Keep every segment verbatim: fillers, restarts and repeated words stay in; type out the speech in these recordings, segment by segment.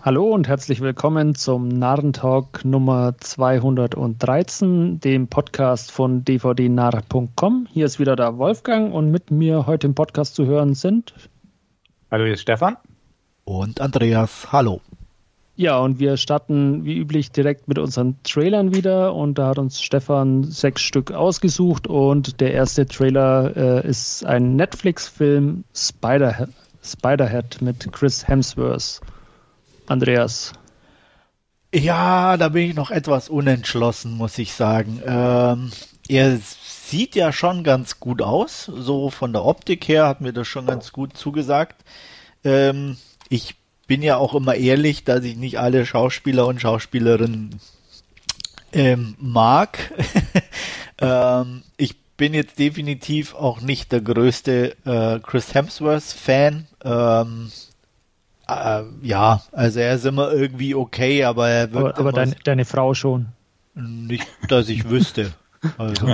Hallo und herzlich willkommen zum Narrentalk Nummer zweihundertdreizehn, dem Podcast von d v d narr punkt com. Hier ist wieder der Wolfgang und mit mir heute im Podcast zu hören sind... Hallo, hier ist Stefan. Und Andreas, hallo. Ja, und wir starten wie üblich direkt mit unseren Trailern wieder und da hat uns Stefan sechs Stück ausgesucht und der erste Trailer äh, ist ein Netflix-Film Spider- Spiderhead mit Chris Hemsworth. Andreas. Ja, da bin ich noch etwas unentschlossen, muss ich sagen. Ähm, er sieht ja schon ganz gut aus, so von der Optik her hat mir das schon ganz gut zugesagt. Ähm, ich bin ja auch immer ehrlich, dass ich nicht alle Schauspieler und Schauspielerinnen ähm, mag. ähm, ich bin jetzt definitiv auch nicht der größte äh, Chris Hemsworth-Fan. Ähm, Äh, ja, also er ist immer irgendwie okay, aber er wird. Aber, aber dein, deine Frau schon. Nicht, dass ich wüsste. Also,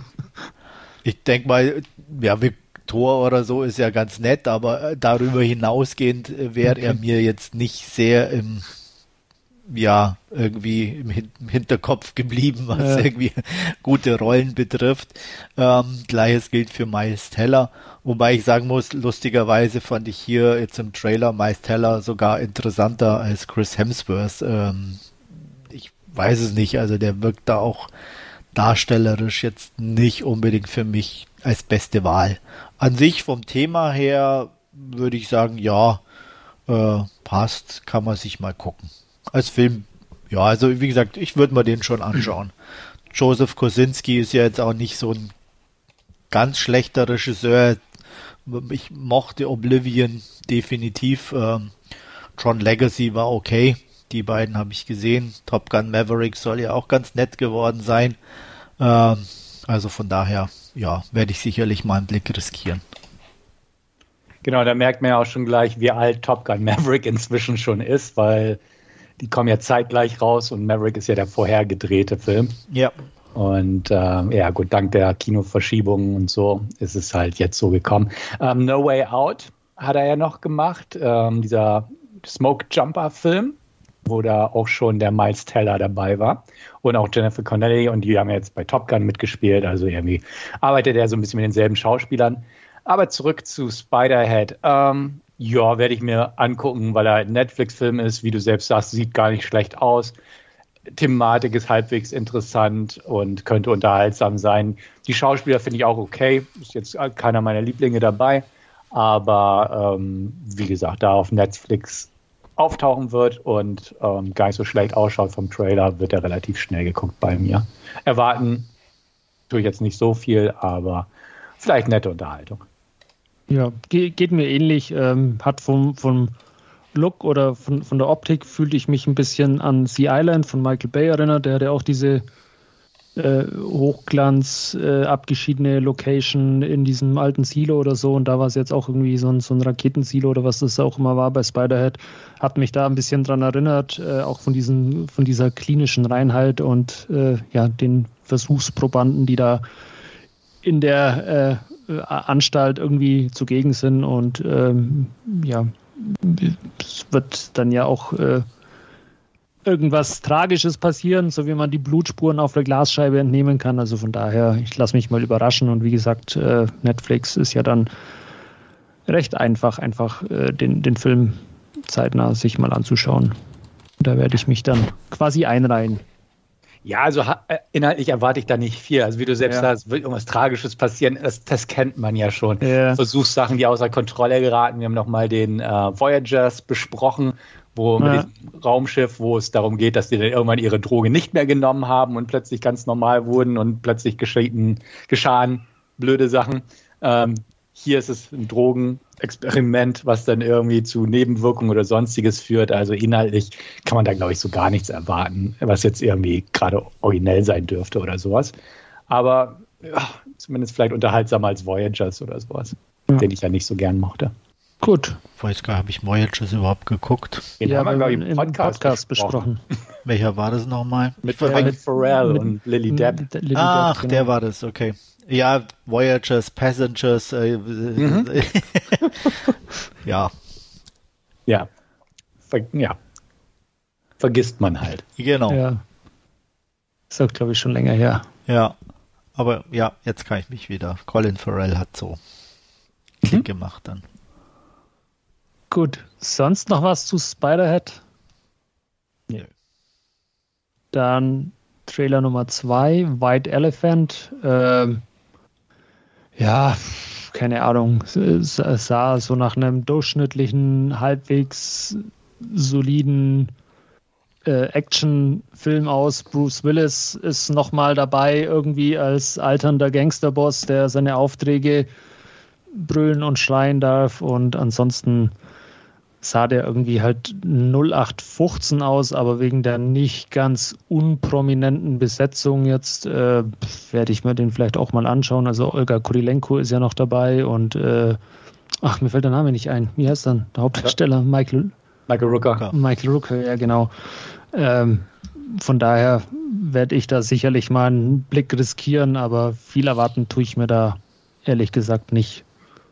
ich denke mal, ja, Victor oder so ist ja ganz nett, aber darüber hinausgehend wäre okay. er mir jetzt nicht sehr im, ja, irgendwie im, Hin- im Hinterkopf geblieben, was ja. irgendwie gute Rollen betrifft. Ähm, Gleiches gilt für Miles Teller. Wobei ich sagen muss, lustigerweise fand ich hier jetzt im Trailer Miles Teller sogar interessanter als Chris Hemsworth. Ähm, ich weiß es nicht, also der wirkt da auch darstellerisch jetzt nicht unbedingt für mich als beste Wahl. An sich vom Thema her würde ich sagen, ja, äh, passt, kann man sich mal gucken. Als Film, ja, also wie gesagt, ich würde mir den schon anschauen. Joseph Kosinski ist ja jetzt auch nicht so ein ganz schlechter Regisseur. Ich mochte Oblivion definitiv. Ähm, Tron Legacy war okay. Die beiden habe ich gesehen. Top Gun Maverick soll ja auch ganz nett geworden sein. Ähm, also von daher, ja, werde ich sicherlich mal einen Blick riskieren. Genau, da merkt man ja auch schon gleich, wie alt Top Gun Maverick inzwischen schon ist, weil die kommen ja zeitgleich raus und Maverick ist ja der vorher gedrehte Film. Ja. Und ähm, ja gut, dank der Kinoverschiebungen und so ist es halt jetzt so gekommen. Ähm, No Way Out hat er ja noch gemacht, ähm, dieser Smoke Jumper Film, wo da auch schon der Miles Teller dabei war und auch Jennifer Connelly und die haben jetzt bei Top Gun mitgespielt, also irgendwie arbeitet er so ein bisschen mit denselben Schauspielern. Aber zurück zu Spiderhead. Ähm, ja, werde ich mir angucken, weil er ein Netflix-Film ist, wie du selbst sagst, sieht gar nicht schlecht aus. Thematik ist halbwegs interessant und könnte unterhaltsam sein. Die Schauspieler finde ich auch okay. Ist jetzt keiner meiner Lieblinge dabei. Aber ähm, wie gesagt, da auf Netflix auftauchen wird und ähm, gar nicht so schlecht ausschaut vom Trailer, wird er relativ schnell geguckt bei mir. Erwarten tue ich jetzt nicht so viel, aber vielleicht nette Unterhaltung. Ja, ge- geht mir ähnlich. Ähm, hat vom, vom Look oder von, von der Optik fühlte ich mich ein bisschen an Sea Island von Michael Bay erinnert. Der hatte auch diese äh, Hochglanz äh, abgeschiedene Location in diesem alten Silo oder so. Und da war es jetzt auch irgendwie so ein, so ein Raketensilo oder was das auch immer war bei Spiderhead. Hat mich da ein bisschen dran erinnert, äh, auch von, diesen, von dieser klinischen Reinheit und äh, ja, den Versuchsprobanden, die da in der äh, Anstalt irgendwie zugegen sind. Und ähm, ja, es wird dann ja auch äh, irgendwas Tragisches passieren, so wie man die Blutspuren auf der Glasscheibe entnehmen kann. Also von daher, ich lasse mich mal überraschen. Und wie gesagt, äh, Netflix ist ja dann recht einfach, einfach äh, den, den Film zeitnah sich mal anzuschauen. Da werde ich mich dann quasi einreihen. Ja, also ha- inhaltlich erwarte ich da nicht viel. Also wie du selbst Ja. sagst, wird irgendwas Tragisches passieren, das, das kennt man ja schon. Ja. Versuchssachen, die außer Kontrolle geraten. Wir haben nochmal den äh, Voyagers besprochen, wo Ja. mit dem Raumschiff, wo es darum geht, dass die dann irgendwann ihre Droge nicht mehr genommen haben und plötzlich ganz normal wurden und plötzlich geschahen, geschahen blöde Sachen. Ähm, hier ist es ein Drogenexperiment, was dann irgendwie zu Nebenwirkungen oder Sonstiges führt. Also inhaltlich kann man da, glaube ich, so gar nichts erwarten, was jetzt irgendwie gerade originell sein dürfte oder sowas. Aber ja, zumindest vielleicht unterhaltsamer als Voyagers oder sowas, Ja. den ich ja nicht so gern mochte. Gut. Weiß gar nicht, habe ich Voyagers überhaupt geguckt? Den ja, haben wir, glaube ich, im im Podcast, Podcast besprochen. besprochen. Welcher war das nochmal? Mit Ja, Colin mit- Farrell mit- und Lily Depp. mit Lily Ach, Depp, genau. der war das, okay. Ja, Voyagers, Passengers, äh, Mhm. ja. Ja. Ver- ja. vergisst man halt. Genau. Ja. Ist auch, glaube ich, schon länger her. Ja, aber ja, jetzt kann ich mich wieder. Colin Farrell hat so Klick Mhm. gemacht dann. Gut, sonst noch was zu Spider-Head? Nee. Dann Trailer Nummer zwei, White Elephant. Ähm, ja, keine Ahnung. Es es sah so nach einem durchschnittlichen, halbwegs soliden äh, Actionfilm aus. Bruce Willis ist nochmal dabei, irgendwie als alternder Gangsterboss, der seine Aufträge brüllen und schreien darf. Und ansonsten sah der irgendwie halt null acht fünfzehn aus, aber wegen der nicht ganz unprominenten Besetzung jetzt äh, werde ich mir den vielleicht auch mal anschauen. Also Olga Kurilenko ist ja noch dabei und äh, ach, mir fällt der Name nicht ein. Wie heißt dann der Hauptdarsteller? Michael Michael Rooker. Michael Rooker, ja genau. Ähm, von daher werde ich da sicherlich mal einen Blick riskieren, aber viel erwarten tue ich mir da ehrlich gesagt nicht.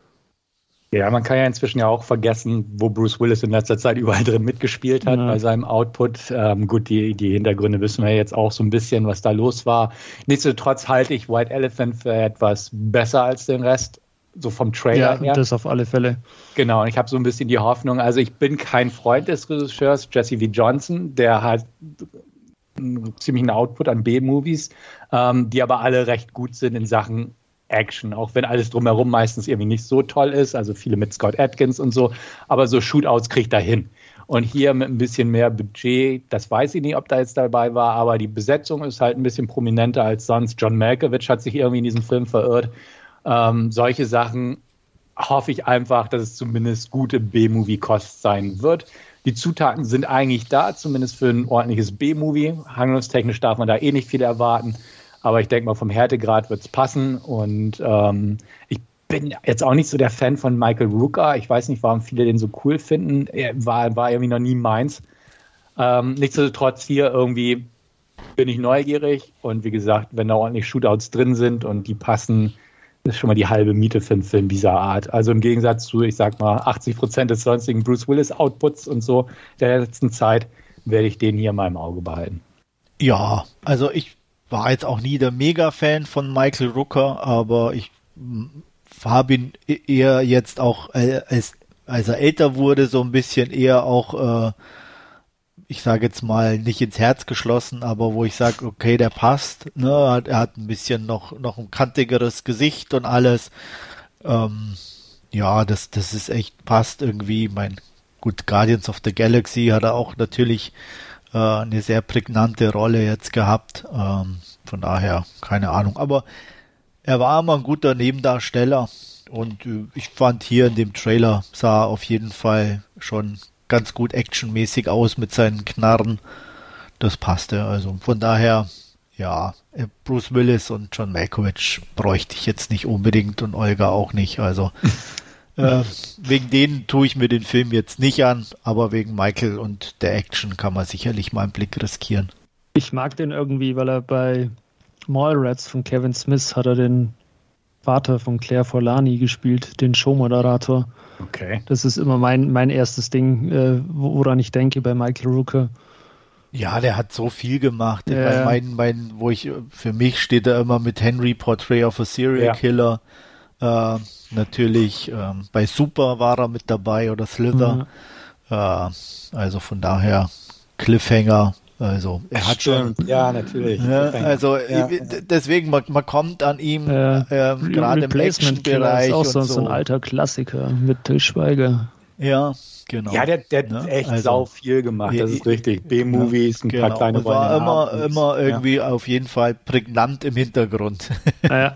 Ja, man kann ja inzwischen ja auch vergessen, wo Bruce Willis in letzter Zeit überall drin mitgespielt hat, Ja. bei seinem Output. Ähm, gut, die, die Hintergründe wissen wir jetzt auch so ein bisschen, was da los war. Nichtsdestotrotz halte ich White Elephant für etwas besser als den Rest, so vom Trailer Ja, her. das auf alle Fälle. Genau, und ich habe so ein bisschen die Hoffnung, also ich bin kein Freund des Regisseurs Jesse V. Johnson, der hat einen ziemlichen Output an B-Movies, ähm, die aber alle recht gut sind in Sachen Action, auch wenn alles drumherum meistens irgendwie nicht so toll ist, also viele mit Scott Adkins und so, aber so Shootouts kriegt er hin. Und hier mit ein bisschen mehr Budget, das weiß ich nicht, ob da jetzt dabei war, aber die Besetzung ist halt ein bisschen prominenter als sonst. John Malkovich hat sich irgendwie in diesem Film verirrt. Ähm, solche Sachen hoffe ich einfach, dass es zumindest gute B-Movie-Kost sein wird. Die Zutaten sind eigentlich da, zumindest für ein ordentliches B-Movie. Handlungstechnisch darf man da eh nicht viel erwarten. Aber ich denke mal, vom Härtegrad wird es passen. Und ähm, ich bin jetzt auch nicht so der Fan von Michael Rooker. Ich weiß nicht, warum viele den so cool finden. Er war, war irgendwie noch nie meins. Ähm, nichtsdestotrotz hier irgendwie bin ich neugierig. Und wie gesagt, wenn da ordentlich Shootouts drin sind und die passen, ist schon mal die halbe Miete für einen Film dieser Art. Also im Gegensatz zu, ich sag mal, achtzig Prozent des sonstigen Bruce Willis-Outputs und so der letzten Zeit, werde ich den hier mal im Auge behalten. Ja, also ich war jetzt auch nie der Mega-Fan von Michael Rooker, aber ich habe ihn eher jetzt auch, äh, als, als er älter wurde, so ein bisschen eher auch, äh, ich sage jetzt mal, nicht ins Herz geschlossen, aber wo ich sage, okay, der passt. Ne? Er, hat, er hat ein bisschen noch, noch ein kantigeres Gesicht und alles. Ähm, ja, das, das ist echt, passt irgendwie. Mein, gut, Guardians of the Galaxy hat er auch natürlich äh, eine sehr prägnante Rolle jetzt gehabt. Ähm, von daher, keine Ahnung. Aber er war immer ein guter Nebendarsteller und äh, ich fand hier in dem Trailer sah auf jeden Fall schon ganz gut actionmäßig aus mit seinen Knarren. Das passte. Also von daher, ja, Bruce Willis und John Malkovich bräuchte ich jetzt nicht unbedingt und Olga auch nicht. Also äh, wegen denen tue ich mir den Film jetzt nicht an, aber wegen Michael und der Action kann man sicherlich mal einen Blick riskieren. Ich mag den irgendwie, weil er bei Mallrats von Kevin Smith hat er den Vater von Claire Forlani gespielt, den Showmoderator. Okay. Das ist immer mein, mein erstes Ding, äh, woran ich denke bei Michael Rooker. Ja, der hat so viel gemacht. Ich Ja. mein, mein, wo ich, für mich steht er immer mit Henry, Portrait of a Serial Ja. Killer. Äh, natürlich, ähm, bei Super war er mit dabei oder Slither. Äh, also von daher Cliffhanger. Also er hat schon. Ja, natürlich. Ja, also Ja. äh, deswegen, man, man kommt an ihm Äh, ähm, gerade im Replacement Killer Action-Bereich ist auch und so, so. so ein alter Klassiker mit Till Schweiger. Ja, genau. Ja, der, der Ne? hat echt Also- sau viel gemacht, das ist richtig. B-Movies, ein paar Genau. kleine Und war Rollen immer, haben. immer irgendwie auf jeden Fall prägnant im Hintergrund. Naja.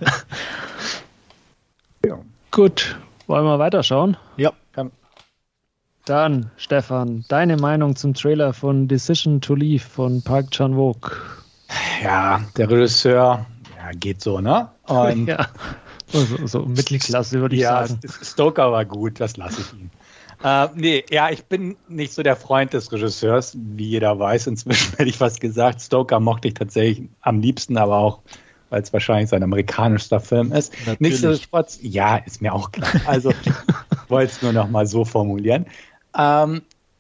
Ja. Gut, wollen wir weiterschauen? Ja. Dann, Stefan, deine Meinung zum Trailer von Decision to Leave von Park Chan-wook. Ja, der Regisseur, ja, geht so, ne? Und Ja, so, so Mittelklasse würde ich ja, sagen. Stoker war gut, das lasse ich ihm. Äh, nee, ja, ich bin nicht so der Freund des Regisseurs, wie jeder weiß. Inzwischen hätte ich was gesagt. Stoker mochte ich tatsächlich am liebsten, aber auch, weil es wahrscheinlich sein amerikanischster Film ist. Natürlich. Nichtsdestotrotz, ja, ist mir auch klar. Also, ich wollte es nur noch mal so formulieren. Ähm,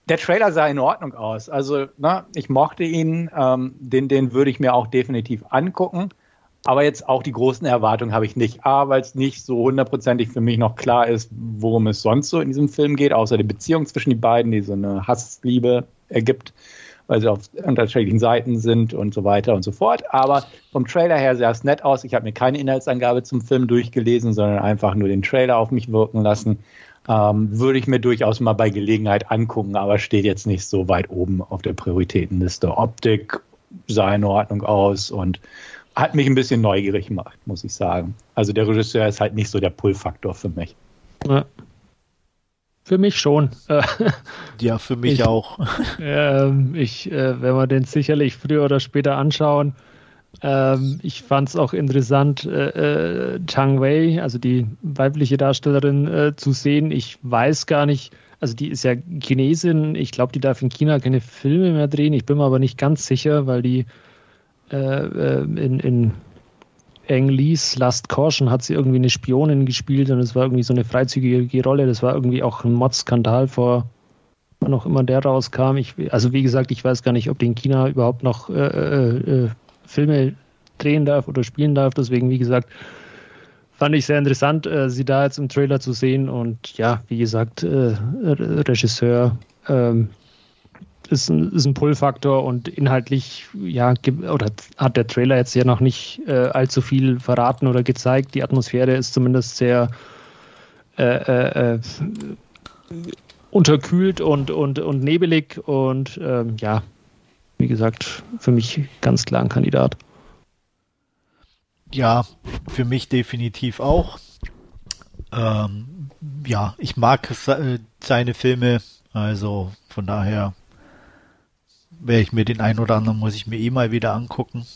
Der Trailer sah in Ordnung aus. Also, ne, ich mochte ihn. Ähm, den, den würde ich mir auch definitiv angucken. Aber jetzt auch die großen Erwartungen habe ich nicht. A, weil es nicht so hundertprozentig für mich noch klar ist, worum es sonst so in diesem Film geht, außer die Beziehung zwischen den beiden, die so eine Hassliebe ergibt, weil sie auf unterschiedlichen Seiten sind und so weiter und so fort. Aber vom Trailer her sah es nett aus. Ich habe mir keine Inhaltsangabe zum Film durchgelesen, sondern einfach nur den Trailer auf mich wirken lassen. Ähm, würde ich mir durchaus mal bei Gelegenheit angucken, aber steht jetzt nicht so weit oben auf der Prioritätenliste. Optik sah in Ordnung aus und hat mich ein bisschen neugierig gemacht, muss ich sagen. Also der Regisseur ist halt nicht so der Pull-Faktor für mich. Ja. Für mich schon. Ja, für mich ich, auch. Ähm, ich, äh, wenn wir den sicherlich früher oder später anschauen, ähm, ich fand es auch interessant, äh, Tang Wei, also die weibliche Darstellerin, äh, zu sehen. Ich weiß gar nicht, also die ist ja Chinesin, ich glaube, die darf in China keine Filme mehr drehen. Ich bin mir aber nicht ganz sicher, weil die äh, in, in Ang Lees Last Caution hat sie irgendwie eine Spionin gespielt und es war irgendwie so eine freizügige Rolle. Das war irgendwie auch ein Mod-Skandal vor, wann auch immer der rauskam. Ich, also wie gesagt, ich weiß gar nicht, ob die in China überhaupt noch äh, äh, Filme drehen darf oder spielen darf. Deswegen, wie gesagt, fand ich sehr interessant, äh, sie da jetzt im Trailer zu sehen. Und ja, wie gesagt, äh, Regisseur ähm, ist ein, ist ein Pull-Faktor und inhaltlich, ja, oder hat der Trailer jetzt ja noch nicht äh, allzu viel verraten oder gezeigt. Die Atmosphäre ist zumindest sehr äh, äh, unterkühlt und, und, und nebelig und ähm, ja, wie gesagt, für mich ganz klar ein Kandidat. Ja, für mich definitiv auch. Ähm, ja, ich mag seine Filme, also von daher werde ich mir den einen oder anderen, muss ich mir eh mal wieder angucken.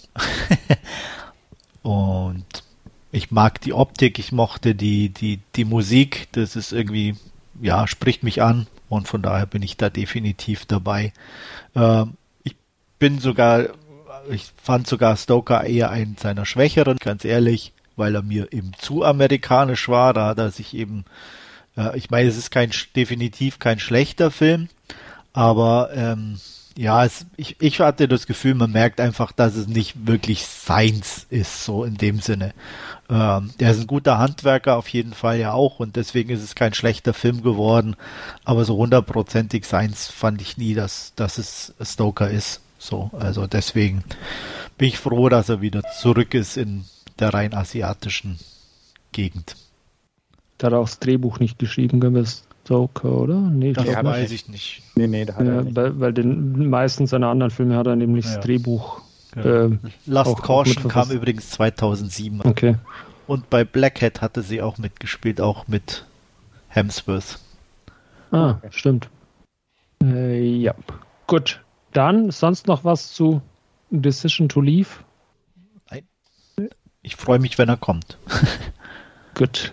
Und ich mag die Optik, ich mochte die, die, die Musik, das ist irgendwie, ja, spricht mich an und von daher bin ich da definitiv dabei. Ähm, ich bin sogar, ich fand sogar Stoker eher einen seiner schwächeren, ganz ehrlich, weil er mir eben zu amerikanisch war, da hat er sich eben, äh, ich meine, es ist kein, definitiv kein schlechter Film, aber ähm, ja, es, ich, ich hatte das Gefühl, man merkt einfach, dass es nicht wirklich seins ist, so in dem Sinne. Ähm, der ist ein guter Handwerker auf jeden Fall ja auch und deswegen ist es kein schlechter Film geworden, aber so hundertprozentig seins fand ich nie, dass, dass es Stoker ist. So, also deswegen bin ich froh, dass er wieder zurück ist in der rein asiatischen Gegend. Da hat er auch das Drehbuch nicht geschrieben, gewiss. Stoker, oder? Nee, das weiß nicht. ich nicht. Nee, nee, da hat ja, er nicht. Weil, weil den meisten seiner anderen Filme hat er nämlich ja. das Drehbuch. Ja. Äh, Last auch, Caution auch kam übrigens zweitausendsieben. Okay. Und bei Blackhead hatte sie auch mitgespielt, auch mit Hemsworth. Ah, okay. Stimmt. Äh, ja. Gut. Dann sonst noch was zu Decision to Leave? Nein. Ich freue mich, wenn er kommt. Gut.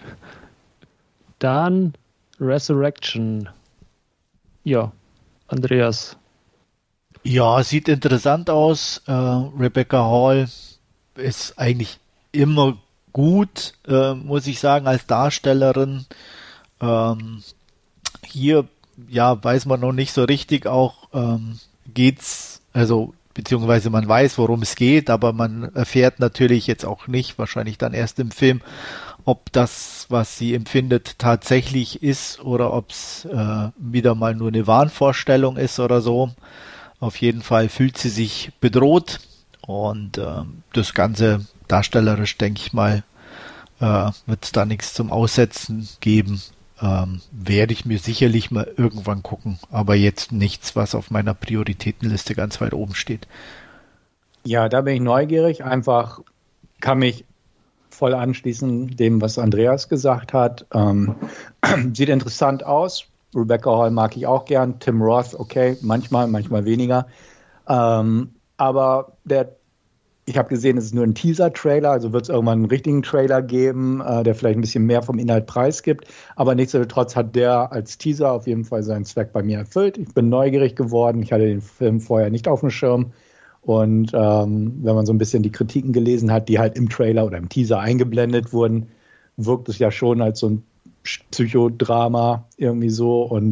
Dann Resurrection. Ja, Andreas. Ja, sieht interessant aus. Äh, Rebecca Hall ist eigentlich immer gut, äh, muss ich sagen, als Darstellerin. Ähm, hier, ja, weiß man noch nicht so richtig auch, ähm, geht's, also, beziehungsweise man weiß, worum es geht, aber man erfährt natürlich jetzt auch nicht, wahrscheinlich dann erst im Film, ob das, was sie empfindet, tatsächlich ist oder ob es äh, wieder mal nur eine Wahnvorstellung ist oder so. Auf jeden Fall fühlt sie sich bedroht und äh, das Ganze darstellerisch, denke ich mal, äh, wird es da nichts zum Aussetzen geben. Ähm, werde ich mir sicherlich mal irgendwann gucken, aber jetzt nichts, was auf meiner Prioritätenliste ganz weit oben steht. Ja, da bin ich neugierig. Einfach kann mich voll anschließen dem, was Andreas gesagt hat. Ähm, sieht interessant aus. Rebecca Hall mag ich auch gern. Tim Roth, okay, manchmal, manchmal weniger. Ähm, aber der, ich habe gesehen, es ist nur ein Teaser-Trailer, also wird es irgendwann einen richtigen Trailer geben, äh, der vielleicht ein bisschen mehr vom Inhalt preisgibt. Aber nichtsdestotrotz hat der als Teaser auf jeden Fall seinen Zweck bei mir erfüllt. Ich bin neugierig geworden. Ich hatte den Film vorher nicht auf dem Schirm. Und ähm, wenn man so ein bisschen die Kritiken gelesen hat, die halt im Trailer oder im Teaser eingeblendet wurden, wirkt es ja schon als so ein Psychodrama irgendwie so. Und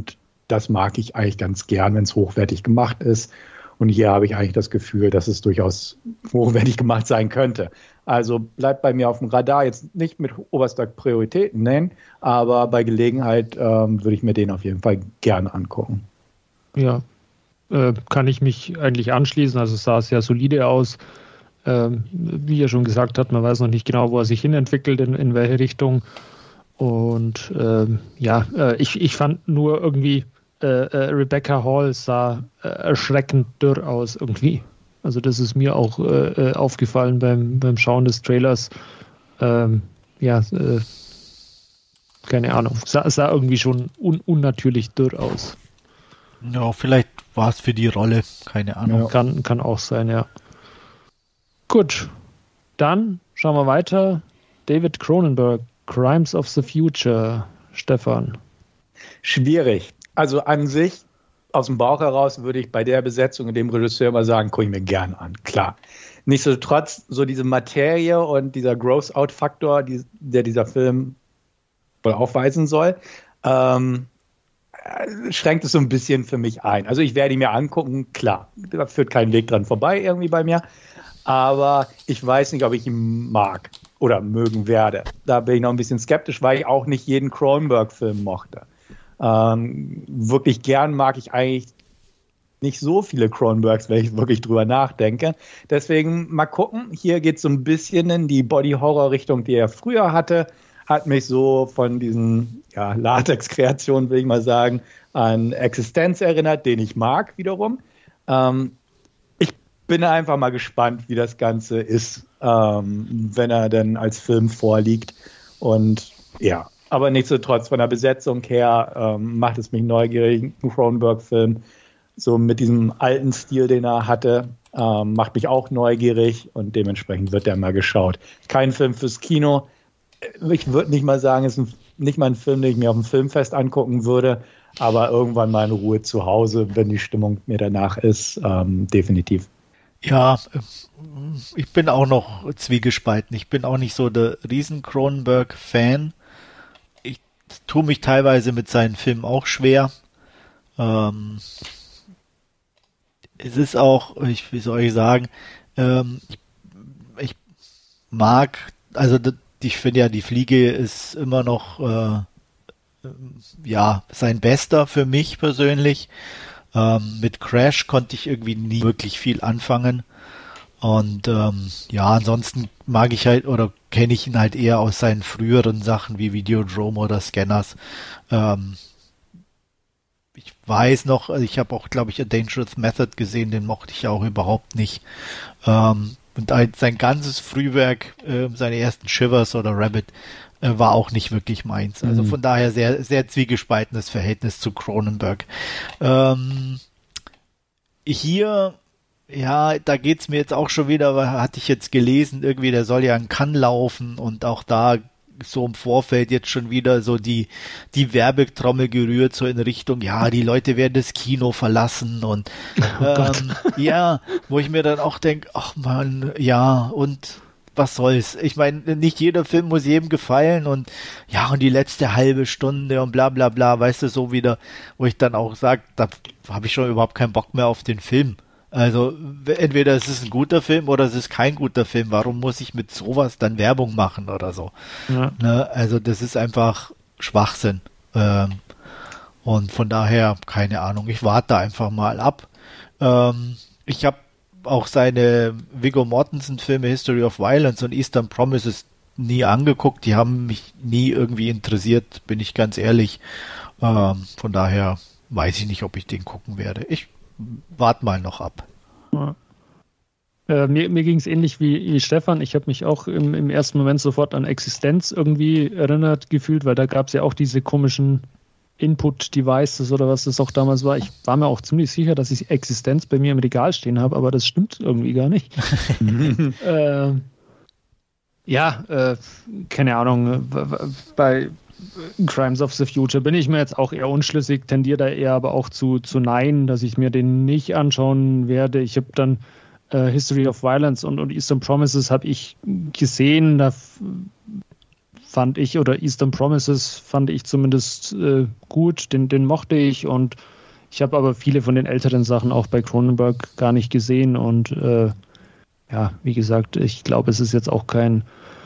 das mag ich eigentlich ganz gern, wenn es hochwertig gemacht ist. Und hier habe ich eigentlich das Gefühl, dass es durchaus hochwertig gemacht sein könnte. Also bleibt bei mir auf dem Radar, jetzt nicht mit oberster Priorität nennen, aber bei Gelegenheit ähm, würde ich mir den auf jeden Fall gerne angucken. Ja, äh, kann ich mich eigentlich anschließen. Also es sah sehr solide aus. Ähm, wie er schon gesagt hat, man weiß noch nicht genau, wo er sich hinentwickelt, in, in welche Richtung. Und ähm, ja, äh, ich, ich fand nur irgendwie, äh, äh, Rebecca Hall sah äh, erschreckend dürr aus irgendwie. Also das ist mir auch äh, aufgefallen beim, beim Schauen des Trailers. Ähm, ja, äh, keine Ahnung, sah, sah irgendwie schon un, unnatürlich dürr aus. Ja, vielleicht war es für die Rolle, keine Ahnung. Ja. Kann, kann auch sein, ja. Gut, dann schauen wir weiter. David Cronenberg, Crimes of the Future. Stefan. Schwierig. Also an sich, aus dem Bauch heraus, würde ich bei der Besetzung und dem Regisseur mal sagen, gucke ich mir gern an. Klar. Nichtsdestotrotz, so diese Materie und dieser Gross-Out-Faktor, die, der dieser Film wohl aufweisen soll, ähm, schränkt es so ein bisschen für mich ein. Also ich werde ihn mir angucken, klar. Da führt kein Weg dran vorbei irgendwie bei mir. Aber ich weiß nicht, ob ich ihn mag oder mögen werde. Da bin ich noch ein bisschen skeptisch, weil ich auch nicht jeden Cronenberg-Film mochte. Ähm, wirklich gern mag ich eigentlich nicht so viele Cronenbergs, wenn ich wirklich drüber nachdenke. Deswegen mal gucken. Hier geht es so ein bisschen in die Body-Horror-Richtung, die er früher hatte. Hat mich so von diesen ja, Latex-Kreationen, will ich mal sagen, an Existenz erinnert, den ich mag wiederum. Ähm, bin einfach mal gespannt, wie das Ganze ist, ähm, wenn er dann als Film vorliegt. Und ja, aber nichtsdestotrotz von der Besetzung her ähm, macht es mich neugierig. Ein Cronenberg-Film, so mit diesem alten Stil, den er hatte, ähm, macht mich auch neugierig und dementsprechend wird der mal geschaut. Kein Film fürs Kino. Ich würde nicht mal sagen, es ist ein, nicht mal ein Film, den ich mir auf dem Filmfest angucken würde, aber irgendwann mal in Ruhe zu Hause, wenn die Stimmung mir danach ist, ähm, definitiv. Ja, ich bin auch noch zwiegespalten. Ich bin auch nicht so der riesen Cronenberg-Fan. Ich tue mich teilweise mit seinen Filmen auch schwer. Ähm, es ist auch, ich, wie soll ich sagen, ähm, ich, ich mag, also ich finde ja, die Fliege ist immer noch äh, ja sein Bester für mich persönlich. Ähm, mit Crash konnte ich irgendwie nie wirklich viel anfangen. Und ähm, ja, ansonsten mag ich halt oder kenne ich ihn halt eher aus seinen früheren Sachen wie Videodrome oder Scanners. Ähm, ich weiß noch, ich habe auch, glaube ich, A Dangerous Method gesehen, den mochte ich auch überhaupt nicht. Ähm, und sein ganzes Frühwerk, äh, seine ersten Shivers oder Rabbit, äh, war auch nicht wirklich meins. Also von daher sehr, sehr zwiegespaltenes Verhältnis zu Cronenberg. Ähm, hier, ja, da geht's mir jetzt auch schon wieder, weil hatte ich jetzt gelesen, irgendwie, der soll ja in Cannes laufen und auch da so im Vorfeld jetzt schon wieder so die, die Werbetrommel gerührt, so in Richtung, ja, die Leute werden das Kino verlassen und oh ähm, ja, wo ich mir dann auch denke, ach man, ja, und was soll's? Ich meine, nicht jeder Film muss jedem gefallen und ja, und die letzte halbe Stunde und bla bla bla, weißt du, so wieder, wo ich dann auch sage, da habe ich schon überhaupt keinen Bock mehr auf den Film. Also entweder es ist ein guter Film oder es ist kein guter Film. Warum muss ich mit sowas dann Werbung machen oder so? Ja. Ne? Also das ist einfach Schwachsinn. Ähm, und von daher, keine Ahnung, ich warte einfach mal ab. Ähm, ich habe auch seine Viggo Mortensen-Filme History of Violence und Eastern Promises nie angeguckt. Die haben mich nie irgendwie interessiert, bin ich ganz ehrlich. Ähm, von daher weiß ich nicht, ob ich den gucken werde. Ich warte mal noch ab. Ja. Äh, mir mir ging es ähnlich wie, wie Stefan. Ich habe mich auch im, im ersten Moment sofort an Existenz irgendwie erinnert gefühlt, weil da gab es ja auch diese komischen Input-Devices oder was das auch damals war. Ich war mir auch ziemlich sicher, dass ich Existenz bei mir im Regal stehen habe, aber das stimmt irgendwie gar nicht. äh, ja, äh, keine Ahnung. Bei Crimes of the Future bin ich mir jetzt auch eher unschlüssig, tendiere da eher aber auch zu, zu Nein, dass ich mir den nicht anschauen werde. Ich habe dann äh, History of Violence und, und Eastern Promises habe ich gesehen, da f- fand ich, oder Eastern Promises fand ich zumindest äh, gut, den, den mochte ich, und ich habe aber viele von den älteren Sachen auch bei Cronenberg gar nicht gesehen, und äh, ja, wie gesagt, ich glaube, es ist jetzt auch kein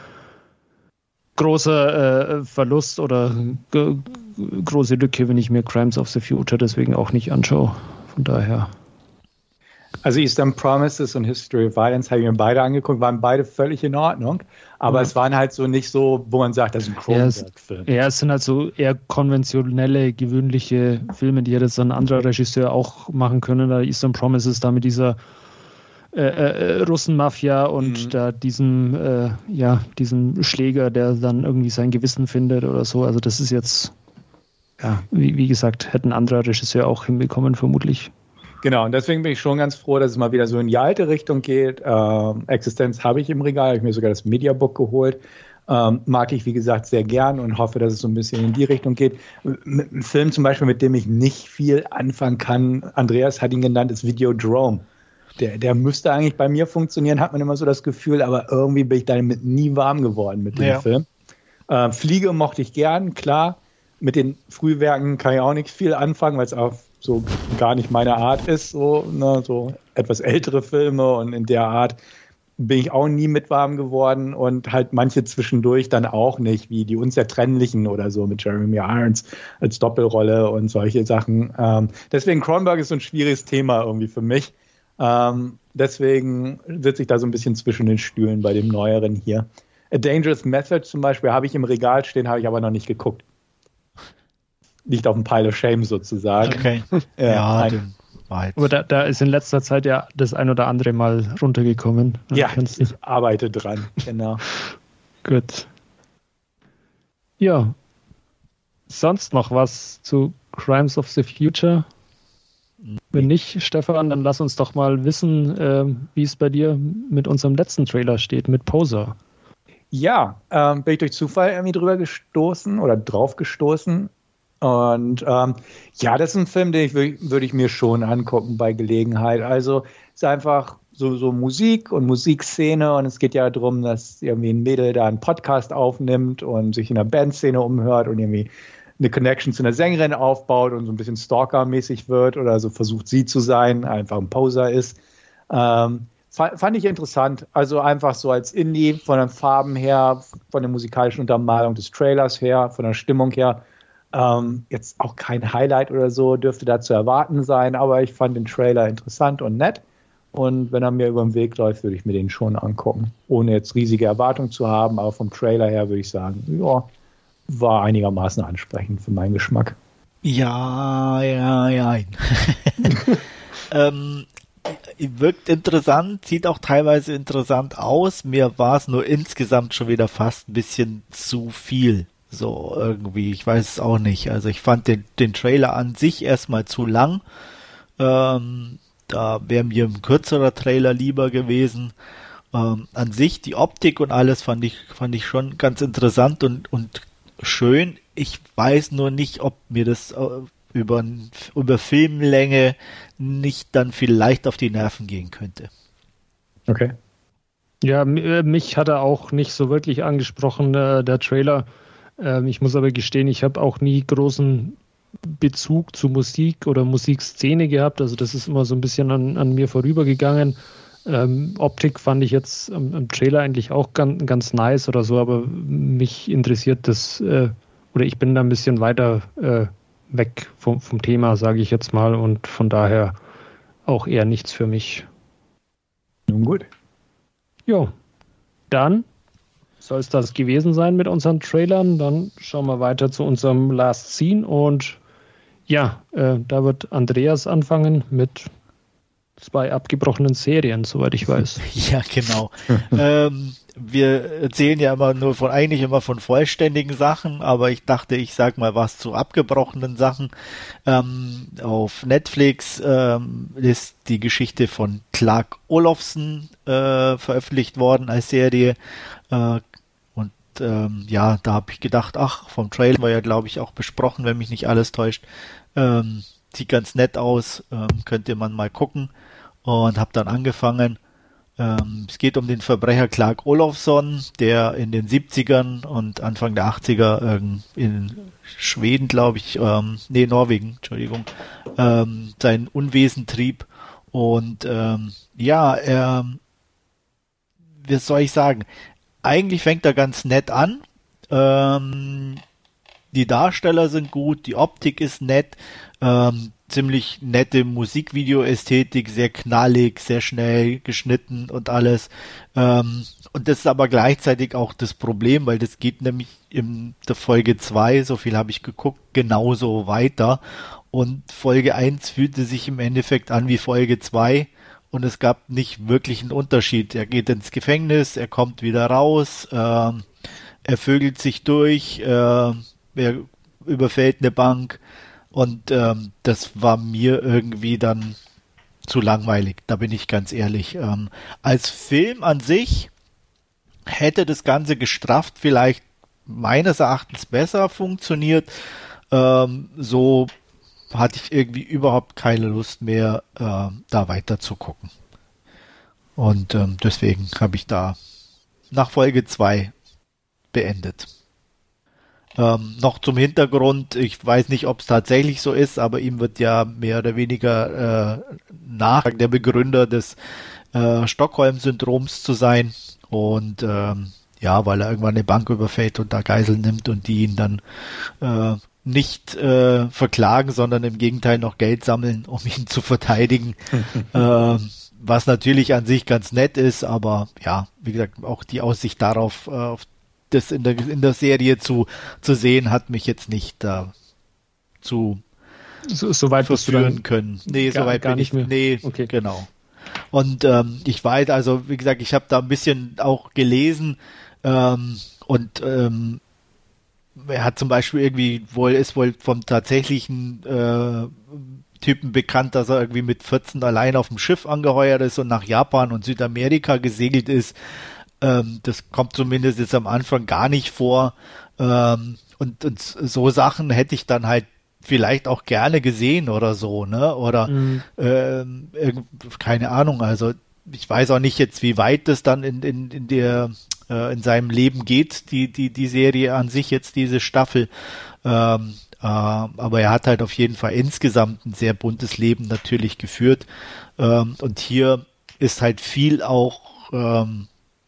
großer äh, Verlust oder g- große Lücke, wenn ich mir Crimes of the Future deswegen auch nicht anschaue. Von daher. Also Eastern Promises und History of Violence habe ich mir beide angeguckt, waren beide völlig in Ordnung, aber ja. es waren halt so nicht so, wo man sagt, das ist ein Cronenberg-Film. Ja, es sind halt so eher konventionelle, gewöhnliche Filme, die hätte jetzt ein anderer Regisseur auch machen können. Da Eastern Promises, da mit dieser äh, äh, Russenmafia und mhm. da diesem, äh, ja, diesem Schläger, der dann irgendwie sein Gewissen findet oder so. Also das ist jetzt, ja, wie, wie gesagt, hätte ein anderer Regisseur auch hinbekommen, vermutlich. Genau, und deswegen bin ich schon ganz froh, dass es mal wieder so in die alte Richtung geht. Ähm, Existenz habe ich im Regal, habe ich mir sogar das Mediabook geholt. Ähm, mag ich, wie gesagt, sehr gern und hoffe, dass es so ein bisschen in die Richtung geht. Ein Film zum Beispiel, mit dem ich nicht viel anfangen kann, Andreas hat ihn genannt, ist Videodrome. Der, der müsste eigentlich bei mir funktionieren, hat man immer so das Gefühl, aber irgendwie bin ich damit nie warm geworden mit dem ja. Film. Äh, Fliege mochte ich gern, klar. Mit den Frühwerken kann ich auch nicht viel anfangen, weil es auch so gar nicht meine Art ist, so, ne, so etwas ältere Filme, und in der Art bin ich auch nie mit warm geworden, und halt manche zwischendurch dann auch nicht, wie Die Unzertrennlichen oder so mit Jeremy Irons als Doppelrolle und solche Sachen. Ähm, deswegen Cronenberg ist so ein schwieriges Thema irgendwie für mich. Ähm, deswegen sitze ich da so ein bisschen zwischen den Stühlen bei dem Neueren hier. A Dangerous Method zum Beispiel habe ich im Regal stehen, habe ich aber noch nicht geguckt. Liegt auf dem Pile of Shame sozusagen. Okay. Ja, ja ein, aber da, da ist in letzter Zeit ja das ein oder andere Mal runtergekommen. Ja, ich arbeite dran, genau. Gut. Ja. Sonst noch was zu Crimes of the Future? Wenn nicht, Stefan, dann lass uns doch mal wissen, äh, wie es bei dir mit unserem letzten Trailer steht, mit Poser. Ja, ähm, bin ich durch Zufall irgendwie drüber gestoßen oder drauf gestoßen. Und ähm, ja, das ist ein Film, den ich würde ich mir schon angucken bei Gelegenheit. Also es ist einfach so, so Musik und Musikszene, und es geht ja darum, dass irgendwie ein Mädel da einen Podcast aufnimmt und sich in der Bandszene umhört und irgendwie eine Connection zu einer Sängerin aufbaut und so ein bisschen Stalker-mäßig wird oder so versucht sie zu sein, einfach ein Poser ist. Ähm, fand ich interessant. Also einfach so als Indie, von den Farben her, von der musikalischen Untermalung des Trailers her, von der Stimmung her. Ähm, jetzt auch kein Highlight oder so dürfte da zu erwarten sein, aber ich fand den Trailer interessant und nett, und wenn er mir über den Weg läuft, würde ich mir den schon angucken, ohne jetzt riesige Erwartungen zu haben, aber vom Trailer her würde ich sagen, ja, war einigermaßen ansprechend für meinen Geschmack. Ja, ja, ja. ähm, wirkt interessant, sieht auch teilweise interessant aus, mir war es nur insgesamt schon wieder fast ein bisschen zu viel. So irgendwie, ich weiß es auch nicht. Also ich fand den, den Trailer an sich erstmal zu lang. Ähm, da wäre mir ein kürzerer Trailer lieber gewesen. Ähm, an sich, die Optik und alles fand ich, fand ich schon ganz interessant und, und schön. Ich weiß nur nicht, ob mir das äh, über, über Filmlänge nicht dann vielleicht auf die Nerven gehen könnte. Okay. Ja, mich hat er auch nicht so wirklich angesprochen, äh, der Trailer. Ich muss aber gestehen, ich habe auch nie großen Bezug zu Musik oder Musikszene gehabt. Also das ist immer so ein bisschen an, an mir vorübergegangen. Ähm, Optik fand ich jetzt am, am Trailer eigentlich auch ganz, ganz nice oder so, aber mich interessiert das, äh, oder ich bin da ein bisschen weiter äh, weg vom, vom Thema, sage ich jetzt mal, und von daher auch eher nichts für mich. Nun gut. Jo, dann soll es das gewesen sein mit unseren Trailern. Dann schauen wir weiter zu unserem Last Scene, und ja, äh, da wird Andreas anfangen mit zwei abgebrochenen Serien, soweit ich weiß. Ja, genau. ähm, wir erzählen ja immer nur von, eigentlich immer von vollständigen Sachen, aber ich dachte, ich sag mal was zu abgebrochenen Sachen. Ähm, auf Netflix ähm, ist die Geschichte von Clark Olofsson äh, veröffentlicht worden als Serie. Äh, und ähm, ja, da habe ich gedacht, ach, vom Trailer war ja, glaube ich, auch besprochen, wenn mich nicht alles täuscht. Ähm, sieht ganz nett aus, ähm, könnte man mal gucken, und habe dann angefangen. Ähm, es geht um den Verbrecher Clark Olofsson, der in den siebzigern und Anfang der achtziger ähm, in Schweden, glaube ich, ähm, nee, Norwegen, Entschuldigung, ähm, sein Unwesen trieb. Und ähm, ja, er, wie soll ich sagen, eigentlich fängt er ganz nett an. Ähm, die Darsteller sind gut, die Optik ist nett, ähm, ziemlich nette Musikvideo-Ästhetik, sehr knallig, sehr schnell geschnitten und alles. Ähm, und das ist aber gleichzeitig auch das Problem, weil das geht nämlich in der Folge zwei, so viel habe ich geguckt, genauso weiter. Und Folge eins fühlte sich im Endeffekt an wie Folge zwei und es gab nicht wirklich einen Unterschied. Er geht ins Gefängnis, er kommt wieder raus, ähm, er vögelt sich durch, äh, er überfällt eine Bank. Und ähm, das war mir irgendwie dann zu langweilig, da bin ich ganz ehrlich. Ähm, als Film an sich hätte das Ganze gestrafft vielleicht meines Erachtens besser funktioniert. Ähm, so hatte ich irgendwie überhaupt keine Lust mehr, äh, da weiter zu gucken. Und ähm, deswegen habe ich da nach Folge zwei beendet. Ähm, noch zum Hintergrund, ich weiß nicht, ob es tatsächlich so ist, aber ihm wird ja mehr oder weniger äh, nach der Begründer des äh, Stockholm-Syndroms zu sein und ähm, ja, weil er irgendwann eine Bank überfällt und da Geiseln nimmt und die ihn dann äh, nicht äh, verklagen, sondern im Gegenteil noch Geld sammeln, um ihn zu verteidigen, ähm, was natürlich an sich ganz nett ist, aber ja, wie gesagt, auch die Aussicht darauf, äh, auf das in der, in der Serie zu, zu sehen, hat mich jetzt nicht äh, zu so, so weit verführen können. Nee, gar, so weit gar bin nicht ich, mehr. Nee, okay. Genau. Und ähm, ich weiß, also wie gesagt, ich habe da ein bisschen auch gelesen ähm, und ähm, er hat zum Beispiel irgendwie wohl, ist wohl vom tatsächlichen äh, Typen bekannt, dass er irgendwie mit vierzehn allein auf dem Schiff angeheuert ist und nach Japan und Südamerika gesegelt ist. Ähm, das kommt zumindest jetzt am Anfang gar nicht vor. Ähm, und, und so Sachen hätte ich dann halt vielleicht auch gerne gesehen oder so, ne? Oder mhm. ähm, keine Ahnung, also ich weiß auch nicht jetzt, wie weit das dann in, in, in der äh, in seinem Leben geht, die, die, die Serie an sich jetzt, diese Staffel. Ähm, äh, aber er hat halt auf jeden Fall insgesamt ein sehr buntes Leben natürlich geführt. Ähm, und hier ist halt viel auch ähm,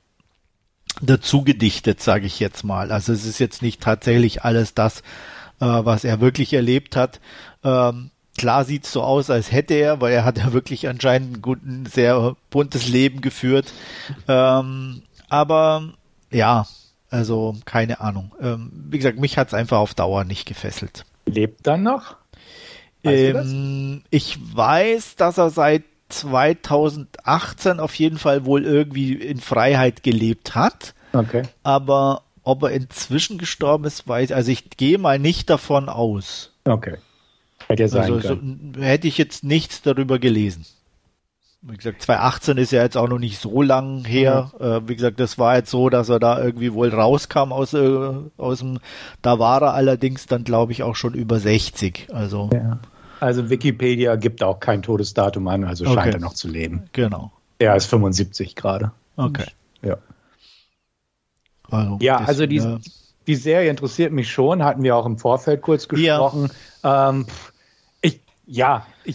dazu gedichtet, sage ich jetzt mal. Also es ist jetzt nicht tatsächlich alles das, äh, was er wirklich erlebt hat. Ähm, klar sieht es so aus, als hätte er, weil er hat ja wirklich anscheinend ein guten, sehr buntes Leben geführt. Ähm, aber ja, also keine Ahnung. Ähm, wie gesagt, mich hat es einfach auf Dauer nicht gefesselt. Lebt dann noch? Weißt ähm, du das? Ich weiß, dass er seit zweitausendachtzehn auf jeden Fall wohl irgendwie in Freiheit gelebt hat. Okay. Aber ob er inzwischen gestorben ist, weiß ich. Also ich gehe mal nicht davon aus. Okay. Hätte ja sein also, können. So, hätte ich jetzt nichts darüber gelesen. Wie gesagt, zweitausendachtzehn ist ja jetzt auch noch nicht so lang her. Mhm. Äh, wie gesagt, das war jetzt so, dass er da irgendwie wohl rauskam aus, äh, aus dem, da war er allerdings dann, glaube ich, auch schon über sechzig. Also ja. Also Wikipedia gibt auch kein Todesdatum an, also okay. scheint er noch zu leben. Genau. Er ist fünfundsiebzig gerade. Okay. Ja. Also, ja, also die, äh, die Serie interessiert mich schon, hatten wir auch im Vorfeld kurz gesprochen. Ja, ähm, ich, ja, ich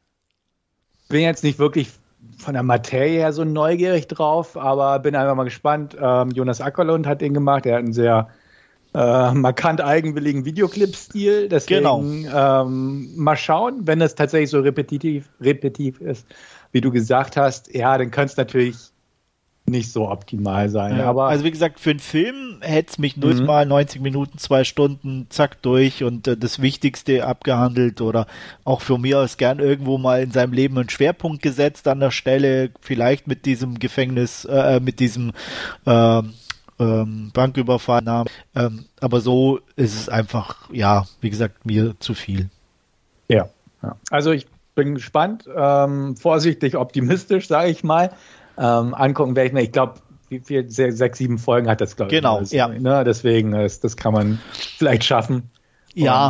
bin jetzt nicht wirklich von der Materie her so neugierig drauf, aber bin einfach mal gespannt. Ähm, Jonas Ackerlund hat den gemacht, er hat einen sehr Äh, markant eigenwilligen Videoclip-Stil, deswegen genau. ähm, mal schauen, wenn es tatsächlich so repetitiv, repetitiv ist, wie du gesagt hast, ja, dann könnte es natürlich nicht so optimal sein. Ja, aber also wie gesagt, für einen Film hätte es mich nur mhm. mal neunzig Minuten, zwei Stunden, zack, durch und äh, das Wichtigste abgehandelt oder auch für mich aus gern irgendwo mal in seinem Leben einen Schwerpunkt gesetzt an der Stelle, vielleicht mit diesem Gefängnis, äh, mit diesem äh, Ähm, Banküberfall nahm. Ähm, aber so ist es einfach, ja, wie gesagt, mir zu viel. Ja, ja. Also ich bin gespannt, ähm, vorsichtig optimistisch, sage ich mal. Ähm, angucken werde ich mir, ich glaube, wie viel, sechs, sieben Folgen hat das, glaube ich. Genau, alles, ja. Ne? Deswegen, das, das kann man vielleicht schaffen. Ja,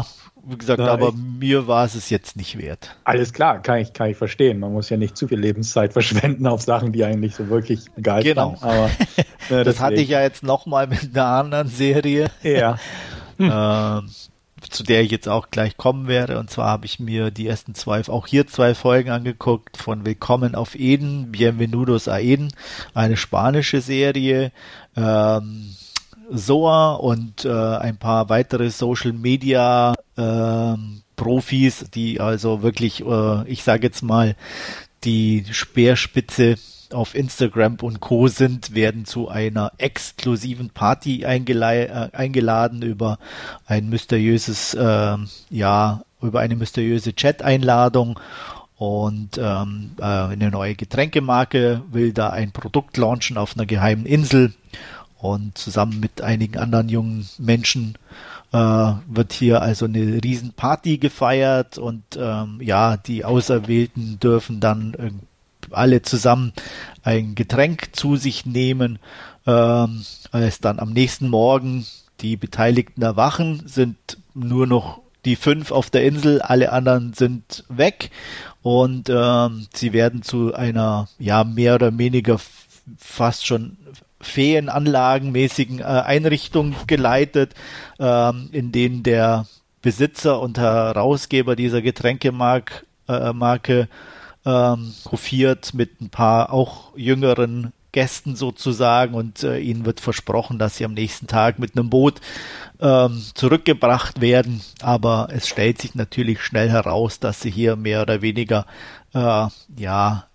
wie gesagt, Na, aber ich, mir war es es jetzt nicht wert. Alles klar, kann ich, kann ich verstehen. Man muss ja nicht zu viel Lebenszeit verschwenden auf Sachen, die einen nicht so wirklich begeistern. Genau. Aber, äh, das hatte ich ja jetzt nochmal mit einer anderen Serie. Ja. Hm. Äh, zu der ich jetzt auch gleich kommen werde. Und zwar habe ich mir die ersten zwei, auch hier zwei Folgen angeguckt von Willkommen auf Eden, Bienvenidos a Eden, eine spanische Serie. Ähm, Soa und äh, ein paar weitere Social Media ähm, Profis, die also wirklich, äh, ich sage jetzt mal, die Speerspitze auf Instagram und Co. sind, werden zu einer exklusiven Party eingela- äh, eingeladen über ein mysteriöses, äh, ja, über eine mysteriöse Chat-Einladung und ähm, äh, eine neue Getränkemarke will da ein Produkt launchen auf einer geheimen Insel und zusammen mit einigen anderen jungen Menschen äh, wird hier also eine riesen Party gefeiert und ähm, ja, die Auserwählten dürfen dann äh, alle zusammen ein Getränk zu sich nehmen. Ähm, als dann am nächsten Morgen die Beteiligten erwachen, sind nur noch die fünf auf der Insel, alle anderen sind weg und ähm, sie werden zu einer ja mehr oder weniger f- fast schon Ferienanlagenmäßigen äh, Einrichtung geleitet, ähm, in denen der Besitzer und Herausgeber dieser Getränkemarke äh, Marke ähm, hofiert mit ein paar auch jüngeren Gästen sozusagen und äh, ihnen wird versprochen, dass sie am nächsten Tag mit einem Boot ähm, zurückgebracht werden, aber es stellt sich natürlich schnell heraus, dass sie hier mehr oder weniger äh, ja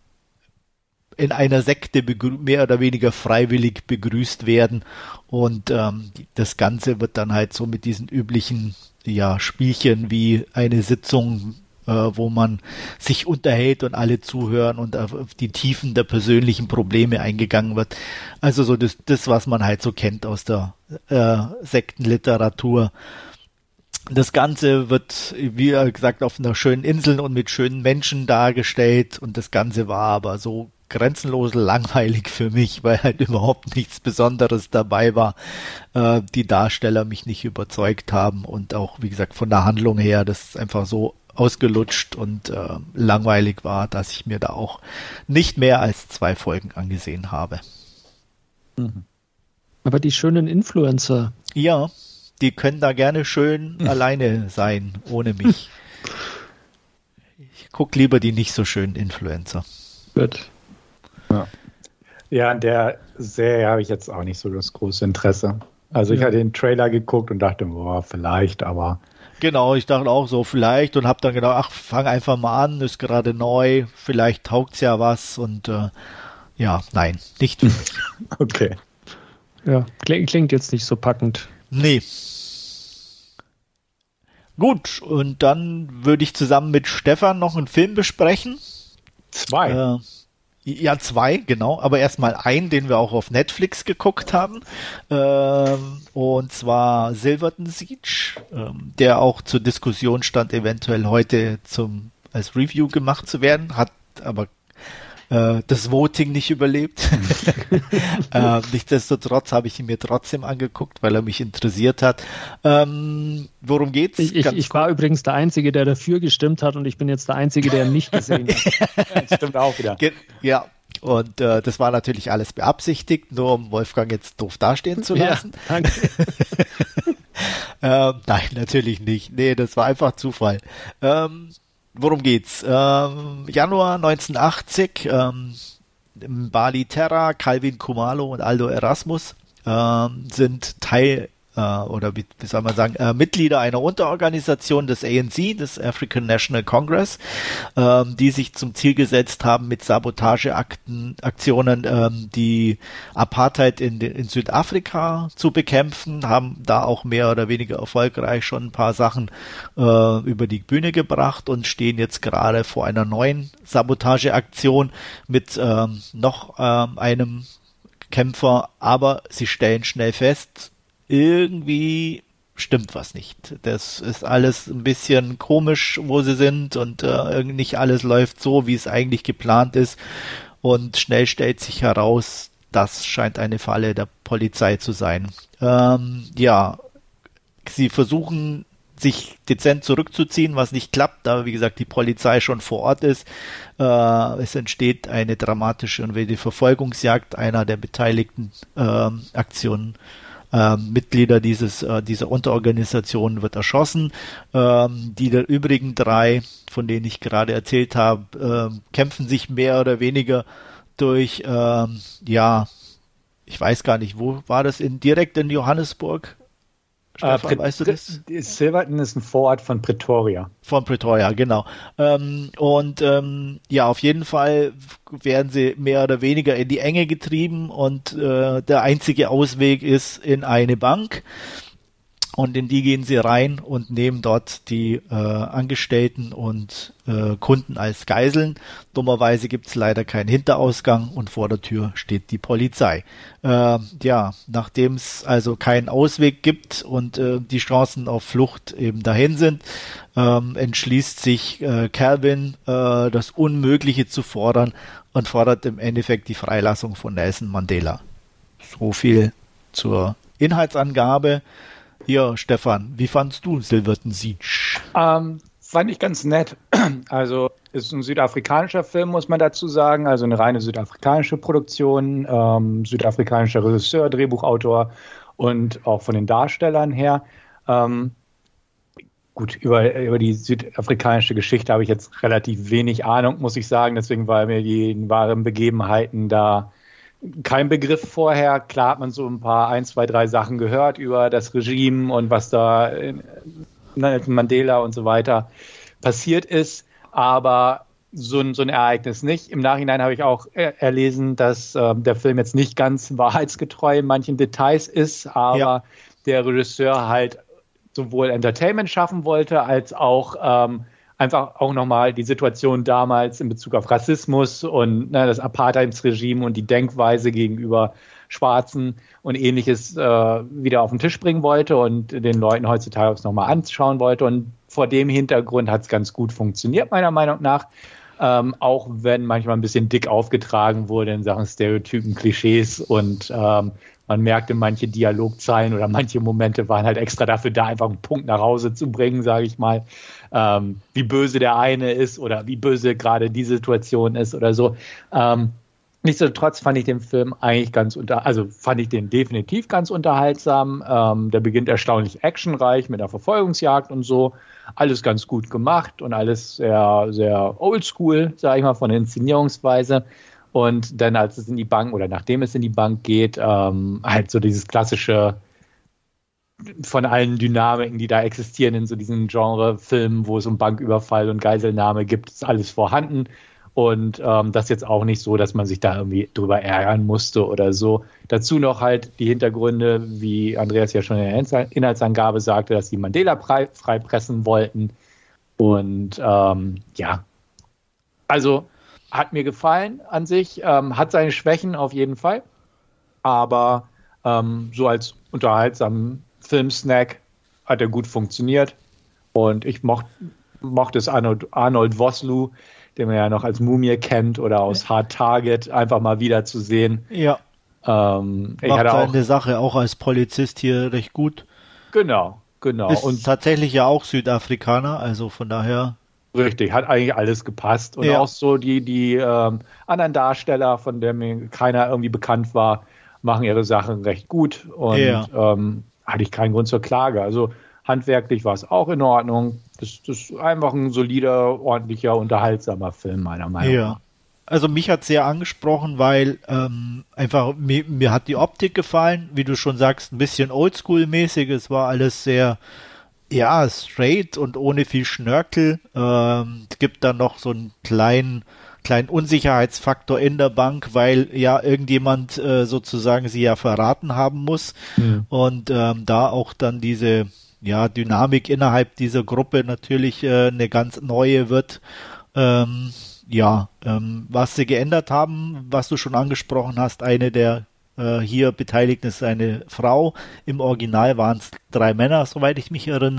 in einer Sekte begrü- mehr oder weniger freiwillig begrüßt werden und ähm, das Ganze wird dann halt so mit diesen üblichen ja Spielchen wie eine Sitzung, wo man sich unterhält und alle zuhören und auf die Tiefen der persönlichen Probleme eingegangen wird. Also so das, das was man halt so kennt aus der äh, Sektenliteratur. Das Ganze wird, wie gesagt, auf einer schönen Insel und mit schönen Menschen dargestellt und das Ganze war aber so grenzenlos langweilig für mich, weil halt überhaupt nichts Besonderes dabei war. Äh, die Darsteller mich nicht überzeugt haben und auch, wie gesagt, von der Handlung her, das ist einfach so ausgelutscht und äh, langweilig war, dass ich mir da auch nicht mehr als zwei Folgen angesehen habe. Aber die schönen Influencer. Ja, die können da gerne schön hm. alleine sein, ohne mich. Ich gucke lieber die nicht so schönen Influencer. Gut. Ja. Ja, an der Serie habe ich jetzt auch nicht so das große Interesse. Also ich ja. hatte den Trailer geguckt und dachte, boah, vielleicht, aber genau, ich dachte auch so, vielleicht und habe dann gedacht, ach, fang einfach mal an, ist gerade neu, vielleicht taugt's ja was und äh, ja, nein, nicht für mich. Okay. Ja, klingt, klingt jetzt nicht so packend. Nee. Gut, und dann würde ich zusammen mit Stefan noch einen Film besprechen. Zwei? Äh, Ja, zwei, genau, aber erstmal einen, den wir auch auf Netflix geguckt haben, ähm, und zwar Silverton Siege, ähm, der auch zur Diskussion stand, eventuell heute zum als Review gemacht zu werden, hat aber äh, das Voting nicht überlebt. äh, nichtsdestotrotz habe ich ihn mir trotzdem angeguckt, weil er mich interessiert hat. Ähm, worum geht's? Ich, ich, ich war übrigens der Einzige, der dafür gestimmt hat und ich bin jetzt der Einzige, der ihn nicht gesehen hat. Das stimmt auch wieder. Ge- ja, und äh, das war natürlich alles beabsichtigt, nur um Wolfgang jetzt doof dastehen zu lassen. Ja, danke. ähm, nein, natürlich nicht. Nee, das war einfach Zufall. Ähm, worum geht's? Ähm, Januar neunzehnhundertachtzig, ähm, Bali Terra, Calvin Khumalo und Aldo Erasmus ähm, sind Teil äh, oder wie, wie soll man sagen, äh, Mitglieder einer Unterorganisation des A N C, des African National Congress, ähm, die sich zum Ziel gesetzt haben, mit Sabotageakten, Aktionen ähm, die Apartheid in, in Südafrika zu bekämpfen, haben da auch mehr oder weniger erfolgreich schon ein paar Sachen äh, über die Bühne gebracht und stehen jetzt gerade vor einer neuen Sabotageaktion mit ähm, noch ähm, einem Kämpfer, aber sie stellen schnell fest, irgendwie stimmt was nicht. Das ist alles ein bisschen komisch, wo sie sind und äh, nicht alles läuft so, wie es eigentlich geplant ist und schnell stellt sich heraus, das scheint eine Falle der Polizei zu sein. Ähm, ja, sie versuchen sich dezent zurückzuziehen, was nicht klappt, da wie gesagt die Polizei schon vor Ort ist. Äh, es entsteht eine dramatische und wilde Verfolgungsjagd einer der beteiligten äh, Aktionen. Ähm, Mitglieder dieses, äh, dieser Unterorganisation wird erschossen. Ähm, die der übrigen drei, von denen ich gerade erzählt habe, äh, kämpfen sich mehr oder weniger durch, ähm, ja, ich weiß gar nicht, wo war das, in, direkt in Johannesburg? Stefan, äh, weißt du das? Silverton ist ein Vorort von Pretoria. Von Pretoria, genau. Ähm, und ähm, ja, auf jeden Fall werden sie mehr oder weniger in die Enge getrieben und äh, der einzige Ausweg ist in eine Bank. Und in die gehen sie rein und nehmen dort die äh, Angestellten und äh, Kunden als Geiseln. Dummerweise gibt es leider keinen Hinterausgang und vor der Tür steht die Polizei. Äh, ja, nachdem es also keinen Ausweg gibt und äh, die Chancen auf Flucht eben dahin sind, ähm, entschließt sich äh, Calvin, äh, das Unmögliche zu fordern und fordert im Endeffekt die Freilassung von Nelson Mandela. So viel zur Inhaltsangabe. Ja, Stefan, wie fandst du Silverton Siege? Ähm, fand ich ganz nett. Also ist ein südafrikanischer Film, muss man dazu sagen. Also eine reine südafrikanische Produktion, ähm, südafrikanischer Regisseur, Drehbuchautor und auch von den Darstellern her. Ähm, gut, über, über die südafrikanische Geschichte habe ich jetzt relativ wenig Ahnung, muss ich sagen. Deswegen war mir die wahren Begebenheiten da kein Begriff vorher. Klar hat man so ein paar, ein, zwei, drei Sachen gehört über das Regime und was da in Nelson Mandela und so weiter passiert ist, aber so ein, so ein Ereignis nicht. Im Nachhinein habe ich auch er- erlesen, dass äh, der Film jetzt nicht ganz wahrheitsgetreu in manchen Details ist, aber ja. der Regisseur halt sowohl Entertainment schaffen wollte, als auch ähm, einfach auch nochmal die Situation damals in Bezug auf Rassismus und ne, das Apartheidsregime und die Denkweise gegenüber Schwarzen und Ähnliches äh, wieder auf den Tisch bringen wollte und den Leuten heutzutage es nochmal anschauen wollte. Und vor dem Hintergrund hat es ganz gut funktioniert, meiner Meinung nach. Ähm, auch wenn manchmal ein bisschen dick aufgetragen wurde in Sachen Stereotypen, Klischees und ähm, man merkte, manche Dialogzeilen oder manche Momente waren halt extra dafür da, einfach einen Punkt nach Hause zu bringen, sage ich mal. Ähm, wie böse der eine ist oder wie böse gerade die Situation ist oder so. Ähm, nichtsdestotrotz fand ich den Film eigentlich ganz unter, also fand ich den definitiv ganz unterhaltsam. Ähm, der beginnt erstaunlich actionreich mit einer Verfolgungsjagd und so. Alles ganz gut gemacht und alles sehr, sehr oldschool, sage ich mal, von der Inszenierungsweise. Und dann, als es in die Bank oder nachdem es in die Bank geht, ähm, halt so dieses klassische von allen Dynamiken, die da existieren in so diesen Genre-Filmen, wo es um Banküberfall und Geiselnahme gibt, ist alles vorhanden. Und ähm, das ist jetzt auch nicht so, dass man sich da irgendwie drüber ärgern musste oder so. Dazu noch halt die Hintergründe, wie Andreas ja schon in der Inhaltsangabe sagte, dass die Mandela freipressen wollten. Und ähm, ja, also hat mir gefallen an sich, ähm, hat seine Schwächen auf jeden Fall, aber ähm, so als unterhaltsamen Filmsnack hat er gut funktioniert und ich mocht, mochte es Arnold, Arnold Vosloo, den man ja noch als Mumie kennt oder aus Hard Target, einfach mal wieder zu sehen. Ja, ähm, ich macht hatte seine auch, Sache auch als Polizist hier recht gut. Genau, genau. Ist und tatsächlich ja auch Südafrikaner, also von daher... Richtig, hat eigentlich alles gepasst. Und ja. auch so die, die ähm, anderen Darsteller, von denen mir keiner irgendwie bekannt war, machen ihre Sachen recht gut. Und ja. ähm, hatte ich keinen Grund zur Klage. Also handwerklich war es auch in Ordnung. Das, das ist einfach ein solider, ordentlicher, unterhaltsamer Film, meiner Meinung ja. nach. Also mich hat sehr angesprochen, weil ähm, einfach mir, mir hat die Optik gefallen, wie du schon sagst, ein bisschen Oldschool-mäßig. Es war alles sehr... Ja, straight und ohne viel Schnörkel. Ähm, es gibt dann noch so einen kleinen, kleinen Unsicherheitsfaktor in der Bank, weil ja irgendjemand äh, sozusagen sie ja verraten haben muss. Mhm. Und ähm, da auch dann diese ja, Dynamik innerhalb dieser Gruppe natürlich äh, eine ganz neue wird. Ähm, ja, ähm, was sie geändert haben, was du schon angesprochen hast, eine der hier beteiligt ist eine Frau. Im Original waren es drei Männer, soweit ich mich erinnere.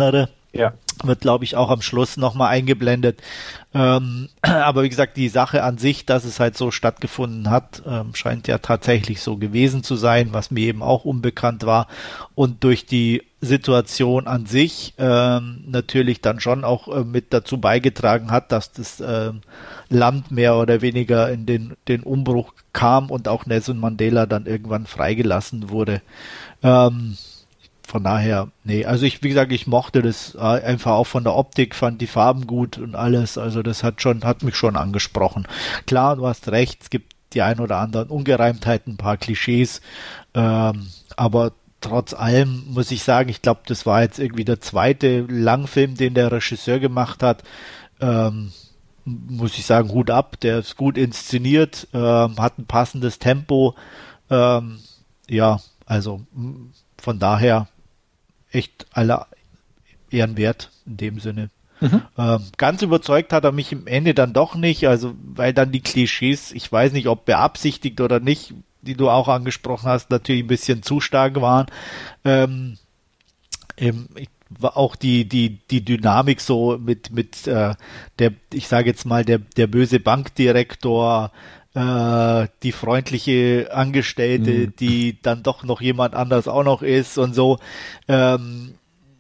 Ja. Wird, glaube ich, auch am Schluss nochmal eingeblendet. Ähm, aber wie gesagt, die Sache an sich, dass es halt so stattgefunden hat, ähm, scheint ja tatsächlich so gewesen zu sein, was mir eben auch unbekannt war. Und durch die Situation an sich ähm, natürlich dann schon auch äh, mit dazu beigetragen hat, dass das ähm, Land mehr oder weniger in den, den Umbruch kam und auch Nelson Mandela dann irgendwann freigelassen wurde. Ähm, Von daher, nee, also ich, wie gesagt, ich mochte das einfach auch von der Optik, fand die Farben gut und alles, also das hat schon, hat mich schon angesprochen. Klar, du hast recht, es gibt die ein oder anderen Ungereimtheiten, ein paar Klischees, ähm, aber trotz allem muss ich sagen, ich glaube, das war jetzt irgendwie der zweite Langfilm, den der Regisseur gemacht hat, ähm, muss ich sagen, Hut ab, der ist gut inszeniert, ähm, hat ein passendes Tempo, ähm, ja, also von daher echt alle Ehren wert in dem Sinne. Mhm. Ähm, ganz überzeugt hat er mich im Ende dann doch nicht, also weil dann die Klischees, ich weiß nicht, ob beabsichtigt oder nicht, die du auch angesprochen hast, natürlich ein bisschen zu stark waren. Ähm, ähm, ich, auch die die die Dynamik so mit mit äh, der, ich sage jetzt mal, der der böse Bankdirektor, äh, die freundliche Angestellte, mhm. die dann doch noch jemand anders auch noch ist und so. Ähm,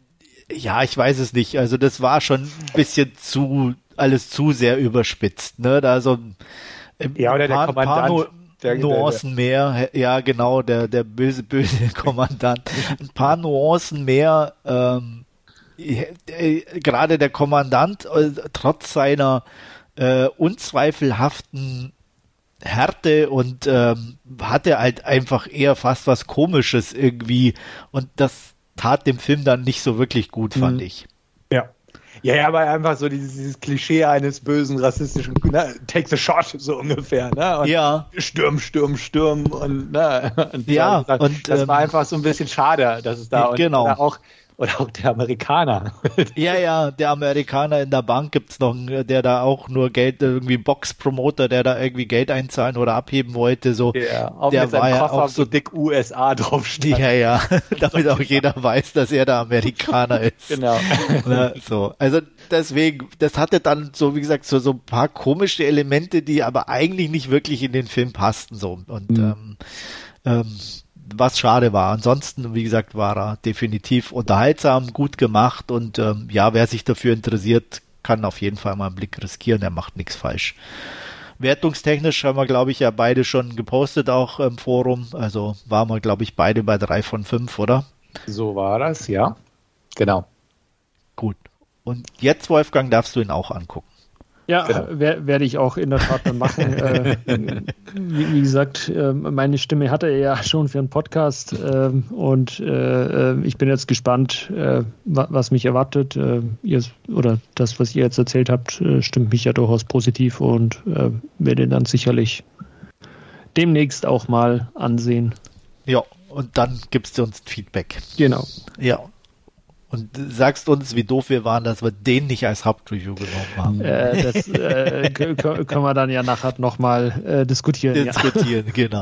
ja, ich weiß es nicht. Also das war schon ein bisschen zu, alles zu sehr überspitzt. Ne? Da so ein ja, oder paar, der Kommandant. Paar Nu- der, Nuancen der, mehr. Ja, genau, der, der böse, böse Kommandant. Ein paar Nuancen mehr. Ähm, äh, gerade der Kommandant, äh, trotz seiner äh, unzweifelhaften Härte und ähm, hatte halt einfach eher fast was Komisches irgendwie und das tat dem Film dann nicht so wirklich gut, fand mhm. ich. Ja. Ja, ja, aber einfach so dieses, dieses Klischee eines bösen, rassistischen, ne, take the shot, so ungefähr, ne? Und ja. Sturm, Sturm, Sturm und, ne? Und ja, das, und das ähm, war einfach so ein bisschen schade, dass es da und, genau. oder auch Oder auch der Amerikaner. Ja, ja, der Amerikaner in der Bank gibt's noch, der da auch nur Geld, irgendwie Box-Promoter, der da irgendwie Geld einzahlen oder abheben wollte, so. Ja, auch der mit seinem war ja Koffer auch so so dick U S A drauf stand. Ja, ja, damit auch jeder weiß, dass er der Amerikaner ist. Genau. Na, so, also deswegen, das hatte dann so, wie gesagt, so, so ein paar komische Elemente, die aber eigentlich nicht wirklich in den Film passten, so. Und, mhm. ähm, ähm, was schade war. Ansonsten, wie gesagt, war er definitiv unterhaltsam, gut gemacht und ähm, ja, wer sich dafür interessiert, kann auf jeden Fall mal einen Blick riskieren, er macht nichts falsch. Wertungstechnisch haben wir, glaube ich, ja beide schon gepostet, auch im Forum, also waren wir, glaube ich, beide bei drei von fünf, oder? So war das, ja. Genau. Gut. Und jetzt, Wolfgang, darfst du ihn auch angucken. Ja, genau. wer, werde ich auch in der Tat dann machen. äh, wie, wie gesagt, äh, meine Stimme hatte er ja schon für einen Podcast äh, und äh, ich bin jetzt gespannt, äh, was mich erwartet. Äh, ihr, oder das, was ihr jetzt erzählt habt, äh, stimmt mich ja durchaus positiv und äh, werde dann sicherlich demnächst auch mal ansehen. Ja, und dann gibst du uns Feedback. Genau. Ja. Und sagst uns, wie doof wir waren, dass wir den nicht als Hauptreview genommen haben. Äh, das äh, können wir dann ja nachher nochmal äh, diskutieren. Diskutieren, ja. Genau.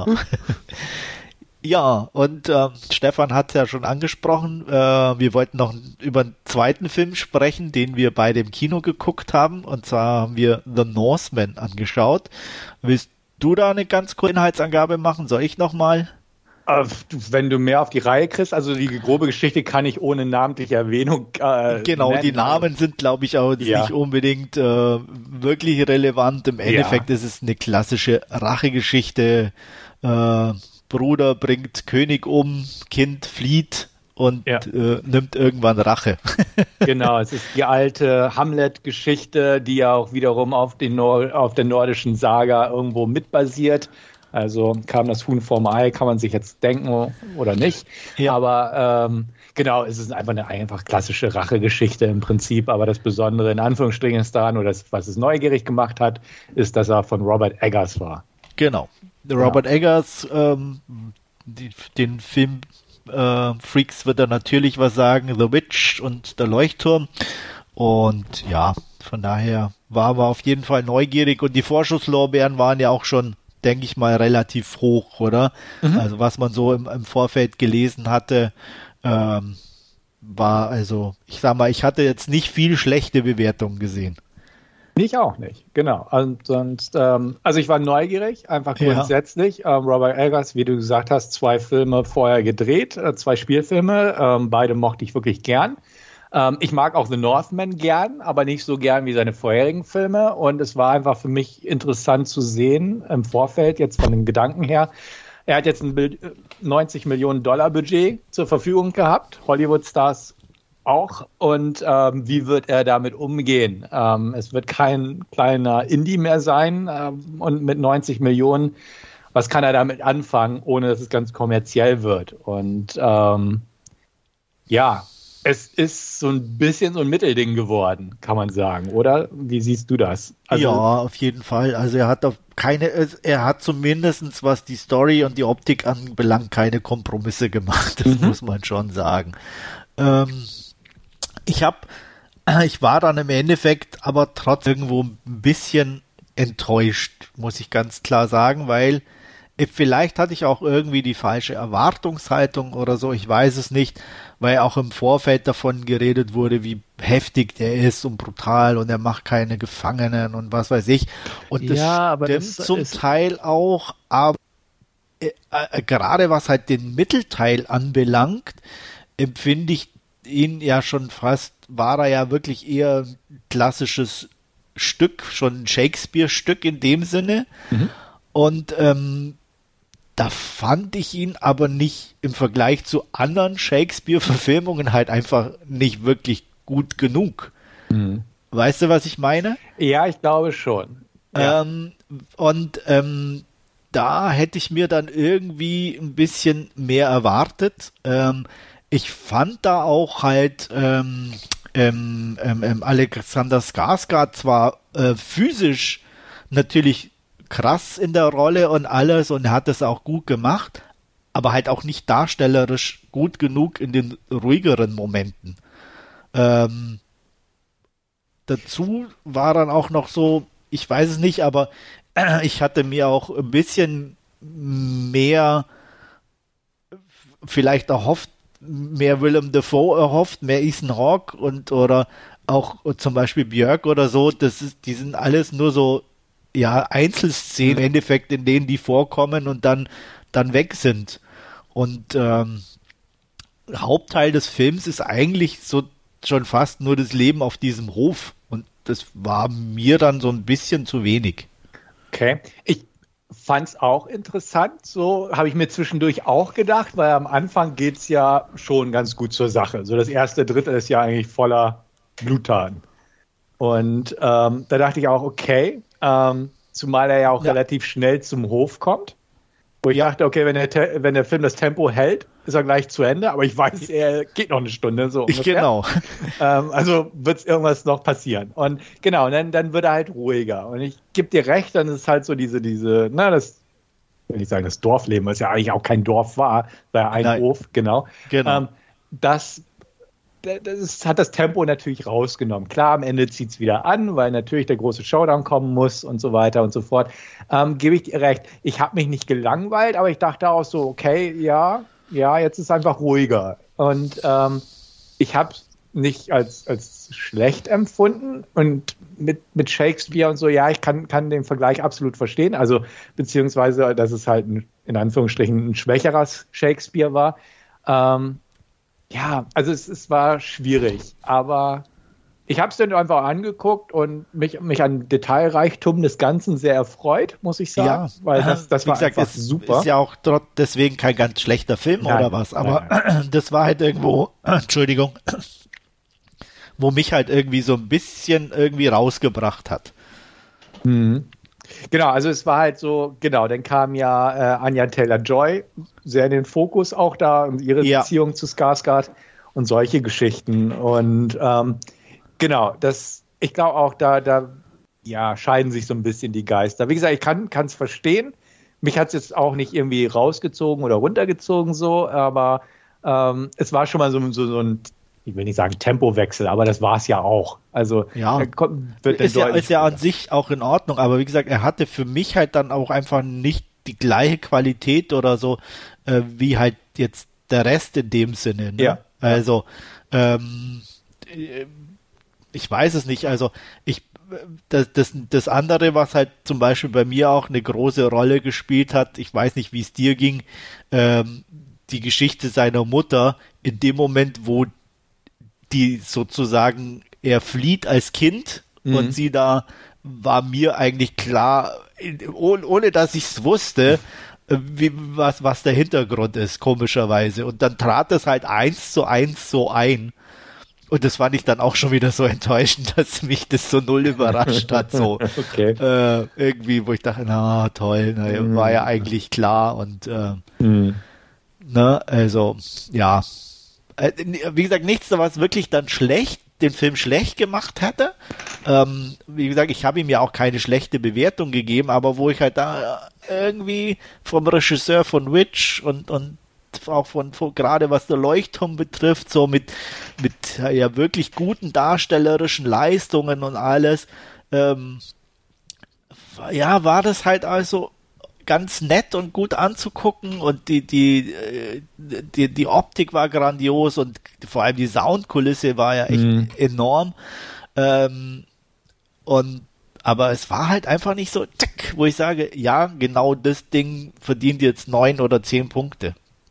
Ja, und äh, Stefan hat es ja schon angesprochen, äh, wir wollten noch über einen zweiten Film sprechen, den wir beide im Kino geguckt haben. Und zwar haben wir The Northman angeschaut. Willst du da eine ganz kurze Inhaltsangabe machen? Soll ich nochmal? Wenn du mehr auf die Reihe kriegst, also die grobe Geschichte kann ich ohne namentliche Erwähnung äh, Genau, nennen. Die Namen sind, glaube ich, auch ja. nicht unbedingt äh, wirklich relevant. Im Endeffekt ja. ist es eine klassische Rachegeschichte. Äh, Bruder bringt König um, Kind flieht und ja. äh, nimmt irgendwann Rache. Genau, es ist die alte Hamlet-Geschichte, die ja auch wiederum auf, den Nord- auf der nordischen Saga irgendwo mitbasiert. Also kam das Huhn vorm Ei, kann man sich jetzt denken oder nicht. Ja. Aber ähm, genau, es ist einfach eine einfach klassische Rachegeschichte im Prinzip. Aber das Besondere in Anführungsstrichen ist daran, oder das, was es neugierig gemacht hat, ist, dass er von Robert Eggers war. Genau. Robert ja. Eggers, ähm, die, den Film äh, Freaks wird er natürlich was sagen, The Witch und der Leuchtturm. Und ja, von daher waren wir auf jeden Fall neugierig. Und die Vorschusslorbeeren waren ja auch schon, denke ich mal, relativ hoch, oder? Mhm. Also was man so im, im Vorfeld gelesen hatte, ähm, war also, ich sag mal, ich hatte jetzt nicht viel schlechte Bewertungen gesehen. Ich auch nicht, genau. Und, und ähm, also ich war neugierig, einfach grundsätzlich. Ja. Ähm, Robert Eggers, wie du gesagt hast, zwei Filme vorher gedreht, äh, zwei Spielfilme. Ähm, beide mochte ich wirklich gern. Ähm, ich mag auch The Northman gern, aber nicht so gern wie seine vorherigen Filme. Und es war einfach für mich interessant zu sehen im Vorfeld, jetzt von den Gedanken her. Er hat jetzt ein neunzig Millionen Dollar Budget zur Verfügung gehabt. Hollywood-Stars auch. Und ähm, wie wird er damit umgehen? Ähm, es wird kein kleiner Indie mehr sein. Ähm, und mit neunzig Millionen, was kann er damit anfangen, ohne dass es ganz kommerziell wird? Und ähm, ja, es ist so ein bisschen so ein Mittelding geworden, kann man sagen, oder? Wie siehst du das? Also, ja, auf jeden Fall. Also er hat auf keine, er hat zumindest, was die Story und die Optik anbelangt, keine Kompromisse gemacht. Das mhm. muss man schon sagen. Ähm, ich habe, ich war dann im Endeffekt aber trotzdem irgendwo ein bisschen enttäuscht, muss ich ganz klar sagen, weil vielleicht hatte ich auch irgendwie die falsche Erwartungshaltung oder so, ich weiß es nicht, weil auch im Vorfeld davon geredet wurde, wie heftig der ist und brutal und er macht keine Gefangenen und was weiß ich. Und das ja, aber stimmt das zum Teil auch, aber äh, äh, gerade was halt den Mittelteil anbelangt, empfinde ich ihn ja schon fast, war er ja wirklich eher ein klassisches Stück, schon ein Shakespeare-Stück in dem Sinne. Mhm. Und ähm, da fand ich ihn aber nicht im Vergleich zu anderen Shakespeare-Verfilmungen halt einfach nicht wirklich gut genug. Mhm. Weißt du, was ich meine? Ja, ich glaube schon. Ja. Ähm, und ähm, da hätte ich mir dann irgendwie ein bisschen mehr erwartet. Ähm, ich fand da auch halt ähm, ähm, ähm, Alexander Skarsgård zwar äh, physisch natürlich krass in der Rolle und alles und er hat das auch gut gemacht, aber halt auch nicht darstellerisch gut genug in den ruhigeren Momenten. Ähm, dazu war dann auch noch so, ich weiß es nicht, aber äh, ich hatte mir auch ein bisschen mehr vielleicht erhofft, mehr Willem Dafoe erhofft, mehr Ethan Hawke und oder auch zum Beispiel Björk oder so, das ist, die sind alles nur so ja, Einzelszenen im Endeffekt, in denen die vorkommen und dann, dann weg sind. Und ähm, Hauptteil des Films ist eigentlich so schon fast nur das Leben auf diesem Hof. Und das war mir dann so ein bisschen zu wenig. Okay. Ich fand es auch interessant, so habe ich mir zwischendurch auch gedacht, weil am Anfang geht es ja schon ganz gut zur Sache. So das erste Drittel ist ja eigentlich voller Bluttaten. Und ähm, da dachte ich auch, okay, ähm, zumal er ja auch ja. relativ schnell zum Hof kommt. Wo ich ja. dachte, okay, wenn der, Te- wenn der Film das Tempo hält, ist er gleich zu Ende. Aber ich weiß, er geht noch eine Stunde. So ich genau. ähm, also wird irgendwas noch passieren. Und genau, dann, dann wird er halt ruhiger. Und ich gebe dir recht, dann ist es halt so diese, diese, na, das, will ich sagen, das Dorfleben, was ja eigentlich auch kein Dorf war, war ja ein Nein. Hof, genau. genau. Ähm, das Das ist, hat das Tempo natürlich rausgenommen. Klar, am Ende zieht es wieder an, weil natürlich der große Showdown kommen muss und so weiter und so fort. Ähm, gebe ich dir recht. Ich habe mich nicht gelangweilt, aber ich dachte auch so, okay, ja, ja, jetzt ist es einfach ruhiger. Und ähm, ich habe es nicht als, als schlecht empfunden. Und mit, mit Shakespeare und so, ja, ich kann, kann den Vergleich absolut verstehen. Also, beziehungsweise, dass es halt ein, in Anführungsstrichen ein schwächerer Shakespeare war. Ähm, Ja, also es, es war schwierig, aber ich habe es dann einfach angeguckt und mich, mich an Detailreichtum des Ganzen sehr erfreut, muss ich sagen, ja, weil das, das wie war gesagt, einfach es super. Ist ja auch deswegen kein ganz schlechter Film nein, oder was, aber nein, nein. das war halt irgendwo, Entschuldigung, wo mich halt irgendwie so ein bisschen irgendwie rausgebracht hat. Mhm. Genau, also es war halt so, genau, dann kam ja äh, Anya Taylor-Joy sehr in den Fokus auch da und ihre ja. Beziehung zu Skarsgård und solche Geschichten und ähm, genau, das, ich glaube auch da, da ja, scheiden sich so ein bisschen die Geister. Wie gesagt, ich kann es verstehen, mich hat es jetzt auch nicht irgendwie rausgezogen oder runtergezogen so, aber ähm, es war schon mal so, so, so ein, ich will nicht sagen Tempowechsel, aber das war es ja auch. Also ja, kommt, wird ist, ja, ist ja an sich auch in Ordnung, aber wie gesagt, er hatte für mich halt dann auch einfach nicht die gleiche Qualität oder so, äh, wie halt jetzt der Rest in dem Sinne. Ne? Ja, Also, ähm, ich weiß es nicht. Also, ich, das, das, das andere, was halt zum Beispiel bei mir auch eine große Rolle gespielt hat, ich weiß nicht, wie es dir ging, ähm, die Geschichte seiner Mutter in dem Moment, wo die sozusagen, er flieht als Kind mhm. und sie da, war mir eigentlich klar, ohne, ohne dass ich es wusste, wie, was, was der Hintergrund ist, komischerweise. Und dann trat es halt eins zu eins so ein. Und das fand ich dann auch schon wieder so enttäuschend, dass mich das so null überrascht hat. So okay. äh, irgendwie, wo ich dachte, na toll, na, mm. war ja eigentlich klar. Und äh, mm. ne, also ja. Äh, wie gesagt, nichts, was wirklich dann schlecht, den Film schlecht gemacht hätte. Ähm, wie gesagt, ich habe ihm ja auch keine schlechte Bewertung gegeben, aber wo ich halt da irgendwie vom Regisseur von Witch und, und auch von, von gerade was der Leuchtturm betrifft, so mit, mit ja wirklich guten darstellerischen Leistungen und alles, ähm, ja, war das halt also ganz nett und gut anzugucken und die, die, die, die Optik war grandios und vor allem die Soundkulisse war ja echt mhm. enorm. Ähm, und aber es war halt einfach nicht so, tschick, wo ich sage, ja, genau das Ding verdient jetzt neun oder zehn Punkte.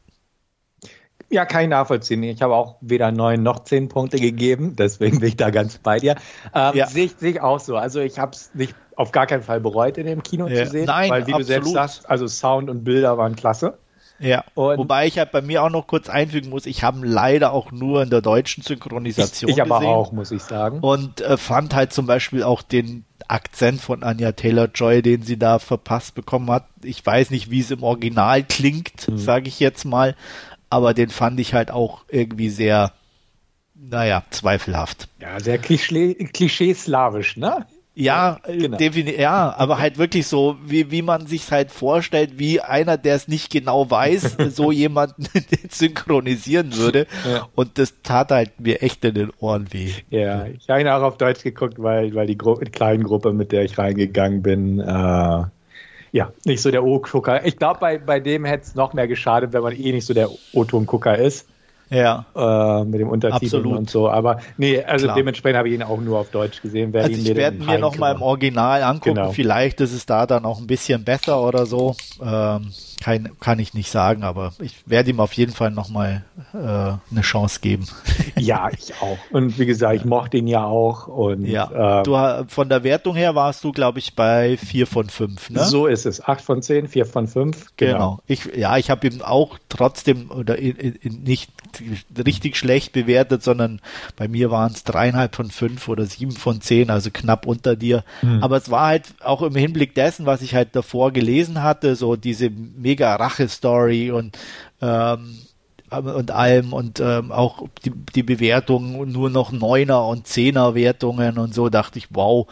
Ja, kann ich nachvollziehen. Ich habe auch weder neun noch zehn Punkte gegeben, deswegen bin ich da ganz bei dir. Ähm, ja. Sehe ich, sehe ich auch so. Also ich habe es nicht auf gar keinen Fall bereut, in dem Kino ja. zu sehen, Nein, weil wie absolut. du selbst sagst, also Sound und Bilder waren klasse. Ja, und wobei ich halt bei mir auch noch kurz einfügen muss, ich habe leider auch nur in der deutschen Synchronisation ich, ich aber gesehen. auch, muss ich sagen. Und äh, fand halt zum Beispiel auch den Akzent von Anya Taylor-Joy, den sie da verpasst bekommen hat. Ich weiß nicht, wie es im Original klingt, mhm. sage ich jetzt mal, aber den fand ich halt auch irgendwie sehr, naja, zweifelhaft. Ja, sehr klischee-slawisch, ne? Ja, genau. definitiv, ja, aber halt wirklich so, wie, wie man sich halt vorstellt, wie einer, der es nicht genau weiß, so jemanden synchronisieren würde. Ja. Und das tat halt mir echt in den Ohren weh. Ja, ich habe ihn auch auf Deutsch geguckt, weil, weil die Gru- kleine Gruppe, mit der ich reingegangen bin, äh, ja, nicht so der O-Gucker. Ich glaube, bei, bei dem hätte es noch mehr geschadet, wenn man eh nicht so der O-Ton-Gucker ist. Ja. Äh, mit dem Untertitel Absolut. und so. Aber nee, also Klar. Dementsprechend habe ich ihn auch nur auf Deutsch gesehen. Also ich werde mir noch mal im Original angucken. Genau. Vielleicht ist es da dann auch ein bisschen besser oder so. Ähm, kann, kann ich nicht sagen, aber ich werde ihm auf jeden Fall noch mal äh, eine Chance geben. Ja, ich auch. Und wie gesagt, ich mochte ihn ja auch. Und, ja. Ähm, du, von der Wertung her warst du, glaube ich, bei vier von fünf, ne? So ist es. acht von zehn, vier von fünf. Genau. genau. Ich, ja, ich habe ihn auch trotzdem oder in, in, nicht richtig schlecht bewertet, sondern bei mir waren es dreieinhalb von fünf oder sieben von zehn, also knapp unter dir. Mhm. Aber es war halt auch im Hinblick dessen, was ich halt davor gelesen hatte, so diese mega Rache-Story und ähm, und allem und ähm, auch die, die Bewertungen nur noch Neuner und Zehner Wertungen und so, dachte ich, wow.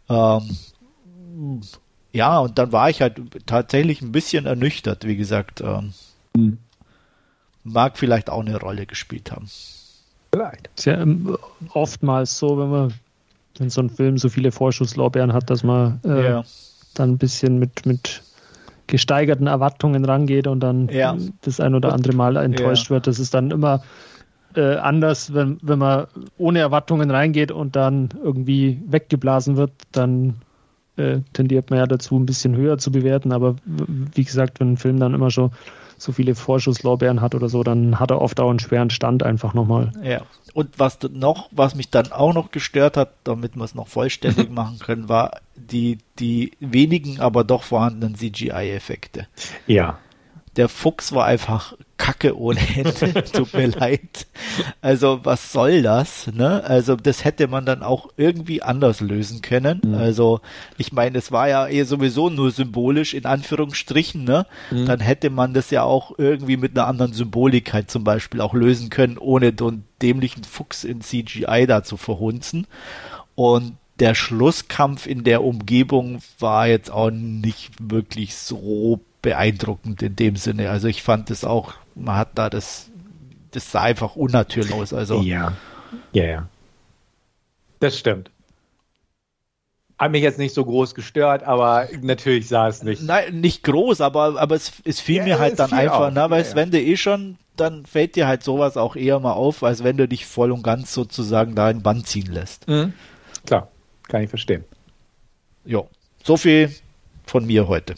Ähm, ja, und dann war ich halt tatsächlich ein bisschen ernüchtert, wie gesagt. Ähm, mhm. Mag vielleicht auch eine Rolle gespielt haben. Vielleicht. Ist ja oftmals so, wenn man wenn so ein Film so viele Vorschusslorbeeren hat, dass man äh, ja. dann ein bisschen mit, mit gesteigerten Erwartungen rangeht und dann ja. das ein oder andere Mal enttäuscht ja. wird. Das ist dann immer äh, anders, wenn, wenn man ohne Erwartungen reingeht und dann irgendwie weggeblasen wird, dann äh, tendiert man ja dazu, ein bisschen höher zu bewerten. Aber wie gesagt, wenn ein Film dann immer schon so viele Vorschusslorbeeren hat oder so, dann hat er oft auch einen schweren Stand einfach nochmal. Ja. Und was noch, was mich dann auch noch gestört hat, damit wir es noch vollständig machen können, war die, die wenigen, aber doch vorhandenen C G I-Effekte. Ja. Der Fuchs war einfach Kacke ohne Ende, tut mir leid. Also was soll das? Ne? Also das hätte man dann auch irgendwie anders lösen können. Mhm. Also ich meine, es war ja eh sowieso nur symbolisch in Anführungsstrichen. Ne? Mhm. Dann hätte man das ja auch irgendwie mit einer anderen Symbolik halt zum Beispiel auch lösen können, ohne den dämlichen Fuchs in C G I da zu verhunzen. Und der Schlusskampf in der Umgebung war jetzt auch nicht wirklich so beeindruckend in dem Sinne. Also ich fand es auch, man hat da das, das sah einfach unnatürlich aus. Also ja, ja, ja. Das stimmt. Hat mich jetzt nicht so groß gestört, aber natürlich sah es nicht. Nein, nicht groß, aber, aber es, es fiel ja, mir halt dann einfach, ne, weil ja, ja. wenn du eh schon dann fällt dir halt sowas auch eher mal auf, als wenn du dich voll und ganz sozusagen da in den Bann ziehen lässt. Mhm. Klar, kann ich verstehen. Ja, so viel von mir heute.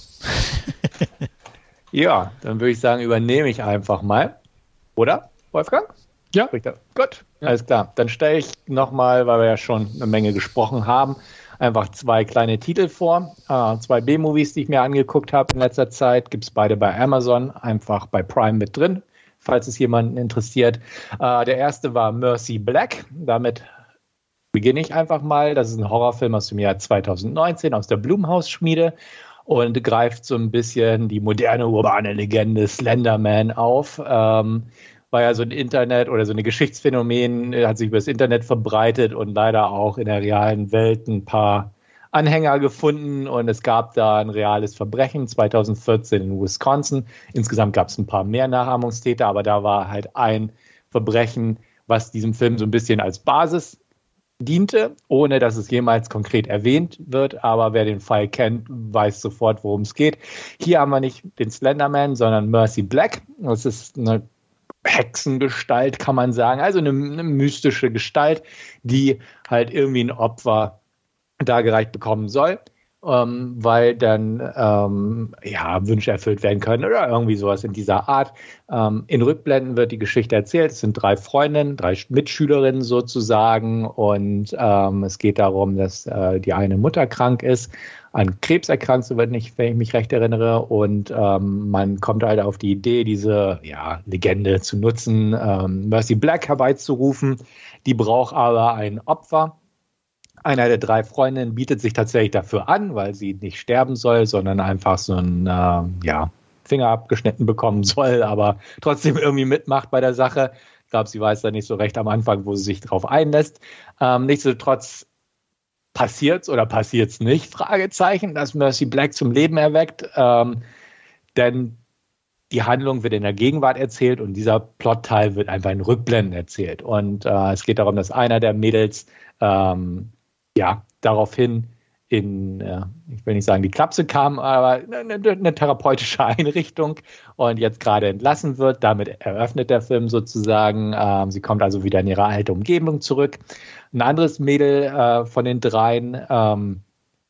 Ja, dann würde ich sagen, übernehme ich einfach mal. Oder, Wolfgang? Ja. Gut, ja. Alles klar. Dann stelle ich nochmal, weil wir ja schon eine Menge gesprochen haben, einfach zwei kleine Titel vor. Äh, zwei B-Movies, die ich mir angeguckt habe in letzter Zeit. Gibt es beide bei Amazon, einfach bei Prime mit drin, falls es jemanden interessiert. Äh, der erste war Mercy Black. Damit beginne ich einfach mal. Das ist ein Horrorfilm aus dem Jahr zweitausendneunzehn aus der Blumhouse-Schmiede und greift so ein bisschen die moderne urbane Legende Slenderman auf. Ähm, war ja so ein Internet oder so ein Geschichtsphänomen, hat sich über das Internet verbreitet und leider auch in der realen Welt ein paar Anhänger gefunden und es gab da ein reales Verbrechen zweitausendvierzehn in Wisconsin. Insgesamt gab es ein paar mehr Nachahmungstäter, aber da war halt ein Verbrechen, was diesem Film so ein bisschen als Basis diente, ohne dass es jemals konkret erwähnt wird. Aber wer den Fall kennt, weiß sofort, worum es geht. Hier haben wir nicht den Slenderman, sondern Mercy Black. Das ist eine Hexengestalt, kann man sagen. Also eine, eine mystische Gestalt, die halt irgendwie ein Opfer dargereicht bekommen soll, ähm, weil dann ähm, ja, Wünsche erfüllt werden können oder irgendwie sowas in dieser Art. Ähm, in Rückblenden wird die Geschichte erzählt. Es sind drei Freundinnen, drei Mitschülerinnen sozusagen und ähm, es geht darum, dass äh, die eine Mutter krank ist, an Krebs erkrankt, soweit nicht, wenn ich mich recht erinnere. Und ähm, man kommt halt auf die Idee, diese ja, Legende zu nutzen, ähm, Mercy Black herbeizurufen. Die braucht aber ein Opfer. Einer der drei Freundinnen bietet sich tatsächlich dafür an, weil sie nicht sterben soll, sondern einfach so einen äh, ja, Finger abgeschnitten bekommen soll, aber trotzdem irgendwie mitmacht bei der Sache. Ich glaube, sie weiß da nicht so recht am Anfang, wo sie sich drauf einlässt. Ähm, nichtsdestotrotz passiert's oder passiert's nicht? Fragezeichen, dass Mercy Black zum Leben erweckt. Ähm, denn die Handlung wird in der Gegenwart erzählt und dieser Plotteil wird einfach in Rückblenden erzählt. Und äh, es geht darum, dass einer der Mädels ähm, ja daraufhin in, äh, ich will nicht sagen, die Klapse kam, aber eine, eine therapeutische Einrichtung und jetzt gerade entlassen wird. Damit eröffnet der Film sozusagen. Ähm, sie kommt also wieder in ihre alte Umgebung zurück. Ein anderes Mädel äh, von den dreien ähm,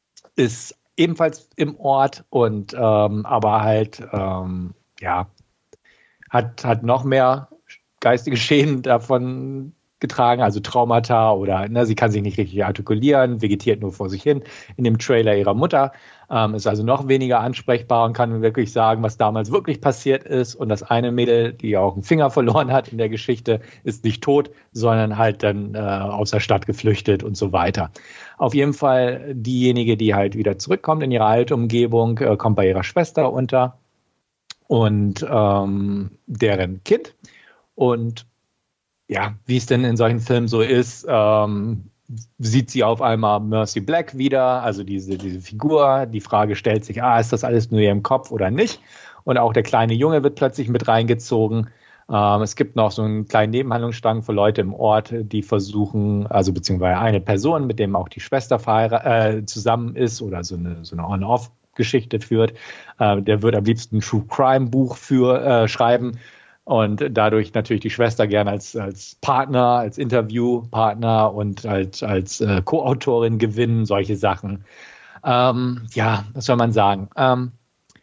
ist ebenfalls im Ort und ähm, aber halt ähm, ja hat, hat noch mehr geistige Schäden davon getragen, also Traumata oder ne, sie kann sich nicht richtig artikulieren, vegetiert nur vor sich hin in dem Trailer ihrer Mutter, ähm, ist also noch weniger ansprechbar und kann wirklich sagen, was damals wirklich passiert ist. Und das eine Mädel, die auch einen Finger verloren hat in der Geschichte, ist nicht tot, sondern halt dann äh, aus der Stadt geflüchtet und so weiter. Auf jeden Fall diejenige, die halt wieder zurückkommt in ihre alte Umgebung, äh, kommt bei ihrer Schwester unter und ähm, deren Kind. Und ja, wie es denn in solchen Filmen so ist, ähm, sieht sie auf einmal Mercy Black wieder, also diese, diese Figur. Die Frage stellt sich, ah, ist das alles nur ihr im Kopf oder nicht? Und auch der kleine Junge wird plötzlich mit reingezogen. Ähm, es gibt noch so einen kleinen Nebenhandlungsstrang für Leute im Ort, die versuchen, also beziehungsweise eine Person, mit dem auch die Schwester äh, zusammen ist oder so eine, so eine On-Off-Geschichte führt. Äh, der wird am liebsten ein True-Crime-Buch für äh, schreiben. Und dadurch natürlich die Schwester gerne als, als Partner, als Interviewpartner und als, als äh, Co-Autorin gewinnen, solche Sachen. Ähm, ja, was soll man sagen? Ähm,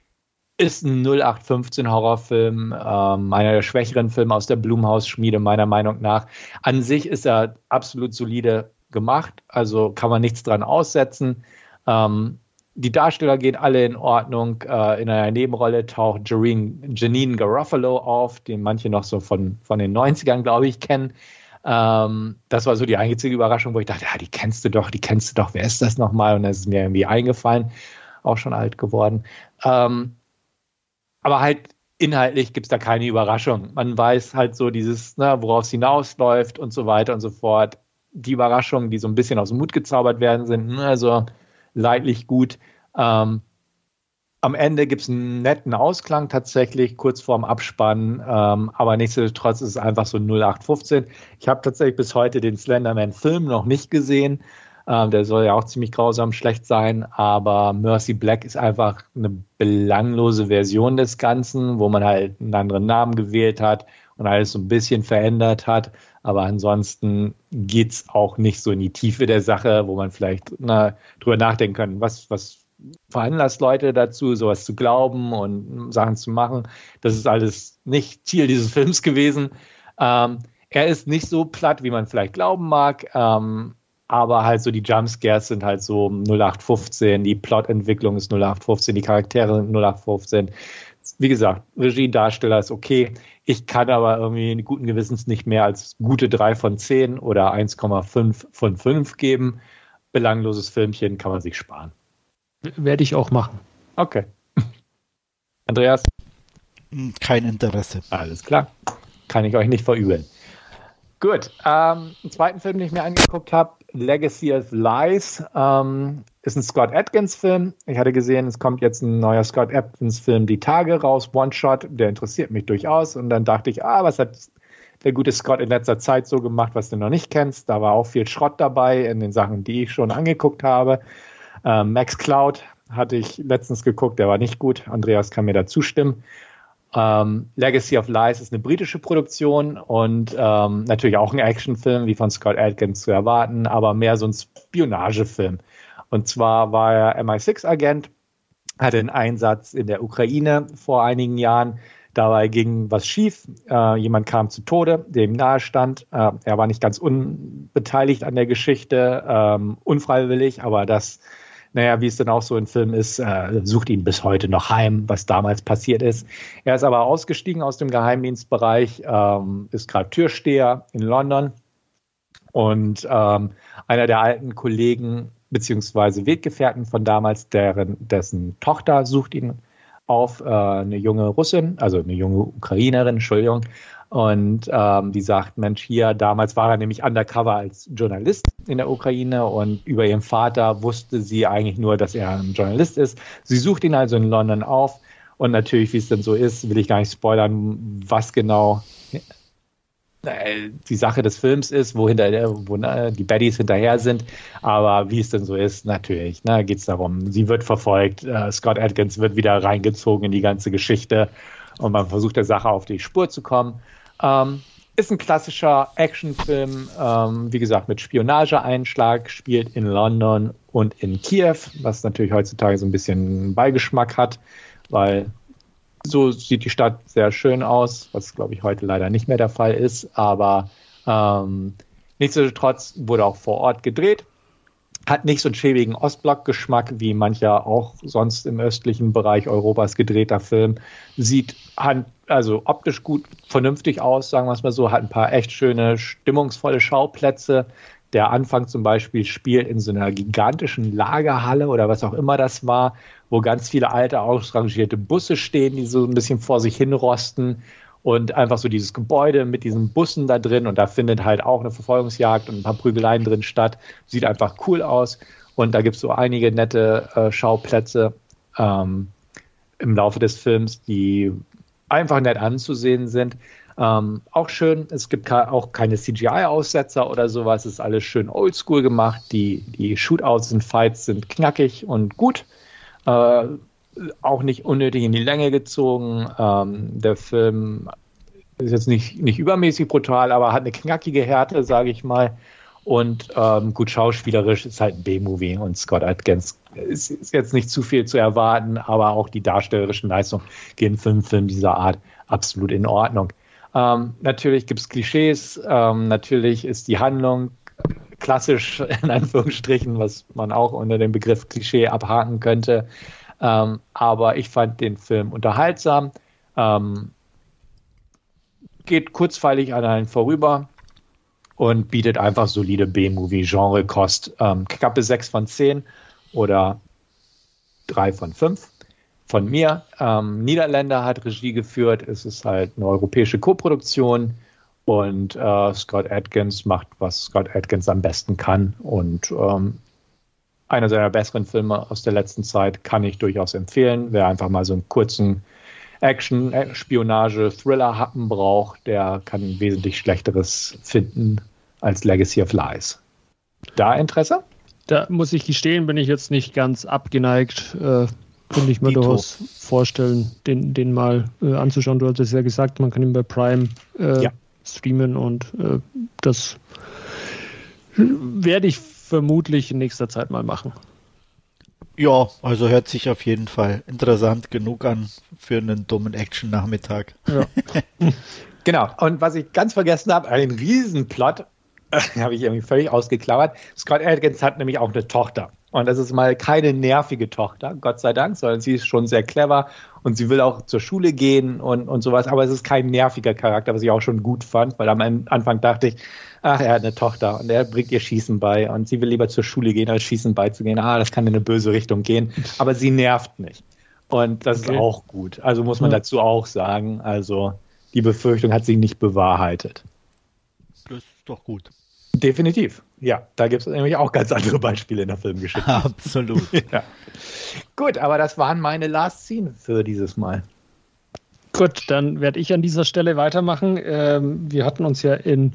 ist ein null acht fünfzehn Horrorfilm, ähm, einer der schwächeren Filme aus der Blumhouse-Schmiede, meiner Meinung nach. An sich ist er absolut solide gemacht, also kann man nichts dran aussetzen. Ähm, Die Darsteller gehen alle in Ordnung. Äh, in einer Nebenrolle taucht Janine, Janine Garofalo auf, den manche noch so von, von den neunzigern, glaube ich, kennen. Ähm, das war so die einzige Überraschung, wo ich dachte, ja, die kennst du doch, die kennst du doch, wer ist das nochmal? Und dann ist es mir irgendwie eingefallen, auch schon alt geworden. Ähm, aber halt inhaltlich gibt es da keine Überraschung. Man weiß halt so dieses, ne, worauf es hinausläuft und so weiter und so fort. Die Überraschungen, die so ein bisschen aus dem Mut gezaubert werden, sind also leidlich gut. Ähm, am Ende gibt es einen netten Ausklang tatsächlich, kurz vorm Abspann, ähm, aber nichtsdestotrotz ist es einfach so null acht fünfzehn. Ich habe tatsächlich bis heute den Slenderman-Film noch nicht gesehen. Ähm, der soll ja auch ziemlich grausam schlecht sein, aber Mercy Black ist einfach eine belanglose Version des Ganzen, wo man halt einen anderen Namen gewählt hat und alles so ein bisschen verändert hat. Aber ansonsten geht es auch nicht so in die Tiefe der Sache, wo man vielleicht na, drüber nachdenken kann, was, was veranlasst Leute dazu, sowas zu glauben und Sachen zu machen. Das ist alles nicht Ziel dieses Films gewesen. Ähm, er ist nicht so platt, wie man vielleicht glauben mag, ähm, aber halt so die Jumpscares sind halt so null acht fünfzehn, die Plotentwicklung ist null acht fünfzehn, die Charaktere sind null acht fünfzehn. Wie gesagt, Regie, Darsteller ist okay. Ich kann aber irgendwie guten Gewissens nicht mehr als gute drei von zehn oder eins Komma fünf von fünf geben. Belangloses Filmchen kann man sich sparen. Werde ich auch machen. Okay. Andreas? Kein Interesse. Alles klar. Kann ich euch nicht verübeln. Gut. Ähm, einen zweiten Film, den ich mir angeguckt habe, Legacy of Lies, ähm, ist ein Scott Adkins-Film. Ich hatte gesehen, es kommt jetzt ein neuer Scott Adkins-Film die Tage raus, One-Shot. Der interessiert mich durchaus. Und dann dachte ich, ah, was hat der gute Scott in letzter Zeit so gemacht, was du noch nicht kennst? Da war auch viel Schrott dabei in den Sachen, die ich schon angeguckt habe. Ähm, Max Cloud hatte ich letztens geguckt, der war nicht gut. Andreas kann mir da zustimmen. Ähm, Legacy of Lies ist eine britische Produktion und ähm, natürlich auch ein Actionfilm, wie von Scott Adkins zu erwarten, aber mehr so ein Spionagefilm. Und zwar war er M I sechs Agent, hatte einen Einsatz in der Ukraine vor einigen Jahren. Dabei ging was schief. Äh, jemand kam zu Tode, dem nahe stand. Äh, er war nicht ganz unbeteiligt an der Geschichte, ähm, unfreiwillig, aber das, naja, wie es dann auch so in Filmen ist, äh, sucht ihn bis heute noch heim, was damals passiert ist. Er ist aber ausgestiegen aus dem Geheimdienstbereich, ähm, ist gerade Türsteher in London und ähm, einer der alten Kollegen beziehungsweise Weggefährten von damals, deren, dessen Tochter sucht ihn auf, äh, eine junge Russin, also eine junge Ukrainerin, Entschuldigung. Und ähm, die sagt, Mensch, hier, damals war er nämlich undercover als Journalist in der Ukraine und über ihren Vater wusste sie eigentlich nur, dass er ein Journalist ist. Sie sucht ihn also in London auf und natürlich, wie es denn so ist, will ich gar nicht spoilern, was genau die Sache des Films ist, wo, hinter, wo ne, die Baddies hinterher sind, aber wie es denn so ist, natürlich, ne, geht es darum, sie wird verfolgt, äh, Scott Adkins wird wieder reingezogen in die ganze Geschichte und man versucht der Sache auf die Spur zu kommen. Ähm, ist ein klassischer Actionfilm, ähm, wie gesagt, mit Spionageeinschlag, spielt in London und in Kiew, was natürlich heutzutage so ein bisschen Beigeschmack hat, weil so sieht die Stadt sehr schön aus, was, glaube ich, heute leider nicht mehr der Fall ist. Aber ähm, nichtsdestotrotz wurde auch vor Ort gedreht. Hat nicht so einen schäbigen Ostblock-Geschmack, wie mancher auch sonst im östlichen Bereich Europas gedrehter Film. Sieht hand, also optisch gut, vernünftig aus, sagen wir es mal so. Hat ein paar echt schöne, stimmungsvolle Schauplätze. Der Anfang zum Beispiel spielt in so einer gigantischen Lagerhalle oder was auch immer das war, wo ganz viele alte, ausrangierte Busse stehen, die so ein bisschen vor sich hinrosten und einfach so dieses Gebäude mit diesen Bussen da drin und da findet halt auch eine Verfolgungsjagd und ein paar Prügeleien drin statt. Sieht einfach cool aus und da gibt es so einige nette äh, Schauplätze ähm, im Laufe des Films, die einfach nett anzusehen sind. Ähm, auch schön, es gibt ka- auch keine C G I-Aussetzer oder sowas, es ist alles schön oldschool gemacht, die, die Shootouts und Fights sind knackig und gut, äh, auch nicht unnötig in die Länge gezogen, ähm, der Film ist jetzt nicht, nicht übermäßig brutal, aber hat eine knackige Härte, sage ich mal, und ähm, gut schauspielerisch ist halt ein B-Movie und Scott Adkins ist, ist jetzt nicht zu viel zu erwarten, aber auch die darstellerischen Leistungen gehen für einen Film dieser Art absolut in Ordnung. Ähm, natürlich gibt es Klischees, ähm, natürlich ist die Handlung klassisch, in Anführungsstrichen, was man auch unter dem Begriff Klischee abhaken könnte. Ähm, aber ich fand den Film unterhaltsam, ähm, geht kurzweilig an einen vorüber und bietet einfach solide B-Movie-Genre-Kost. Ähm, knappe sechs von zehn oder drei von fünf. Von mir. Ähm, Niederländer hat Regie geführt. Es ist halt eine europäische Koproduktion und äh, Scott Adkins macht, was Scott Adkins am besten kann. Und ähm, einer seiner besseren Filme aus der letzten Zeit kann ich durchaus empfehlen. Wer einfach mal so einen kurzen Action, Spionage, Thriller-Happen braucht, der kann wesentlich Schlechteres finden als Legacy of Lies. Da Interesse? Da muss ich gestehen, bin ich jetzt nicht ganz abgeneigt. Äh könnte ich mir Dito. durchaus vorstellen, den, den mal äh, anzuschauen. Du hattest ja gesagt, man kann ihn bei Prime äh, Ja. streamen und äh, das werde ich vermutlich in nächster Zeit mal machen. Ja, also hört sich auf jeden Fall interessant genug an für einen dummen Action-Nachmittag. Ja. Genau. Und was ich ganz vergessen habe, einen Riesenplot, äh, habe ich irgendwie völlig ausgeklammert. Scott Adkins hat nämlich auch eine Tochter. Und das ist mal keine nervige Tochter, Gott sei Dank, sondern sie ist schon sehr clever und sie will auch zur Schule gehen und, und sowas. Aber es ist kein nerviger Charakter, was ich auch schon gut fand, weil am Anfang dachte ich, ach, er hat eine Tochter und er bringt ihr Schießen bei und sie will lieber zur Schule gehen, als Schießen beizugehen. Ah, das kann in eine böse Richtung gehen. Aber sie nervt nicht. Und das Okay. ist auch gut. Also muss man Ja. dazu auch sagen, also die Befürchtung hat sich nicht bewahrheitet. Das ist doch gut. Definitiv. Ja, da gibt es nämlich auch ganz andere Beispiele in der Filmgeschichte. Absolut. Ja. Gut, aber das waren meine Last Scene für dieses Mal. Gut, dann werde ich an dieser Stelle weitermachen. Ähm, wir hatten uns ja in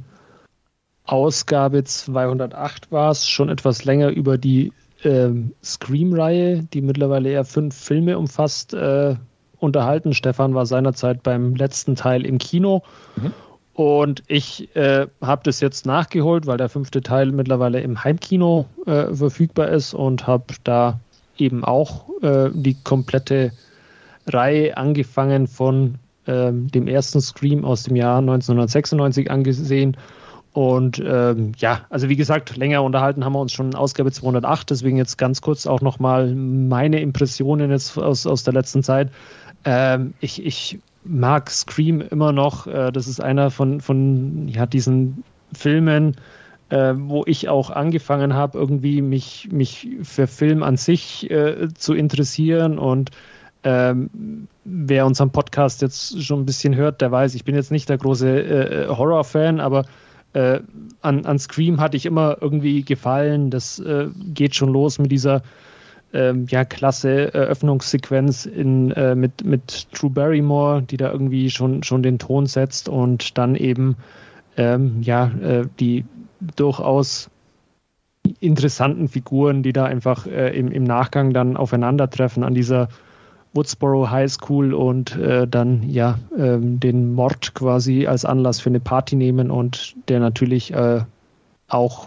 Ausgabe zweihundertacht war es schon etwas länger über die ähm, Scream-Reihe, die mittlerweile eher fünf Filme umfasst, äh, unterhalten. Stefan war seinerzeit beim letzten Teil im Kino. Mhm. Und ich äh, habe das jetzt nachgeholt, weil der fünfte Teil mittlerweile im Heimkino äh, verfügbar ist und habe da eben auch äh, die komplette Reihe angefangen von ähm, dem ersten Scream aus dem Jahr neunzehnhundertsechsundneunzig angesehen. Und ähm, ja, also wie gesagt, länger unterhalten haben wir uns schon in Ausgabe zweihundertacht, deswegen jetzt ganz kurz auch nochmal meine Impressionen jetzt aus, aus der letzten Zeit. Ähm, ich, ich mag Scream immer noch. Äh, das ist einer von, von ja, diesen Filmen, äh, wo ich auch angefangen habe, irgendwie mich, mich für Film an sich äh, zu interessieren. Und ähm, wer unseren Podcast jetzt schon ein bisschen hört, der weiß, ich bin jetzt nicht der große äh, Horror-Fan, aber äh, an, an Scream hatte ich immer irgendwie gefallen. Das äh, geht schon los mit dieser Ähm, ja, klasse Eröffnungssequenz in, äh, mit, mit Drew Barrymore, die da irgendwie schon, schon den Ton setzt und dann eben ähm, ja, äh, die durchaus interessanten Figuren, die da einfach äh, im, im Nachgang dann aufeinandertreffen an dieser Woodsboro High School und äh, dann ja ähm, den Mord quasi als Anlass für eine Party nehmen und der natürlich äh, auch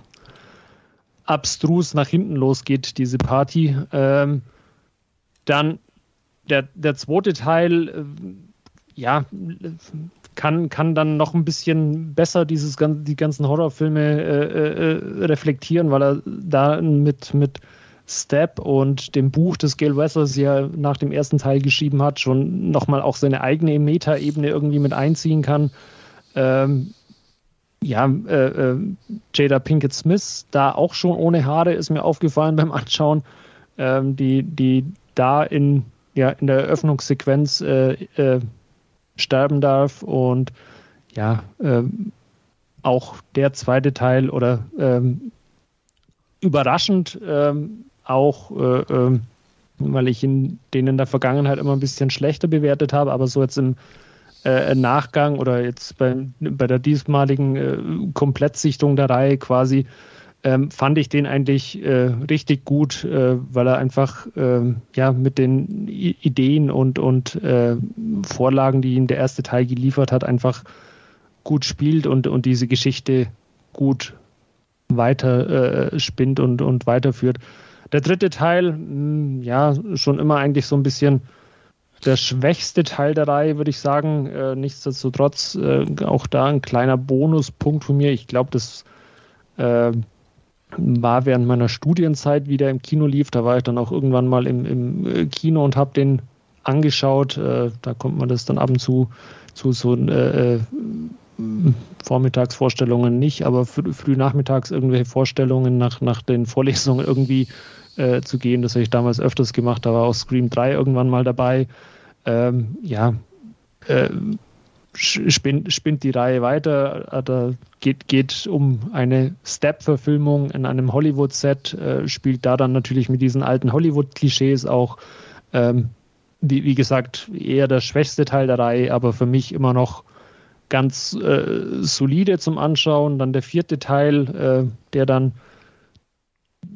abstrus nach hinten losgeht, diese Party. Ähm, dann der, der zweite Teil, äh, ja, kann, kann dann noch ein bisschen besser dieses, die ganzen Horrorfilme äh, äh, reflektieren, weil er da mit, mit Step und dem Buch, das Gail Weathers ja nach dem ersten Teil geschrieben hat, schon nochmal auch seine eigene Meta-Ebene irgendwie mit einziehen kann. Ähm, Ja, äh, äh, Jada Pinkett Smith, da auch schon ohne Haare, ist mir aufgefallen beim Anschauen, ähm, die, die da in, ja, in der Eröffnungssequenz äh, äh, sterben darf. Und ja, ähm, auch der zweite Teil oder ähm, überraschend ähm, auch, äh, äh, weil ich in, den in der Vergangenheit immer ein bisschen schlechter bewertet habe, aber so jetzt im Äh, Nachgang oder jetzt bei, bei der diesmaligen äh, Komplettsichtung der Reihe quasi, ähm, fand ich den eigentlich äh, richtig gut, äh, weil er einfach äh, ja, mit den I- Ideen und, und äh, Vorlagen, die ihm der erste Teil geliefert hat, einfach gut spielt und, und diese Geschichte gut weiter äh, spinnt und, und weiterführt. Der dritte Teil, mh, ja, schon immer eigentlich so ein bisschen der schwächste Teil der Reihe, würde ich sagen. Äh, nichtsdestotrotz äh, auch da ein kleiner Bonuspunkt von mir. Ich glaube, das äh, war während meiner Studienzeit, wie der im Kino lief. Da war ich dann auch irgendwann mal im, im Kino und habe den angeschaut. Äh, da kommt man das dann ab und zu zu so äh, Vormittagsvorstellungen nicht, aber früh, früh nachmittags irgendwelche Vorstellungen nach, nach den Vorlesungen irgendwie äh, zu gehen. Das habe ich damals öfters gemacht. Da war auch Scream drei irgendwann mal dabei. Ähm, ja, äh, spinnt, spinnt die Reihe weiter. Da geht, geht um eine Step-Verfilmung in einem Hollywood-Set, äh, spielt da dann natürlich mit diesen alten Hollywood-Klischees auch, ähm, wie, wie gesagt, eher der schwächste Teil der Reihe, aber für mich immer noch ganz äh, solide zum Anschauen. Dann der vierte Teil, äh, der dann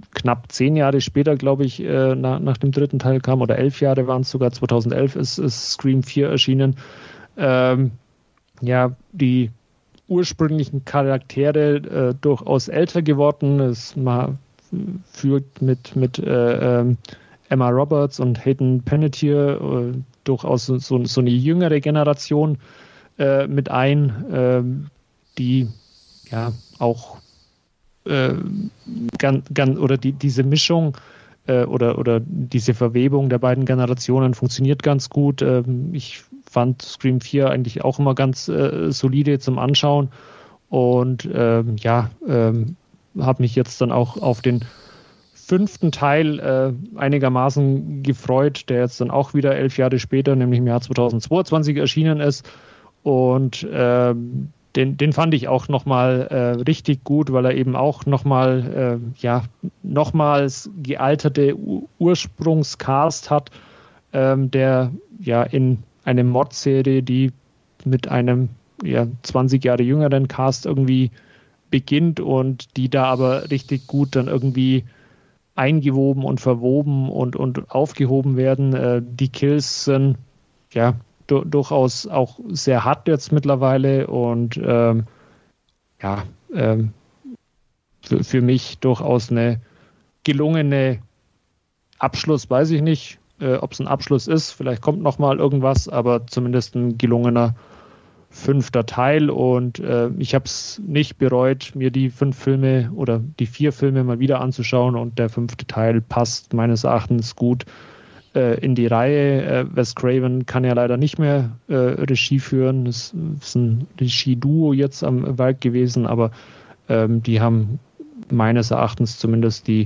knapp zehn Jahre später, glaube ich, äh, nach, nach dem dritten Teil kam, oder elf Jahre waren es sogar, zweitausendelf ist, ist Scream vier erschienen. Ähm, ja, die ursprünglichen Charaktere äh, durchaus älter geworden. Es mal führt mit, mit äh, ähm, Emma Roberts und Hayden Panettiere äh, durchaus so, so, so eine jüngere Generation äh, mit ein, äh, die ja auch äh, ganz, ganz, oder die, diese Mischung äh, oder, oder diese Verwebung der beiden Generationen funktioniert ganz gut. Ähm, ich fand Scream vier eigentlich auch immer ganz äh, solide zum Anschauen und ähm, ja, ähm, habe mich jetzt dann auch auf den fünften Teil äh, einigermaßen gefreut, der jetzt dann auch wieder elf Jahre später, nämlich im Jahr zweitausendzweiundzwanzig erschienen ist. Und ähm, den, den fand ich auch nochmal äh, richtig gut, weil er eben auch nochmal äh, ja, nochmals gealterte U- Ursprungscast hat, ähm, der ja in eine Mod-Serie, die mit einem ja, zwanzig Jahre jüngeren Cast irgendwie beginnt und die da aber richtig gut dann irgendwie eingewoben und verwoben und, und aufgehoben werden. Äh, die Kills sind ja du, durchaus auch sehr hart jetzt mittlerweile und ähm, ja, ähm, für, für mich durchaus eine gelungene Abschluss, weiß ich nicht, äh, ob es ein Abschluss ist, vielleicht kommt noch mal irgendwas, aber zumindest ein gelungener fünfter Teil und äh, ich habe es nicht bereut, mir die fünf Filme oder die vier Filme mal wieder anzuschauen und der fünfte Teil passt meines Erachtens gut äh, in die Reihe. Äh, Wes Craven kann ja leider nicht mehr äh, Regie führen, es ist ein Regie-Duo jetzt am Werk gewesen, aber ähm, die haben meines Erachtens zumindest die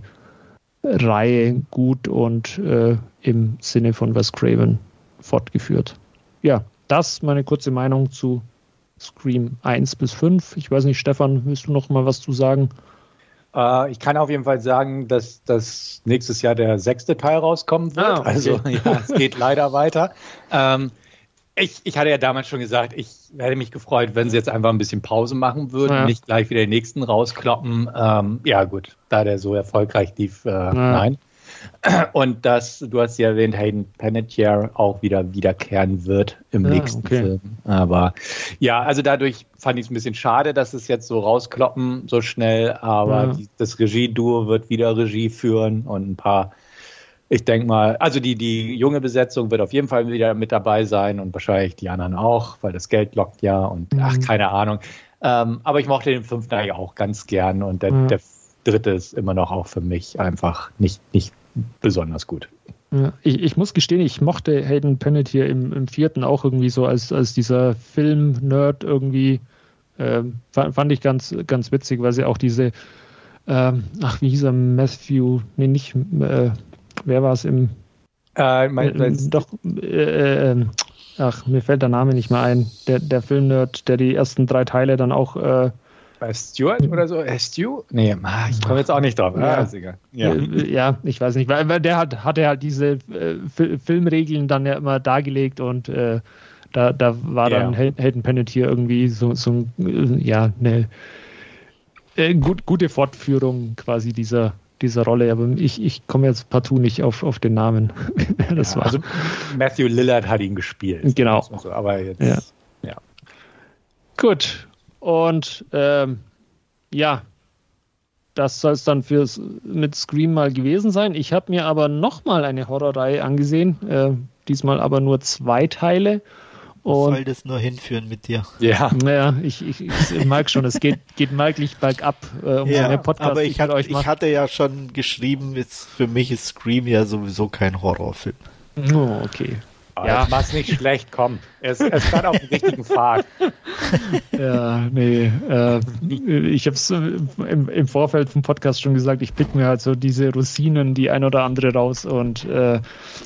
Reihe gut und äh, im Sinne von Wes Craven fortgeführt. Ja, das meine kurze Meinung zu Scream eins bis fünf. Ich weiß nicht, Stefan, willst du noch mal was zu sagen? Äh, ich kann auf jeden Fall sagen, dass, dass nächstes Jahr der sechste Teil rauskommen wird. Ah, okay. Also ja, es geht leider weiter. Ähm, ich, ich hatte ja damals schon gesagt, ich hätte mich gefreut, wenn sie jetzt einfach ein bisschen Pause machen würden, ja. Nicht gleich wieder den nächsten rauskloppen. Ähm, ja gut, da der so erfolgreich lief, äh, ja. Nein. Und dass, du hast ja erwähnt, Hayden Panettiere auch wieder wiederkehren wird im ja, nächsten okay. Film. Aber ja, also dadurch fand ich es ein bisschen schade, dass es jetzt so rauskloppen so schnell. Aber ja. die, das Regie-Duo wird wieder Regie führen und ein paar, ich denke mal, also die, die junge Besetzung wird auf jeden Fall wieder mit dabei sein und wahrscheinlich die anderen auch, weil das Geld lockt ja und mhm. ach, keine Ahnung. Ähm, aber ich mochte den fünften eigentlich auch ganz gern und der, ja. der dritte ist immer noch auch für mich einfach nicht, nicht besonders gut. Ja, ich, ich muss gestehen, ich mochte Hayden Panettiere im, im vierten auch irgendwie so als, als dieser Film-Nerd irgendwie, äh, fand, fand ich ganz, ganz witzig, weil sie auch diese, ähm, ach, wie hieß er, Matthew, nee, nicht, äh, wer war es im, äh, mein, äh, doch, äh, äh, ach, mir fällt der Name nicht mehr ein, der, der Film-Nerd, der die ersten drei Teile dann auch äh, Stuart oder so? Äh, Stu? Nee, ich komme jetzt auch nicht drauf. Ja, ist egal. Ja. ja, ich weiß nicht, weil, weil der hat, hat ja diese äh, Filmregeln dann ja immer dargelegt und äh, da, da war ja. dann Hayden Panettiere irgendwie so, so äh, ja, eine äh, gut, gute Fortführung quasi dieser, dieser Rolle, aber ich, ich komme jetzt partout nicht auf, auf den Namen. das ja, war. Also Matthew Lillard hat ihn gespielt. Genau. So, aber jetzt, ja. ja. Gut. Und ähm, ja, das soll es dann fürs, mit Scream mal gewesen sein. Ich habe mir aber nochmal eine Horrorreihe angesehen, äh, diesmal aber nur zwei Teile. Wo soll das nur hinführen mit dir? Ja, naja, ich, ich, ich merke schon, es geht, geht merklich bergab. Äh, umso ja, mehr Podcasts aber ich, ich, hat, mit euch ich hatte ja schon geschrieben, jetzt für mich ist Scream ja sowieso kein Horrorfilm. Oh, okay. Oh, ja, mach's nicht schlecht, komm. Es, es stand auf dem richtigen Pfad. Ja, nee. Äh, ich habe es im, im Vorfeld vom Podcast schon gesagt, ich pick mir halt so diese Rosinen, die ein oder andere raus und äh,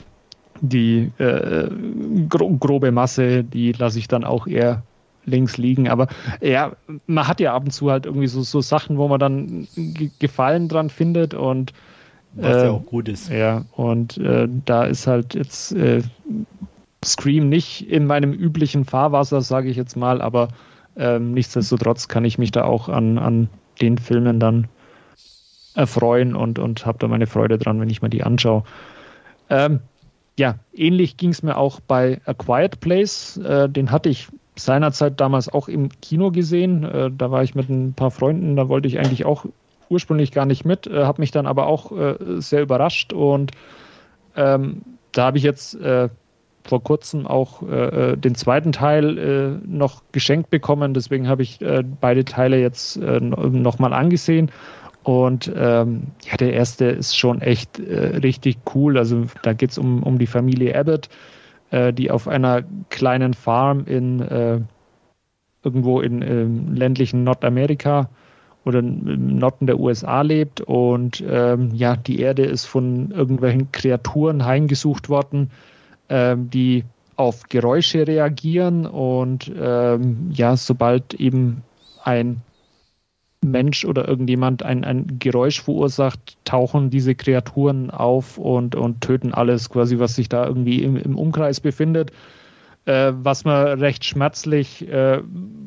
die äh, gro- grobe Masse, die lasse ich dann auch eher links liegen. Aber ja, man hat ja ab und zu halt irgendwie so, so Sachen, wo man dann G- Gefallen dran findet und was ja auch gut ist. Ja, und äh, da ist halt jetzt äh, Scream nicht in meinem üblichen Fahrwasser, sage ich jetzt mal, aber ähm, nichtsdestotrotz kann ich mich da auch an, an den Filmen dann erfreuen und, und habe da meine Freude dran, wenn ich mir die anschaue. Ähm, ja, ähnlich ging es mir auch bei A Quiet Place. Äh, den hatte ich seinerzeit damals auch im Kino gesehen. Äh, da war ich mit ein paar Freunden, da wollte ich eigentlich auch ursprünglich gar nicht mit, äh, habe mich dann aber auch äh, sehr überrascht und ähm, da habe ich jetzt äh, vor kurzem auch äh, den zweiten Teil äh, noch geschenkt bekommen, deswegen habe ich äh, beide Teile jetzt äh, nochmal angesehen und ähm, ja, der erste ist schon echt äh, richtig cool, also da geht es um, um die Familie Abbott, äh, die auf einer kleinen Farm in äh, irgendwo in äh, ländlichen Nordamerika oder im Norden der U S A lebt und ähm, ja, die Erde ist von irgendwelchen Kreaturen heimgesucht worden, ähm, die auf Geräusche reagieren und ähm, ja, sobald eben ein Mensch oder irgendjemand ein, ein Geräusch verursacht, tauchen diese Kreaturen auf und, und töten alles quasi, was sich da irgendwie im, im Umkreis befindet, äh, was man recht schmerzlich äh,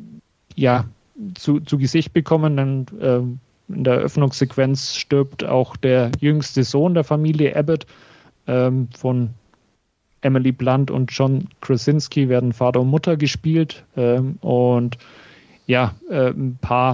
ja, Zu, zu Gesicht bekommen, denn äh, in der Eröffnungssequenz stirbt auch der jüngste Sohn der Familie Abbott, ähm, von Emily Blunt und John Krasinski werden Vater und Mutter gespielt ähm, und ja, äh, ein paar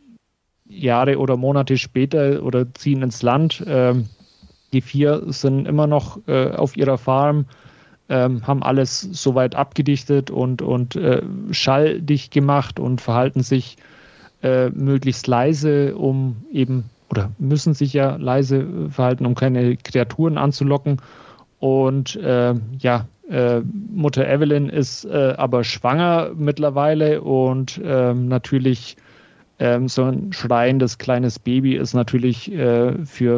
Jahre oder Monate später oder ziehen ins Land. Ähm, die vier sind immer noch äh, auf ihrer Farm, Ähm, haben alles soweit abgedichtet und, und äh, schalldicht gemacht und verhalten sich äh, möglichst leise, um eben, oder müssen sich ja leise verhalten, um keine Kreaturen anzulocken. Und äh, ja, äh, Mutter Evelyn ist äh, aber schwanger mittlerweile und äh, natürlich äh, so ein schreiendes kleines Baby ist natürlich äh, für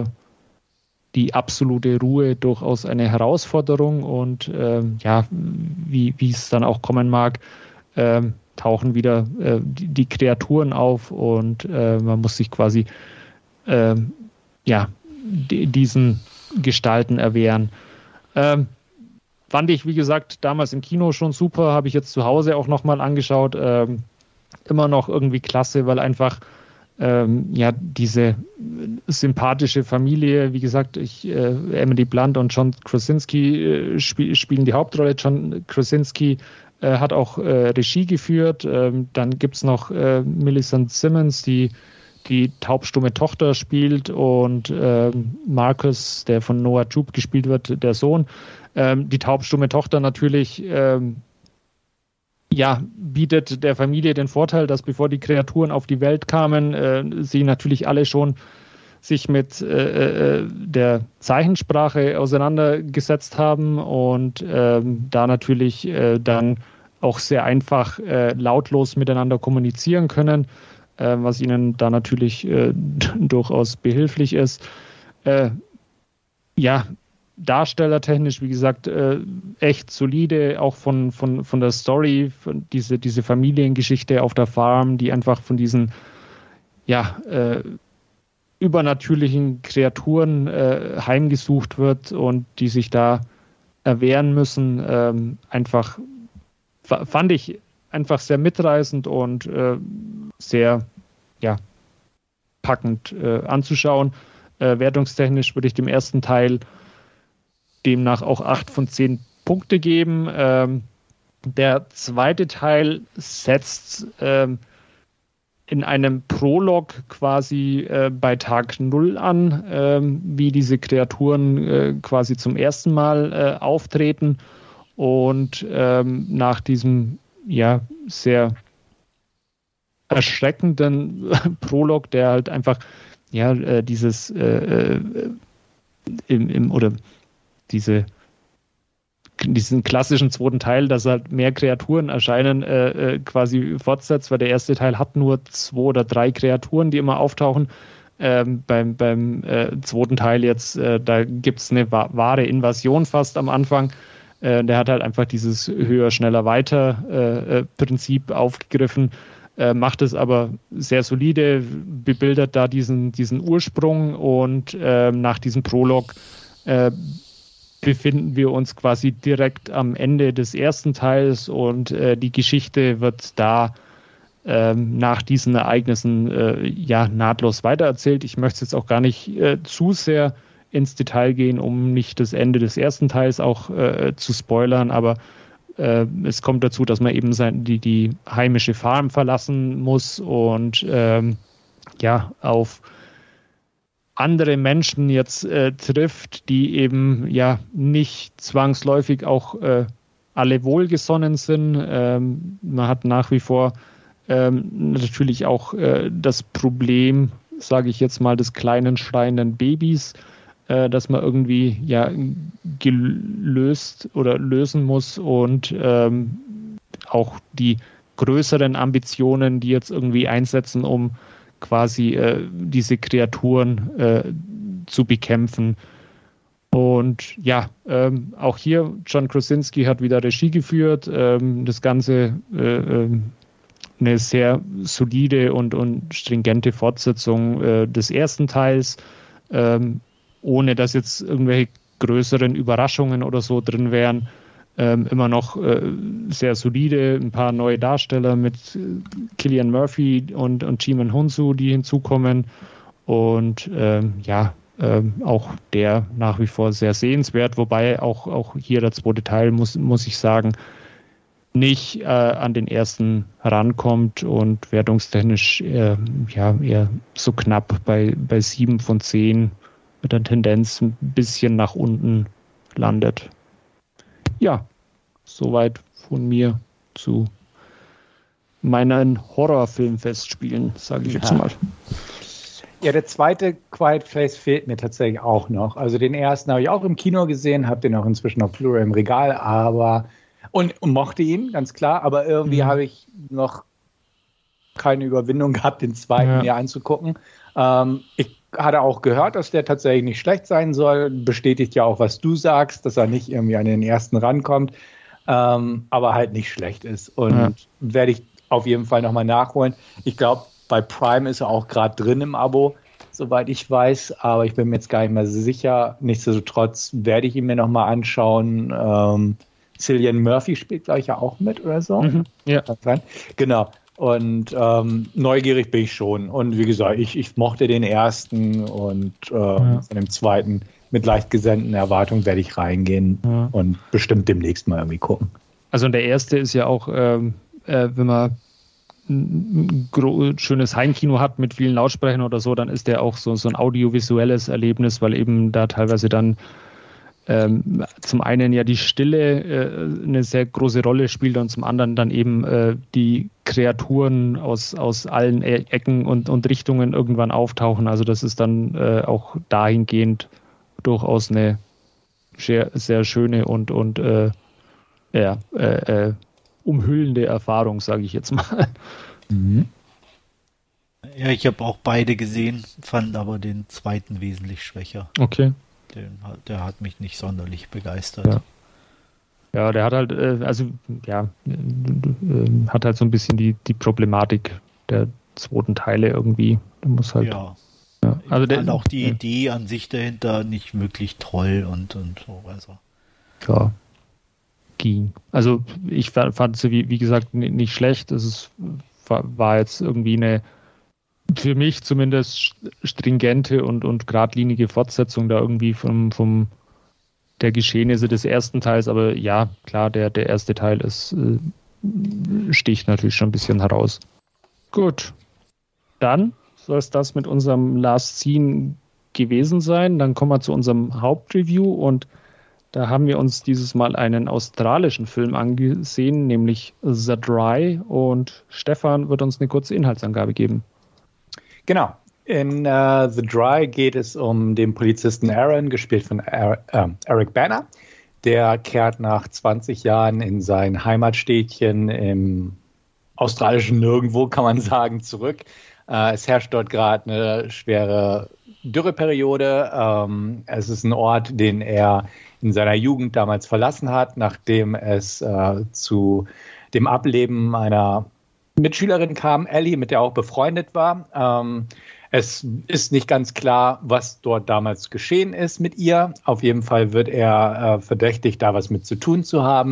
die absolute Ruhe durchaus eine Herausforderung und ähm, ja, wie wie es dann auch kommen mag, ähm, tauchen wieder äh, die, die Kreaturen auf und äh, man muss sich quasi ähm, ja, d- diesen Gestalten erwehren. Ähm, fand ich, wie gesagt, damals im Kino schon super, habe ich jetzt zu Hause auch nochmal angeschaut. Ähm, immer noch irgendwie klasse, weil einfach Ähm, ja, diese sympathische Familie, wie gesagt, ich, äh, Emily Blunt und John Krasinski äh, spiel, spielen die Hauptrolle. John Krasinski äh, hat auch äh, Regie geführt. Ähm, dann gibt es noch äh, Millicent Simmons, die die taubstumme Tochter spielt und äh, Marcus, der von Noah Jupe gespielt wird, der Sohn. Ähm, die taubstumme Tochter natürlich ähm, ja, bietet der Familie den Vorteil, dass bevor die Kreaturen auf die Welt kamen, äh, sie natürlich alle schon sich mit äh, der Zeichensprache auseinandergesetzt haben und ähm, da natürlich äh, dann auch sehr einfach äh, lautlos miteinander kommunizieren können, äh, was ihnen da natürlich äh, durchaus behilflich ist. Äh, ja, darstellertechnisch, wie gesagt, äh, echt solide, auch von, von, von der Story, von diese, diese Familiengeschichte auf der Farm, die einfach von diesen ja, äh, übernatürlichen Kreaturen äh, heimgesucht wird und die sich da erwehren müssen. Ähm, einfach f- fand ich einfach sehr mitreißend und äh, sehr ja, packend äh, anzuschauen. Äh, wertungstechnisch würde ich dem ersten Teil demnach auch acht von zehn Punkte geben. Ähm, der zweite Teil setzt ähm, in einem Prolog quasi äh, bei Tag Null an, ähm, wie diese Kreaturen äh, quasi zum ersten Mal äh, auftreten und ähm, nach diesem ja sehr erschreckenden Prolog, der halt einfach ja äh, dieses äh, im, im oder diese diesen klassischen zweiten Teil, dass halt mehr Kreaturen erscheinen, äh, äh, quasi fortsetzt, weil der erste Teil hat nur zwei oder drei Kreaturen, die immer auftauchen. Ähm, beim beim äh, zweiten Teil jetzt, äh, da gibt es eine wa- wahre Invasion fast am Anfang. Äh, der hat halt einfach dieses höher, schneller, weiter äh, äh, Prinzip aufgegriffen, äh, macht es aber sehr solide, bebildert da diesen, diesen Ursprung und äh, nach diesem Prolog äh, befinden wir uns quasi direkt am Ende des ersten Teils und äh, die Geschichte wird da ähm, nach diesen Ereignissen äh, ja nahtlos weitererzählt. Ich möchte jetzt auch gar nicht äh, zu sehr ins Detail gehen, um nicht das Ende des ersten Teils auch äh, zu spoilern, aber äh, es kommt dazu, dass man eben sein, die, die heimische Farm verlassen muss und ähm, ja, auf andere Menschen jetzt äh, trifft, die eben ja nicht zwangsläufig auch äh, alle wohlgesonnen sind. Ähm, man hat nach wie vor ähm, natürlich auch äh, das Problem, sage ich jetzt mal, des kleinen schreienden Babys, äh, dass man irgendwie ja gelöst oder lösen muss und ähm, auch die größeren Ambitionen, die jetzt irgendwie einsetzen, um quasi äh, diese Kreaturen äh, zu bekämpfen. Und ja, ähm, auch hier, John Krasinski hat wieder Regie geführt. Ähm, das Ganze äh, äh, eine sehr solide und, und stringente Fortsetzung äh, des ersten Teils, ähm, ohne dass jetzt irgendwelche größeren Überraschungen oder so drin wären. Ähm, immer noch äh, sehr solide, ein paar neue Darsteller mit Cillian Murphy und, und Djimon Hounsou, die hinzukommen. Und ähm, ja, ähm, auch der nach wie vor sehr sehenswert, wobei auch, auch hier der zweite Teil, muss, muss ich sagen, nicht äh, an den ersten rankommt und wertungstechnisch äh, ja, eher so knapp bei, bei sieben von zehn mit der Tendenz ein bisschen nach unten landet. Ja, soweit von mir zu meinen Horrorfilmfestspielen, sage ich ja. jetzt mal. Ja, der zweite Quiet Place fehlt mir tatsächlich auch noch. Also den ersten habe ich auch im Kino gesehen, habe den auch inzwischen auf Blu-ray im Regal, aber und, und mochte ihn, ganz klar, aber irgendwie mhm. habe ich noch keine Überwindung gehabt, den zweiten ja. mir anzugucken. Ähm, ich hatte auch gehört, dass der tatsächlich nicht schlecht sein soll. Bestätigt ja auch, was du sagst, dass er nicht irgendwie an den ersten rankommt, ähm, aber halt nicht schlecht ist. Und ja. werde ich auf jeden Fall nochmal nachholen. Ich glaube, bei Prime ist er auch gerade drin im Abo, soweit ich weiß, aber ich bin mir jetzt gar nicht mehr so sicher. Nichtsdestotrotz werde ich ihn mir nochmal anschauen. Ähm, Cillian Murphy spielt, glaube ich, ja auch mit oder so. Mhm. Ja. Genau. Und ähm, neugierig bin ich schon. Und wie gesagt, ich, ich mochte den ersten und äh, ja. von dem zweiten mit leicht gesendeten Erwartungen werde ich reingehen ja. und bestimmt demnächst mal irgendwie gucken. Also der erste ist ja auch, ähm, äh, wenn man ein gro- schönes Heimkino hat mit vielen Lautsprechern oder so, dann ist der auch so, so ein audiovisuelles Erlebnis, weil eben da teilweise dann Ähm, zum einen ja die Stille äh, eine sehr große Rolle spielt und zum anderen dann eben äh, die Kreaturen aus, aus allen e- Ecken und, und Richtungen irgendwann auftauchen. Also das ist dann äh, auch dahingehend durchaus eine sehr, sehr schöne und, und äh, ja, äh, äh, umhüllende Erfahrung, sage ich jetzt mal. Mhm. Ja, ich habe auch beide gesehen, fand aber den zweiten wesentlich schwächer. Okay. Den, der hat mich nicht sonderlich begeistert. Ja, ja der hat halt, äh, also ja, äh, hat halt so ein bisschen die, die Problematik der zweiten Teile irgendwie. Der muss halt. Ja. ja. Also ich der, fand auch die ja. Idee an sich dahinter nicht wirklich toll und, und so. Also. Ja. Ging. Also ich fand sie, wie, wie gesagt, nicht schlecht. Es ist, war, war jetzt irgendwie eine für mich zumindest stringente und, und geradlinige Fortsetzung da irgendwie vom, vom der Geschehnisse des ersten Teils, aber ja, klar, der, der erste Teil ist, äh, sticht natürlich schon ein bisschen heraus. Gut, dann soll es das mit unserem Last Scene gewesen sein. Dann kommen wir zu unserem Hauptreview und da haben wir uns dieses Mal einen australischen Film angesehen, nämlich The Dry, und Stefan wird uns eine kurze Inhaltsangabe geben. Genau. In uh, The Dry geht es um den Polizisten Aaron, gespielt von er- äh, Eric Bana. Der kehrt nach zwanzig Jahren in sein Heimatstädtchen im australischen Nirgendwo, kann man sagen, zurück. Äh, es herrscht dort gerade eine schwere Dürreperiode. Ähm, es ist ein Ort, den er in seiner Jugend damals verlassen hat, nachdem es äh, zu dem Ableben einer Mitschülerin kam, Ellie, mit der er auch befreundet war. Ähm, es ist nicht ganz klar, was dort damals geschehen ist mit ihr. Auf jeden Fall wird er äh, verdächtigt, da was mit zu tun zu haben.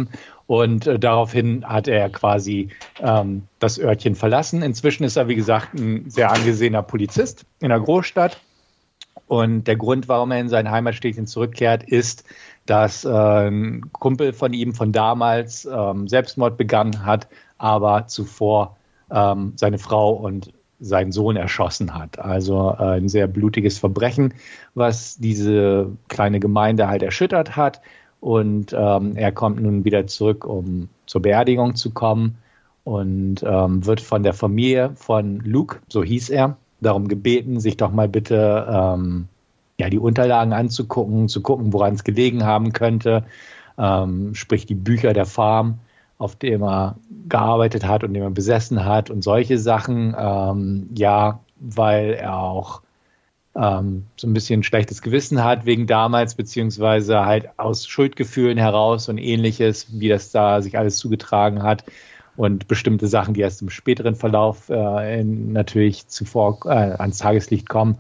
Und äh, daraufhin hat er quasi ähm, das Örtchen verlassen. Inzwischen ist er, wie gesagt, ein sehr angesehener Polizist in der Großstadt. Und der Grund, warum er in sein Heimatstädtchen zurückkehrt, ist, dass äh, ein Kumpel von ihm von damals ähm, Selbstmord begangen hat, aber zuvor ähm, seine Frau und seinen Sohn erschossen hat. Also äh, ein sehr blutiges Verbrechen, was diese kleine Gemeinde halt erschüttert hat. Und ähm, er kommt nun wieder zurück, um zur Beerdigung zu kommen und ähm, wird von der Familie von Luke, so hieß er, darum gebeten, sich doch mal bitte ähm, ja, die Unterlagen anzugucken, zu gucken, woran es gelegen haben könnte, ähm, sprich die Bücher der Farm, auf dem er gearbeitet hat und dem er besessen hat und solche Sachen, ähm, ja, weil er auch ähm, so ein bisschen ein schlechtes Gewissen hat wegen damals, beziehungsweise halt aus Schuldgefühlen heraus und ähnliches, wie das da sich alles zugetragen hat und bestimmte Sachen, die erst im späteren Verlauf äh, in, natürlich zuvor äh, ans Tageslicht kommen,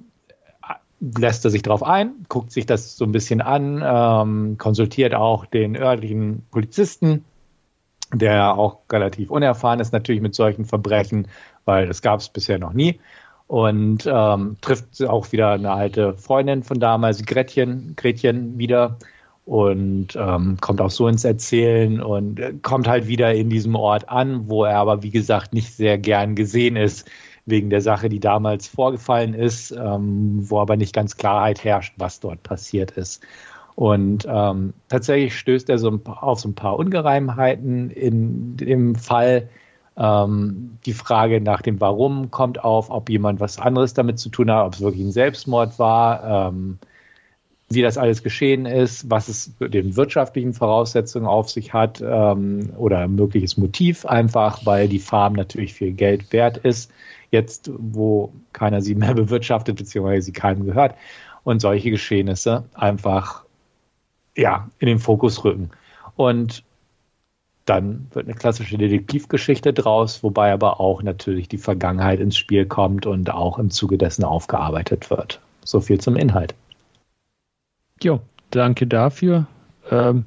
lässt er sich darauf ein, guckt sich das so ein bisschen an, ähm, konsultiert auch den örtlichen Polizisten, der auch relativ unerfahren ist natürlich mit solchen Verbrechen, weil das gab es bisher noch nie. Und ähm, trifft auch wieder eine alte Freundin von damals, Gretchen, Gretchen wieder und ähm, kommt auch so ins Erzählen und kommt halt wieder in diesem Ort an, wo er aber, wie gesagt, nicht sehr gern gesehen ist, wegen der Sache, die damals vorgefallen ist, ähm, wo aber nicht ganz Klarheit herrscht, was dort passiert ist. Und ähm, tatsächlich stößt er so ein paar, auf so ein paar Ungereimheiten in dem Fall. Ähm, die Frage nach dem Warum kommt auf, ob jemand was anderes damit zu tun hat, ob es wirklich ein Selbstmord war, ähm, wie das alles geschehen ist, was es mit den wirtschaftlichen Voraussetzungen auf sich hat ähm, oder ein mögliches Motiv einfach, weil die Farm natürlich viel Geld wert ist, jetzt wo keiner sie mehr bewirtschaftet, beziehungsweise sie keinem gehört und solche Geschehnisse einfach ja, in den Fokus rücken. Und dann wird eine klassische Detektivgeschichte draus, wobei aber auch natürlich die Vergangenheit ins Spiel kommt und auch im Zuge dessen aufgearbeitet wird. So viel zum Inhalt. Ja, danke dafür. Ähm,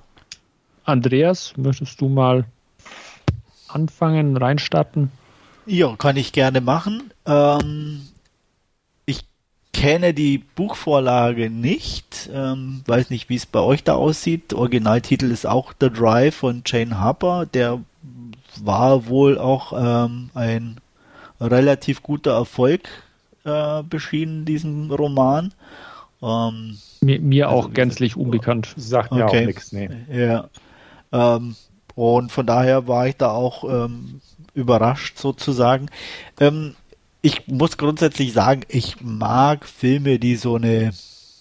Andreas, möchtest du mal anfangen, reinstarten? Ja, kann ich gerne machen. Ähm, ich kenne die Buchvorlage nicht, ähm, weiß nicht, wie es bei euch da aussieht. Originaltitel ist auch The Drive von Jane Harper. Der war wohl auch ähm, ein relativ guter Erfolg äh, beschieden, diesen Roman. Ähm, mir mir also, auch gänzlich unbekannt. Sagt mir okay. auch nichts, nee. Ja. Ähm, und von daher war ich da auch ähm, überrascht sozusagen. Ähm, ich muss grundsätzlich sagen, ich mag Filme, die so eine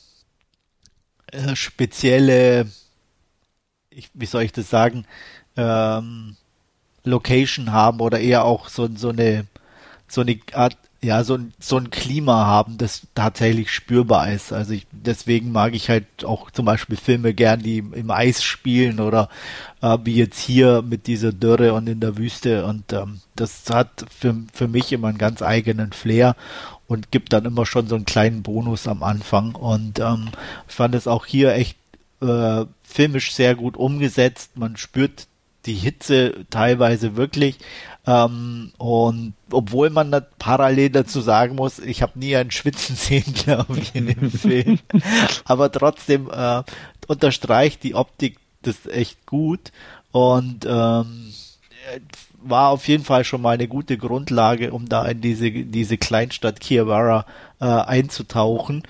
äh, spezielle, ich, wie soll ich das sagen, ähm, Location haben oder eher auch so, so eine so eine Art, ja, so ein, so ein Klima haben, das tatsächlich spürbar ist. Also ich, deswegen mag ich halt auch zum Beispiel Filme gern, die im, im Eis spielen oder äh, wie jetzt hier mit dieser Dürre und in der Wüste und ähm, das hat für, für mich immer einen ganz eigenen Flair und gibt dann immer schon so einen kleinen Bonus am Anfang und ähm, ich fand es auch hier echt äh, filmisch sehr gut umgesetzt. Man spürt die Hitze teilweise wirklich. Ähm, und obwohl man da parallel dazu sagen muss, ich habe nie einen Schwitzen sehen, glaube ich, in dem Film. Aber trotzdem äh, unterstreicht die Optik das echt gut und ähm, war auf jeden Fall schon mal eine gute Grundlage, um da in diese, diese Kleinstadt Kiawara äh, einzutauchen.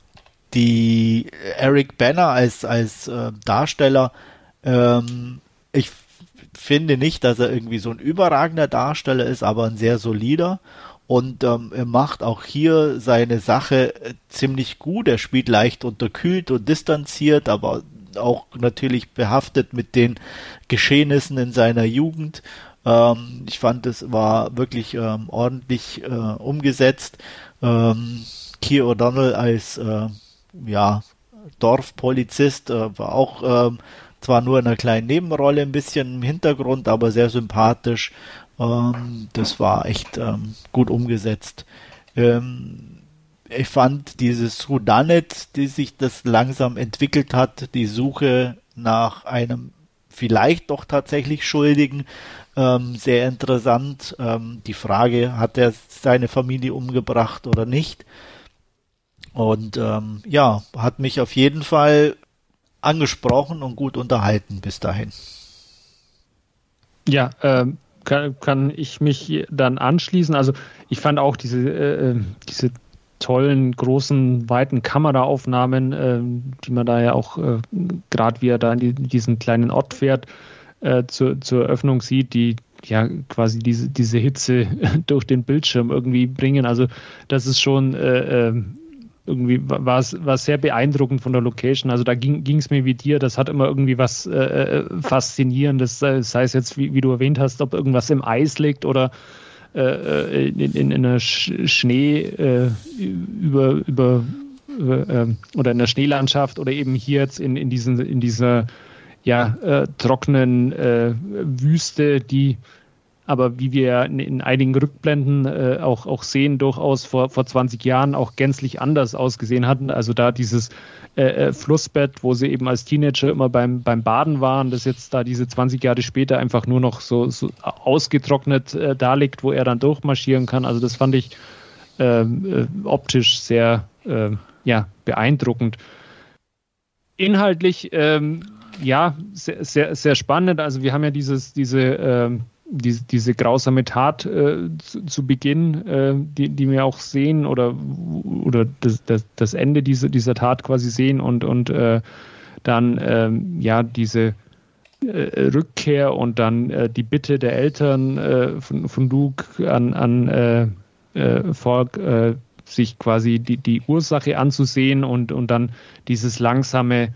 Die Eric Bana als, als äh, Darsteller, ähm, ich finde nicht, dass er irgendwie so ein überragender Darsteller ist, aber ein sehr solider und ähm, er macht auch hier seine Sache äh, ziemlich gut. Er spielt leicht unterkühlt und distanziert, aber auch natürlich behaftet mit den Geschehnissen in seiner Jugend. Ähm, ich fand, es war wirklich ähm, ordentlich äh, umgesetzt. Ähm, Keir O'Donnell als äh, ja, Dorfpolizist äh, war auch ähm, zwar nur in einer kleinen Nebenrolle, ein bisschen im Hintergrund, aber sehr sympathisch. Ähm, das war echt ähm, gut umgesetzt. Ähm, ich fand dieses Whodunit, die sich das langsam entwickelt hat, die Suche nach einem vielleicht doch tatsächlich Schuldigen. Ähm, sehr interessant. Ähm, die Frage, hat er seine Familie umgebracht oder nicht? Und ähm, ja, hat mich auf jeden Fall angesprochen und gut unterhalten bis dahin. Ja, ähm, kann, kann ich mich dann anschließen. Also ich fand auch diese, äh, diese tollen, großen, weiten Kameraaufnahmen, äh, die man da ja auch, äh, gerade wie er da in die, diesen kleinen Ort fährt, äh, zur, zur Eröffnung sieht, die ja quasi diese, diese Hitze durch den Bildschirm irgendwie bringen. Also das ist schon äh, irgendwie war es war sehr beeindruckend von der Location. Also da ging es mir wie dir, das hat immer irgendwie was äh, Faszinierendes, sei es jetzt, wie, wie du erwähnt hast, ob irgendwas im Eis liegt oder äh, in, in, in einer Sch- Schnee äh, über, über, über äh, oder in der Schneelandschaft oder eben hier jetzt in, in, diesen, in dieser ja, äh, trockenen äh, Wüste, die aber wie wir in, in einigen Rückblenden äh, auch, auch sehen, durchaus vor, vor zwanzig Jahren auch gänzlich anders ausgesehen hatten. Also da dieses äh, Flussbett, wo sie eben als Teenager immer beim, beim Baden waren, das jetzt da diese zwanzig Jahre später einfach nur noch so, so ausgetrocknet äh, da liegt, wo er dann durchmarschieren kann. Also das fand ich äh, äh, optisch sehr äh, ja, beeindruckend. Inhaltlich ähm, ja, sehr, sehr, sehr spannend. Also wir haben ja dieses, diese ähm, Diese, diese grausame Tat äh, zu, zu Beginn, äh, die, die wir auch sehen oder, oder das, das, das Ende dieser, dieser Tat quasi sehen und, und äh, dann ähm, ja diese äh, Rückkehr und dann äh, die Bitte der Eltern äh, von, von Luke an, an äh, äh, Falk, äh, sich quasi die, die Ursache anzusehen und, und dann dieses langsame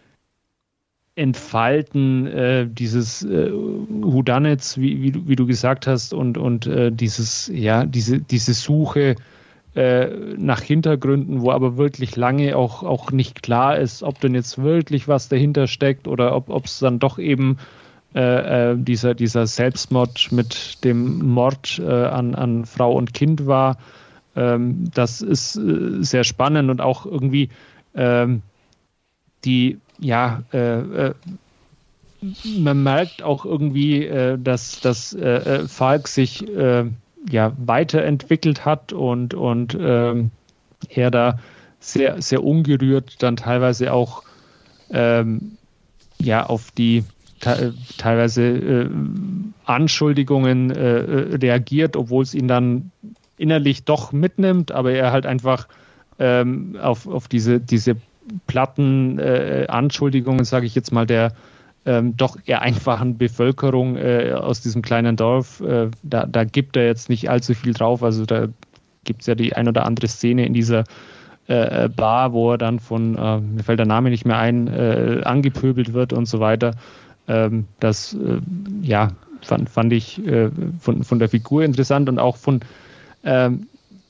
Entfalten äh, dieses äh, Whodunits, wie, wie, du, wie du gesagt hast, und, und äh, dieses, ja, diese, diese Suche äh, nach Hintergründen, wo aber wirklich lange auch, auch nicht klar ist, ob denn jetzt wirklich was dahinter steckt oder ob es dann doch eben äh, äh, dieser, dieser Selbstmord mit dem Mord äh, an, an Frau und Kind war. Ähm, das ist äh, sehr spannend und auch irgendwie ähm, die ja, äh, äh, man merkt auch irgendwie, äh, dass, dass äh, Falk sich äh, ja, weiterentwickelt hat und, und ähm, er da sehr, sehr ungerührt dann teilweise auch ähm, ja, auf die te- teilweise äh, Anschuldigungen äh, reagiert, obwohl es ihn dann innerlich doch mitnimmt, aber er halt einfach ähm, auf, auf diese, diese platten äh, Anschuldigungen, sage ich jetzt mal, der ähm, doch eher einfachen Bevölkerung äh, aus diesem kleinen Dorf, äh, da, da gibt er jetzt nicht allzu viel drauf. Also da gibt es ja die ein oder andere Szene in dieser äh, Bar, wo er dann von, äh, mir fällt der Name nicht mehr ein, äh, angepöbelt wird und so weiter. Ähm, das äh, ja, fand, fand ich äh, von, von der Figur interessant und auch von ähm,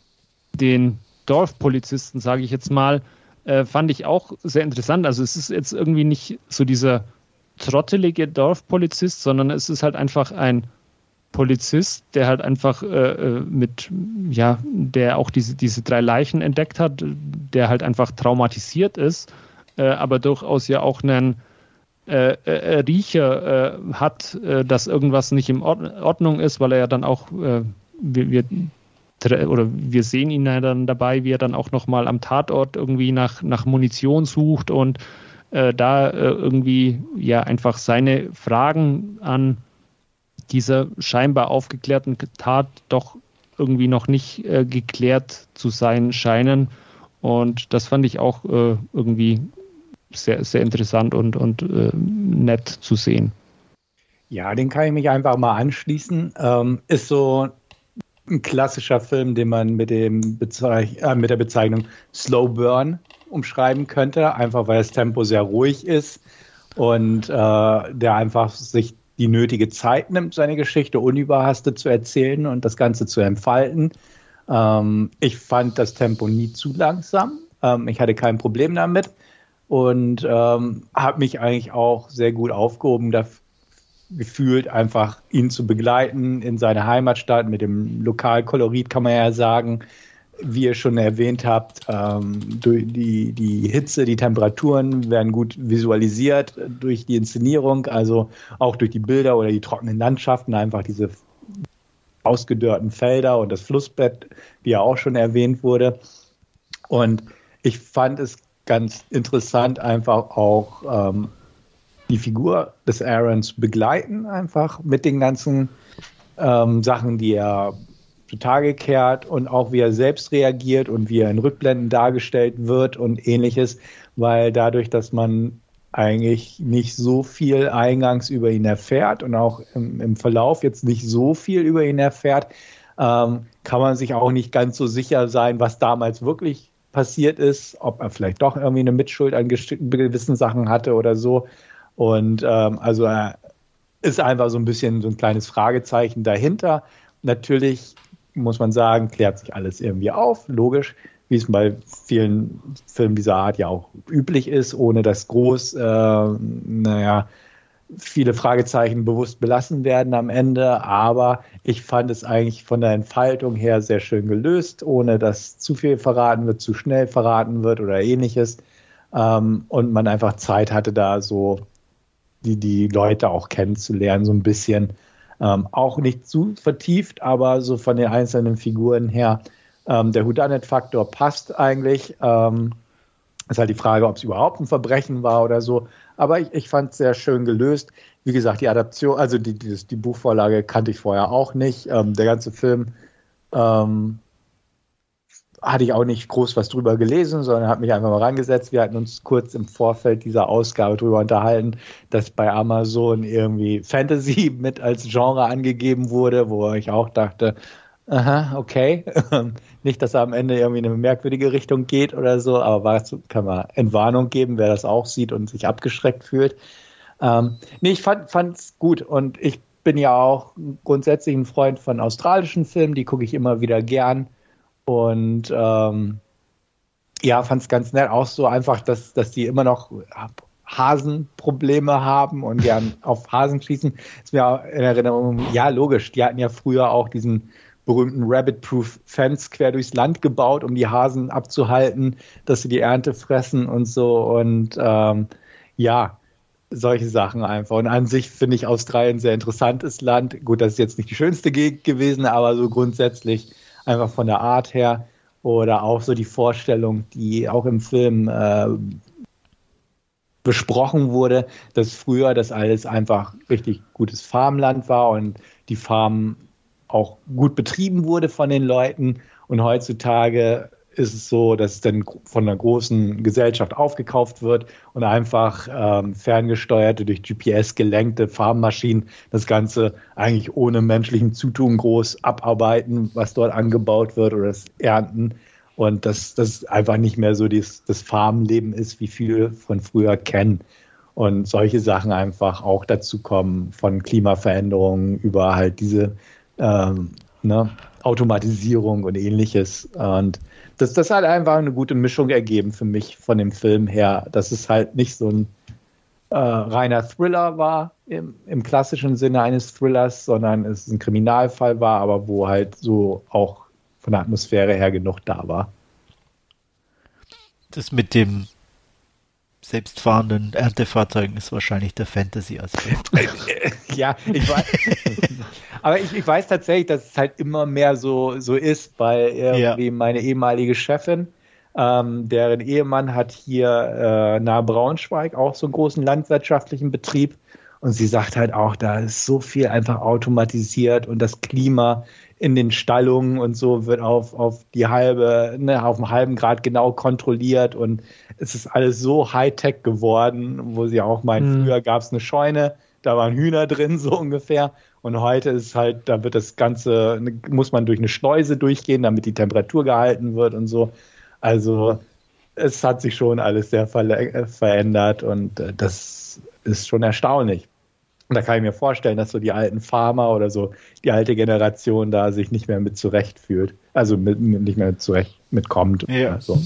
den Dorfpolizisten, sage ich jetzt mal, Äh, fand ich auch sehr interessant. Also es ist jetzt irgendwie nicht so dieser trottelige Dorfpolizist, sondern es ist halt einfach ein Polizist, der halt einfach äh, mit, ja, der auch diese, diese drei Leichen entdeckt hat, der halt einfach traumatisiert ist, äh, aber durchaus ja auch einen äh, äh, Riecher äh, hat, äh, dass irgendwas nicht in Ordnung ist, weil er ja dann auch, äh, wir, wir oder wir sehen ihn ja dann dabei, wie er dann auch nochmal am Tatort irgendwie nach, nach Munition sucht und äh, da äh, irgendwie ja einfach seine Fragen an dieser scheinbar aufgeklärten Tat doch irgendwie noch nicht äh, geklärt zu sein scheinen. Und das fand ich auch äh, irgendwie sehr, sehr interessant und, und äh, nett zu sehen. Ja, den kann ich mich einfach mal anschließen. Ähm, ist so ein klassischer Film, den man mit, dem Bezeich- äh, mit der Bezeichnung Slow Burn umschreiben könnte, einfach weil das Tempo sehr ruhig ist und äh, der einfach sich die nötige Zeit nimmt, seine Geschichte unüberhastet zu erzählen und das Ganze zu entfalten. Ähm, ich fand das Tempo nie zu langsam. Ähm, ich hatte kein Problem damit und ähm, habe mich eigentlich auch sehr gut aufgehoben dafür, gefühlt, einfach ihn zu begleiten in seine Heimatstadt mit dem Lokalkolorit, kann man ja sagen. wie ihr schon erwähnt habt, ähm, durch die, die Hitze, die Temperaturen werden gut visualisiert durch die Inszenierung, also auch durch die Bilder oder die trockenen Landschaften, einfach diese ausgedörrten Felder und das Flussbett, wie ja auch schon erwähnt wurde. Und ich fand es ganz interessant, einfach auch ähm, die Figur des Aaron zu begleiten, einfach mit den ganzen ähm, Sachen, die er zutage kehrt und auch wie er selbst reagiert und wie er in Rückblenden dargestellt wird und ähnliches, weil dadurch, dass man eigentlich nicht so viel eingangs über ihn erfährt und auch im, im Verlauf jetzt nicht so viel über ihn erfährt, ähm, kann man sich auch nicht ganz so sicher sein, was damals wirklich passiert ist, ob er vielleicht doch irgendwie eine Mitschuld an gewissen Sachen hatte oder so. Und ähm, also er ist einfach so ein bisschen so ein kleines Fragezeichen dahinter. Natürlich muss man sagen, klärt sich alles irgendwie auf, logisch, wie es bei vielen Filmen dieser Art ja auch üblich ist, ohne dass groß, äh, naja, viele Fragezeichen bewusst belassen werden am Ende. Aber ich fand es eigentlich von der Entfaltung her sehr schön gelöst, ohne dass zu viel verraten wird, zu schnell verraten wird oder ähnliches. Ähm, und man einfach Zeit hatte, da so die, die Leute auch kennenzulernen, so ein bisschen. Ähm, auch nicht zu vertieft, aber so von den einzelnen Figuren her. Ähm, der Whodunit-Faktor passt eigentlich. Ähm, ist halt die Frage, ob es überhaupt ein Verbrechen war oder so. Aber ich, ich fand es sehr schön gelöst. Wie gesagt, die Adaption, also die, die, die Buchvorlage kannte ich vorher auch nicht. Ähm, der ganze Film ähm, hatte ich auch nicht groß was drüber gelesen, sondern habe mich einfach mal rangesetzt. Wir hatten uns kurz im Vorfeld dieser Ausgabe drüber unterhalten, dass bei Amazon irgendwie Fantasy mit als Genre angegeben wurde, wo ich auch dachte, aha, okay. Nicht, dass er am Ende irgendwie in eine merkwürdige Richtung geht oder so, aber was kann man Entwarnung geben, wer das auch sieht und sich abgeschreckt fühlt. Ähm, nee, ich fand es gut und ich bin ja auch grundsätzlich ein Freund von australischen Filmen, die gucke ich immer wieder gern. Und ähm, ja, fand es ganz nett, auch so einfach, dass, dass die immer noch Hasenprobleme haben und gern auf Hasen schießen. Ist mir auch in Erinnerung, ja logisch, die hatten ja früher auch diesen berühmten Rabbit-Proof Fence quer durchs Land gebaut, um die Hasen abzuhalten, dass sie die Ernte fressen und so und ähm, ja, solche Sachen einfach. Und an sich finde ich Australien ein sehr interessantes Land. Gut, das ist jetzt nicht die schönste Gegend gewesen, aber so grundsätzlich einfach von der Art her oder auch so die Vorstellung, die auch im Film äh, besprochen wurde, dass früher das alles einfach richtig gutes Farmland war und die Farm auch gut betrieben wurde von den Leuten und heutzutage ist es so, dass es dann von einer großen Gesellschaft aufgekauft wird und einfach ähm, ferngesteuerte, durch G P S gelenkte Farmmaschinen das Ganze eigentlich ohne menschlichen Zutun groß abarbeiten, was dort angebaut wird oder das Ernten. Und dass das einfach nicht mehr so dies, das Farmleben ist, wie viele von früher kennen. Und solche Sachen einfach auch dazu kommen, von Klimaveränderungen über halt diese ähm, ne, Automatisierung und ähnliches. Und das, das hat einfach eine gute Mischung ergeben für mich von dem Film her, dass es halt nicht so ein äh, reiner Thriller war im, im klassischen Sinne eines Thrillers, sondern es ein Kriminalfall war, aber wo halt so auch von der Atmosphäre her genug da war. Das mit dem selbstfahrenden Erntefahrzeugen ist wahrscheinlich der Fantasy-Aspekt. Ja, ich weiß. Aber ich, ich weiß tatsächlich, dass es halt immer mehr so, so ist, weil irgendwie ja. meine ehemalige Chefin, ähm, deren Ehemann hat hier äh, nahe Braunschweig auch so einen großen landwirtschaftlichen Betrieb und sie sagt halt auch, da ist so viel einfach automatisiert und das Klima in den Stallungen und so wird auf, auf die halbe, ne, auf einen halben Grad genau kontrolliert und es ist alles so Hightech geworden, wo sie auch meinen, mhm. früher gab es eine Scheune, da waren Hühner drin, so ungefähr. Und heute ist es halt, da wird das Ganze, muss man durch eine Schleuse durchgehen, damit die Temperatur gehalten wird und so. Also es hat sich schon alles sehr ver- verändert und äh, das ist schon erstaunlich. Und da kann ich mir vorstellen, dass so die alten Farmer oder so die alte Generation da sich nicht mehr mit zurecht fühlt. Also mit, mit, nicht mehr zurecht mitkommt. Ja. So.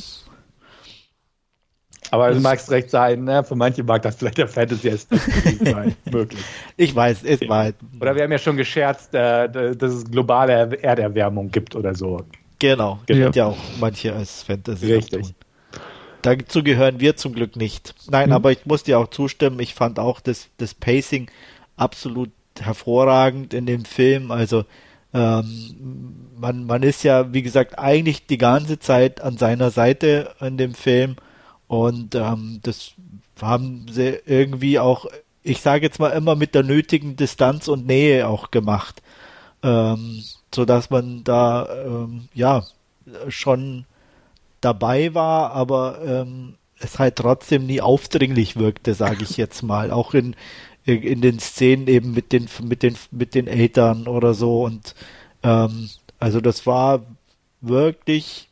Aber du magst recht sein, ne? Für manche mag das vielleicht der Fantasy-Aspekt sein. Möglich. Ich weiß, es war. Oder wir haben ja schon gescherzt, äh, dass es globale Erderwärmung gibt oder so. Genau, Ja. gibt ja auch manche als Fantasy Richtig. tun. Dazu gehören wir zum Glück nicht. Nein, Mhm. aber ich muss dir auch zustimmen, ich fand auch das, das Pacing absolut hervorragend in dem Film. Also ähm, man, man ist ja, wie gesagt, eigentlich die ganze Zeit an seiner Seite in dem Film und ähm, das haben sie irgendwie auch, ich sage jetzt mal immer mit der nötigen Distanz und Nähe auch gemacht, ähm, so dass man da ähm, ja schon dabei war, aber ähm, es halt trotzdem nie aufdringlich wirkte, sage ich jetzt mal, auch in in den Szenen eben mit den mit den mit den Eltern oder so und ähm, also das war wirklich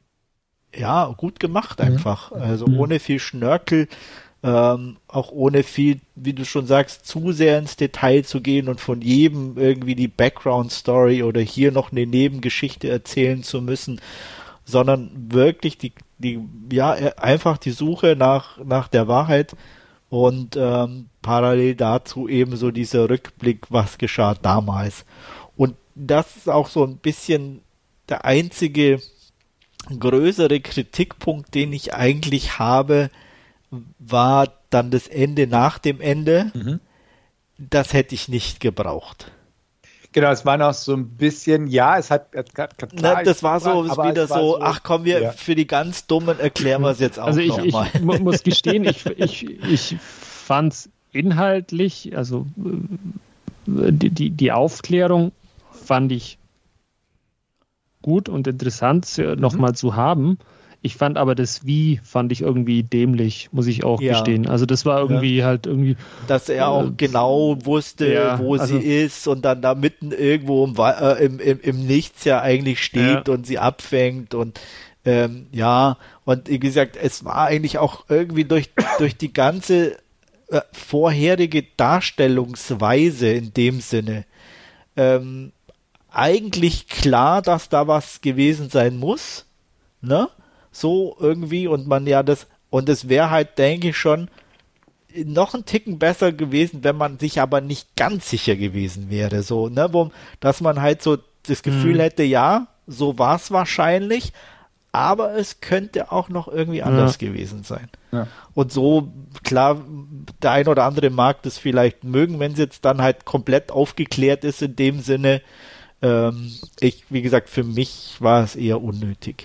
ja gut gemacht einfach, also Mhm. ohne viel Schnörkel, ähm, auch ohne viel, wie du schon sagst, zu sehr ins Detail zu gehen und von jedem irgendwie die Background-Story oder hier noch eine Nebengeschichte erzählen zu müssen, sondern wirklich die, die, ja, einfach die Suche nach, nach der Wahrheit und ähm, parallel dazu eben so dieser Rückblick, was geschah damals. Und das ist auch so ein bisschen der einzige größere Kritikpunkt, den ich eigentlich habe, war dann das Ende nach dem Ende. Mhm. Das hätte ich nicht gebraucht. Genau, es war noch so ein bisschen, ja, es hat, es hat klar, Na, das war so aber wieder es war so, so, ach komm, wir ja. für die ganz Dummen erklären wir es jetzt auch Also ich, noch ich mal. mu- muss gestehen, ich, ich, ich fand es inhaltlich, also äh, die, die, die Aufklärung fand ich gut und interessant äh, nochmal zu haben. Ich fand aber das Wie fand ich irgendwie dämlich, muss ich auch Ja. gestehen. Also das war irgendwie halt irgendwie, Dass er auch Äh, genau wusste, ja, wo also- sie ist und dann da mitten irgendwo im, Wa- äh, im, im, im Nichts ja eigentlich steht Ja. und sie abfängt und ähm, ja, und wie gesagt, es war eigentlich auch irgendwie durch, durch die ganze äh, vorherige Darstellungsweise in dem Sinne ähm, eigentlich klar, dass da was gewesen sein muss, ne? So irgendwie und man ja das, und es wäre halt, denke ich, schon noch ein Ticken besser gewesen, wenn man sich aber nicht ganz sicher gewesen wäre, so, ne, wo, dass man halt so das Gefühl Mhm. hätte, ja, so war es wahrscheinlich, aber es könnte auch noch irgendwie anders gewesen sein. Ja. Und so, klar, der ein oder andere mag das vielleicht mögen, wenn es jetzt dann halt komplett aufgeklärt ist in dem Sinne. Ähm, ich, wie gesagt, für mich war es eher unnötig.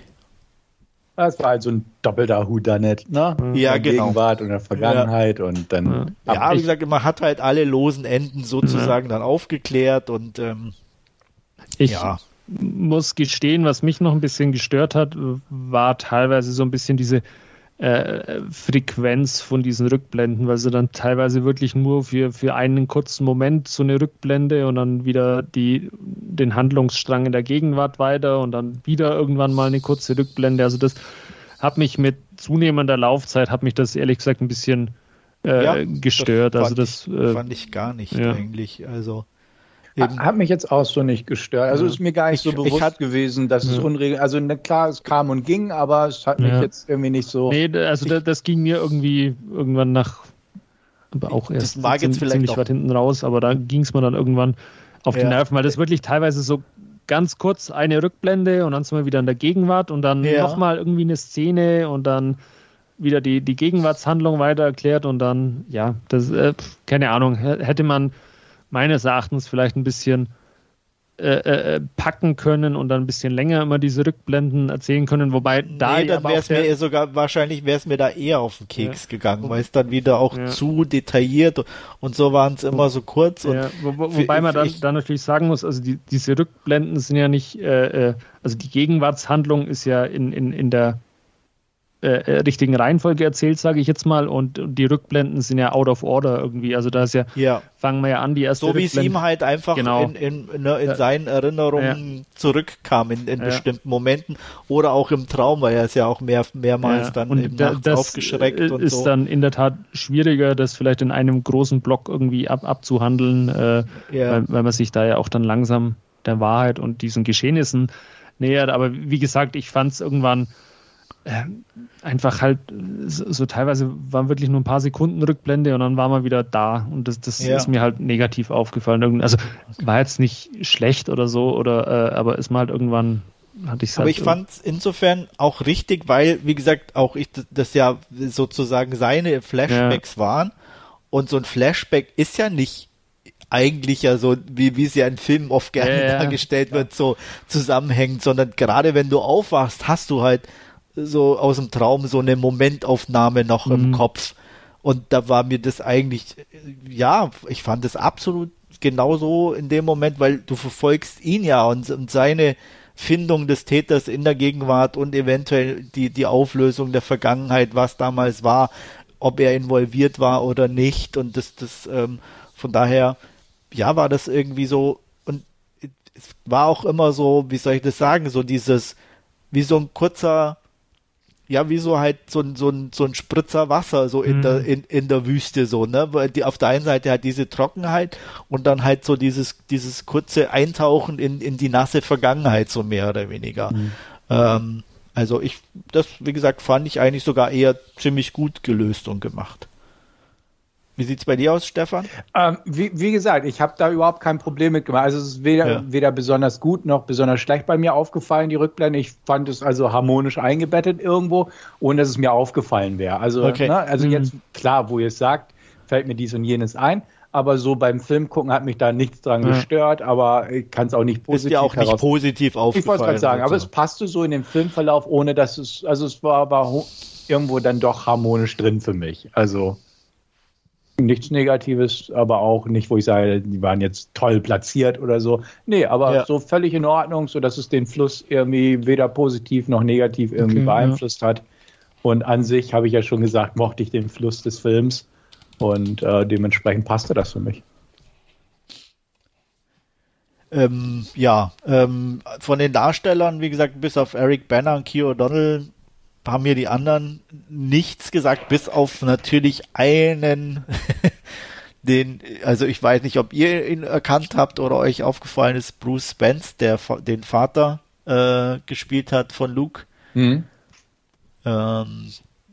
Es war halt so ein doppelter Whodunit, ne? Ja, In der genau. Gegenwart und der Vergangenheit und dann. Ja. Ja, wie ich- gesagt, man hat halt alle losen Enden sozusagen dann aufgeklärt und ähm, ich ja. muss gestehen, was mich noch ein bisschen gestört hat, war teilweise so ein bisschen diese äh, Frequenz von diesen Rückblenden, weil sie dann teilweise wirklich nur für, für einen kurzen Moment so eine Rückblende und dann wieder die, den Handlungsstrang in der Gegenwart weiter und dann wieder irgendwann mal eine kurze Rückblende. Also das hat mich mit zunehmender Laufzeit, hat mich das ehrlich gesagt ein bisschen äh, Ja, gestört. Das Also fand das ich, äh, fand ich gar nicht ja. eigentlich. Also Ha- eben, Hat mich jetzt auch so nicht gestört. Also Ja. ist mir gar nicht Ich- so ich bewusst hat- gewesen, dass es Ja. unregel. Also na klar, es kam und ging, aber es hat mich Ja. jetzt irgendwie nicht so. nee, also das, das ging mir irgendwie irgendwann nach, aber auch Das erst mag jetzt ziemlich, vielleicht ziemlich auch- weit hinten raus, aber da ging es mir dann irgendwann auf die Ja. Nerven, weil das wirklich teilweise so ganz kurz eine Rückblende und dann sind wir wieder in der Gegenwart und dann Ja. nochmal irgendwie eine Szene und dann wieder die, die Gegenwartshandlung weiter erklärt und dann, ja, das, äh, pf, keine Ahnung, h- hätte man meines Erachtens vielleicht ein bisschen äh, äh, packen können und dann ein bisschen länger immer diese Rückblenden erzählen können, wobei da nee, dann aber wäre auch es mir der- eher sogar, wahrscheinlich wäre es mir da eher auf den Keks Ja. gegangen, weil es dann wieder auch Ja. zu detailliert und so waren es immer so kurz und Ja, wo, wo, für- wobei man für dann, ich- dann natürlich sagen muss, also die, diese Rückblenden sind ja nicht, äh, äh, also die Gegenwartshandlung ist ja in, in, in der äh, äh, richtigen Reihenfolge erzählt, sage ich jetzt mal, und, und die Rückblenden sind ja out of order irgendwie. Also da ist ja, ja. fangen wir ja an, die erste So wie es Rückblende- ihm halt einfach Genau. in, in, ne, in Ja. seinen Erinnerungen zurückkam in, in Ja. bestimmten Momenten oder auch im Traum, weil er ist ja auch mehr, mehrmals Ja, dann und eben da- nachts das aufgeschreckt äh, und ist so. dann in der Tat schwieriger, das vielleicht in einem großen Block irgendwie ab, abzuhandeln, äh, Ja. weil, weil man sich da ja auch dann langsam der Wahrheit und diesen Geschehnissen nähert. Aber wie gesagt, ich fand es irgendwann äh, einfach halt so, so teilweise waren wirklich nur ein paar Sekunden Rückblende und dann war man wieder da und das, das Ja. ist mir halt negativ aufgefallen. Irgend- Also war jetzt nicht schlecht oder so, oder äh, aber ist mir halt irgendwann hatte ich Aber ich fand es insofern auch richtig, weil, wie gesagt, auch ich das ja sozusagen seine Flashbacks ja. waren. Und so ein Flashback ist ja nicht eigentlich ja so, wie, wie es ja in Filmen oft gerne ja, dargestellt ja. wird, so zusammenhängend, sondern gerade wenn du aufwachst, hast du halt so aus dem Traum so eine Momentaufnahme noch mhm. im Kopf. Und da war mir das eigentlich, ja, ich fand es absolut genauso in dem Moment, weil du verfolgst ihn ja und, und seine Findung des Täters in der Gegenwart und eventuell die, die Auflösung der Vergangenheit, was damals war, ob er involviert war oder nicht. Und das, das, ähm, von daher, ja, war das irgendwie so, und es war auch immer so, wie soll ich das sagen, so dieses, wie so ein kurzer, ja, wie so halt so ein, so ein, so ein Spritzer Wasser so in mhm. der, in, in der Wüste so, ne, weil die auf der einen Seite hat diese Trockenheit und dann halt so dieses, dieses kurze Eintauchen in, in die nasse Vergangenheit, so mehr oder weniger. Mhm. Ähm, also ich, das, wie gesagt, fand ich eigentlich sogar eher ziemlich gut gelöst und gemacht. Wie sieht's bei dir aus, Stefan? Ähm, wie, wie gesagt, ich habe da überhaupt kein Problem mit gemacht. Also es ist weder, ja. weder besonders gut noch besonders schlecht bei mir aufgefallen, die Rückblende. Ich fand es also harmonisch eingebettet irgendwo, ohne dass es mir aufgefallen wäre. Also, okay. ne, also mhm. jetzt, klar, wo ihr es sagt, fällt mir dies und jenes ein. Aber so beim Film gucken hat mich da nichts dran ja. gestört, aber ich kann es auch nicht positiv Ist ja auch nicht heraus- positiv aufgefallen. Ich wollte es gerade sagen, aber so. es passte so in den Filmverlauf, ohne dass es, also es war aber ho- irgendwo dann doch harmonisch drin für mich. Also nichts Negatives, aber auch nicht, wo ich sage, die waren jetzt toll platziert oder so. Nee, aber ja. so völlig in Ordnung, sodass es den Fluss irgendwie weder positiv noch negativ irgendwie okay, beeinflusst ja. hat. Und an sich, habe ich ja schon gesagt, mochte ich den Fluss des Films und äh, dementsprechend passte das für mich. Ähm, ja, ähm, von den Darstellern, wie gesagt, bis auf Eric Bana und Keir O'Donnell haben mir die anderen nichts gesagt, bis auf natürlich einen, den, also ich weiß nicht, ob ihr ihn erkannt habt oder euch aufgefallen ist, Bruce Spence, der den Vater äh, gespielt hat von Luke. Mhm. Ähm,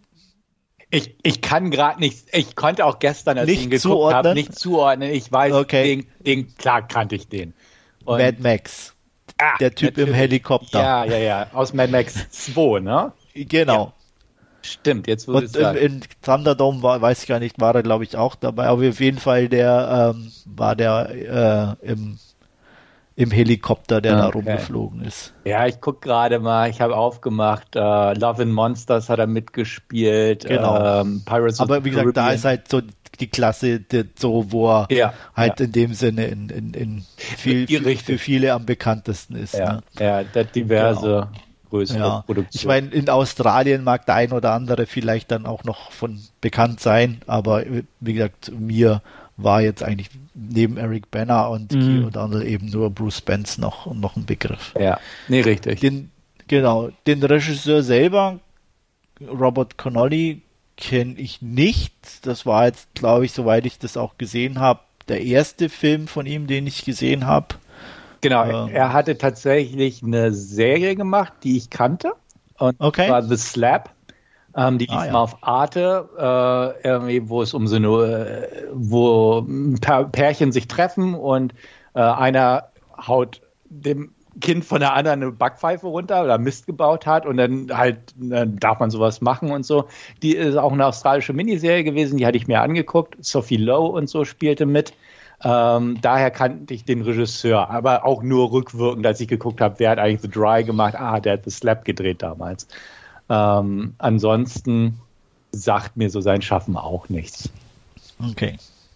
Ich, ich kann gerade nicht, ich konnte auch gestern, als nicht ich ihn geguckt habe, nicht zuordnen. Ich weiß, okay. den, den, klar kannte ich den. Und Mad Max, ah, der Typ natürlich. Im Helikopter. Ja, ja, ja, aus Mad Max zwei, ne? Genau. Ja. Stimmt, jetzt wo Und in, in Thunderdome war, weiß ich gar nicht, war er glaube ich auch dabei, aber auf jeden Fall der ähm, war der äh, im, im Helikopter, der okay. da rumgeflogen ist. Ja, ich gucke gerade mal, ich habe aufgemacht, äh, Love and Monsters hat er mitgespielt, genau. ähm, Pirates aber of wie gesagt, Caribbean. Da ist halt so die Klasse, die, so wo er ja, halt ja. in dem Sinne in, in, in viel, viel, für viele am bekanntesten ist. Ja, ne? ja der diverse genau. größere ja. Produktion. Ich meine, in Australien mag der ein oder andere vielleicht dann auch noch von bekannt sein, aber wie gesagt, mir war jetzt eigentlich neben Eric Bana und mhm. Keir O'Donnell eben nur Bruce Spence noch, noch ein Begriff. Ja, nee, richtig. Den, genau, den Regisseur selber, Robert Connolly, kenne ich nicht. Das war jetzt, glaube ich, soweit ich das auch gesehen habe, der erste Film von ihm, den ich gesehen habe. Genau, ähm, er hatte tatsächlich eine Serie gemacht, die ich kannte. Und okay. war The Slap. Ähm, die lief ah, ja. mal auf Arte, äh, irgendwie, wo es um so eine, wo ein paar Pärchen sich treffen und äh, einer haut dem Kind von der anderen eine Backpfeife runter oder Mist gebaut hat und dann halt dann darf man sowas machen und so. Die ist auch eine australische Miniserie gewesen, die hatte ich mir angeguckt. Sophie Lowe und so spielte mit. Ähm, daher kannte ich den Regisseur, aber auch nur rückwirkend, als ich geguckt habe, wer hat eigentlich The Dry gemacht. Ah, der hat The Slap gedreht damals. Ähm, ansonsten sagt mir so sein Schaffen auch nichts. Okay.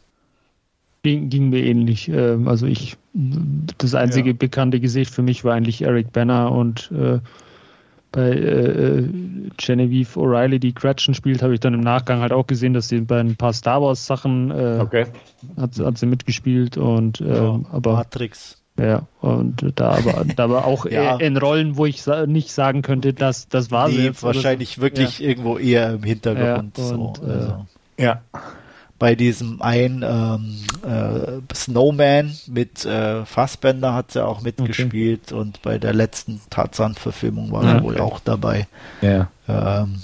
Ging, ging mir ähnlich. Ähm, also ich, das einzige ja. bekannte Gesicht für mich war eigentlich Eric Bana und äh, bei äh, Genevieve O'Reilly, die Gretchen spielt, habe ich dann im Nachgang halt auch gesehen, dass sie bei ein paar Star Wars Sachen äh, okay. hat, hat sie mitgespielt und ähm, ja, aber Matrix. Ja, und da aber, da aber auch ja. in Rollen, wo ich sa- nicht sagen könnte, dass das war nee, sie jetzt. Wahrscheinlich so. wirklich ja. irgendwo eher im Hintergrund. Ja, so. und, also. äh, ja. Bei diesem einen ähm, äh, Snowman mit äh, Fassbender hat sie auch mitgespielt okay. und bei der letzten Tarzan-Verfilmung war ja, sie wohl okay. auch dabei. Ja, ähm,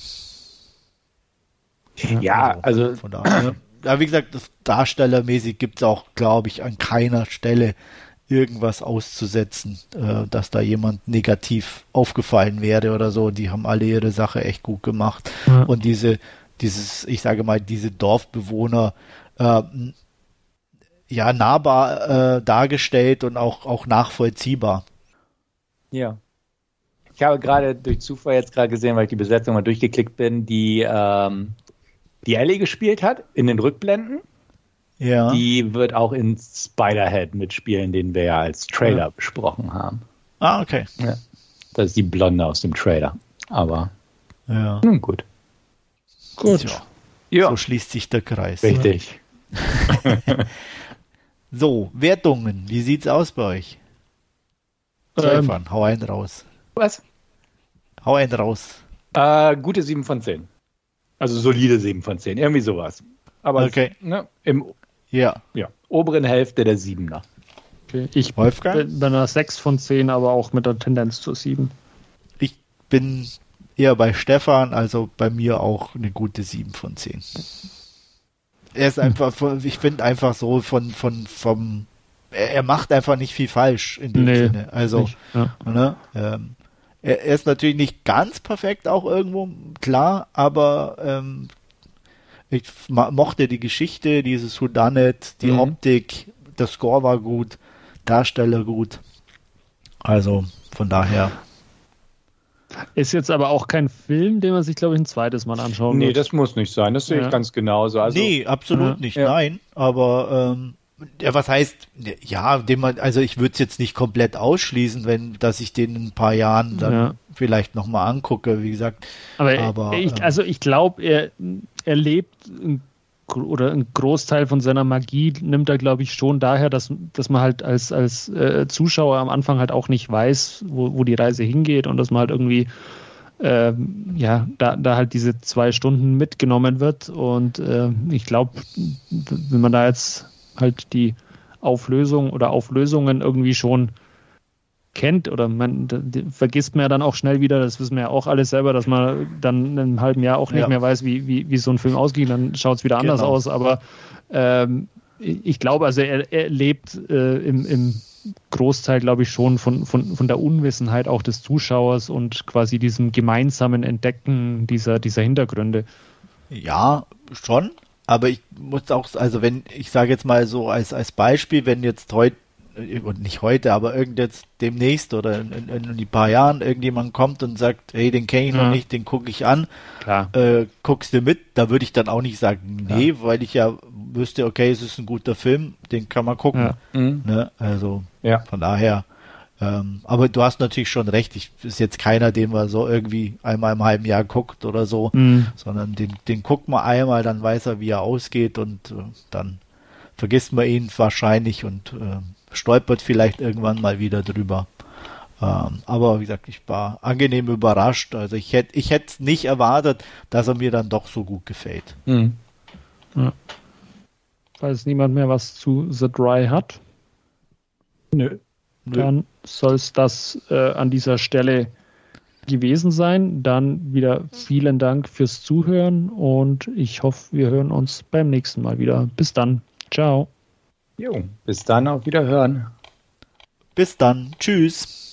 ja also, also von daher. Ja, wie gesagt, das darstellermäßig gibt es auch, glaube ich, an keiner Stelle irgendwas auszusetzen, äh, dass da jemand negativ aufgefallen wäre oder so. Die haben alle ihre Sache echt gut gemacht. Ja. Und diese, dieses, ich sage mal, diese Dorfbewohner äh, ja nahbar äh, dargestellt und auch, auch nachvollziehbar. Ja. Ich habe gerade durch Zufall jetzt gerade gesehen, weil ich die Besetzung mal durchgeklickt bin, die ähm, die Ellie gespielt hat in den Rückblenden. Ja. Die wird auch in Spider-Head mitspielen, den wir ja als Trailer ja. besprochen haben. Ah, okay. Ja. Das ist die Blonde aus dem Trailer. Aber ja. nun gut. Gut. Ja. Ja. So schließt sich der Kreis. Richtig. So, Wertungen. Wie sieht's aus bei euch? Ähm, Stefan, hau einen raus. Was? Hau einen raus. Äh, gute sieben von zehn. Also solide sieben von zehn. Irgendwie sowas. Aber okay. ne, im ja. Ja, oberen Hälfte der Siebener. Okay. Ich bin bei einer sechs von zehn, aber auch mit der Tendenz zur sieben. Ich bin eher bei Stefan, also bei mir auch eine gute sieben von zehn. Er ist einfach, ich finde einfach so von, von, vom, er macht einfach nicht viel falsch in dem nee, Sinne. Also, ja. ne, ähm, er, er ist natürlich nicht ganz perfekt auch irgendwo, klar, aber ähm, ich mochte die Geschichte, dieses Whodunit, die mhm. Optik, der Score war gut, Darsteller gut. Also, von daher. Ist jetzt aber auch kein Film, den man sich, glaube ich, ein zweites Mal anschauen Nee, wird. das muss nicht sein. Das sehe ja. ich ganz genauso. Also, nee, absolut ja. nicht, ja. nein. Aber ähm, ja, was heißt, ja, den man, also ich würde es jetzt nicht komplett ausschließen, wenn, dass ich den in ein paar Jahren dann ja. vielleicht nochmal angucke, wie gesagt. Aber, aber ich, ähm, also ich glaube, er, er lebt ein, oder ein Großteil von seiner Magie nimmt er, glaube ich, schon daher, dass, dass man halt als, als äh, Zuschauer am Anfang halt auch nicht weiß, wo, wo die Reise hingeht und dass man halt irgendwie ähm, ja, da, da halt diese zwei Stunden mitgenommen wird und äh, ich glaube, wenn man da jetzt halt die Auflösung oder Auflösungen irgendwie schon kennt oder man die, vergisst man ja dann auch schnell wieder, das wissen wir ja auch alle selber, dass man dann in einem halben Jahr auch nicht ja. mehr weiß, wie, wie, wie so ein Film ausgeht, dann schaut es wieder anders genau. aus, aber ähm, ich glaube, also er, er lebt äh, im, im Großteil, glaube ich, schon von, von, von der Unwissenheit auch des Zuschauers und quasi diesem gemeinsamen Entdecken dieser, dieser Hintergründe. Ja, schon, aber ich muss auch, also wenn, ich sage jetzt mal so als, als Beispiel, wenn jetzt heute und nicht heute, aber irgend jetzt demnächst oder in, in, in ein paar Jahren irgendjemand kommt und sagt, hey, den kenne ich ja. noch nicht, den gucke ich an, Klar. Äh, guckst du mit, da würde ich dann auch nicht sagen, nee, ja. weil ich ja wüsste, okay, es ist ein guter Film, den kann man gucken. Ja. Mhm. Ne? Also ja. von daher, ähm, aber du hast natürlich schon recht, ich ist jetzt keiner, den man so irgendwie einmal im halben Jahr guckt oder so, mhm. sondern den, den guckt man einmal, dann weiß er, wie er ausgeht und äh, dann vergisst man ihn wahrscheinlich und äh, stolpert vielleicht irgendwann mal wieder drüber. Ähm, aber wie gesagt, ich war angenehm überrascht. Also ich hätte ich hätte nicht erwartet, dass er mir dann doch so gut gefällt. Mhm. Ja. Falls niemand mehr was zu The Dry hat, Nö. dann soll es das äh, an dieser Stelle gewesen sein. Dann wieder vielen Dank fürs Zuhören und ich hoffe, wir hören uns beim nächsten Mal wieder. Bis dann. Ciao. Jo, bis dann, auf Wiederhören. Bis dann. Tschüss.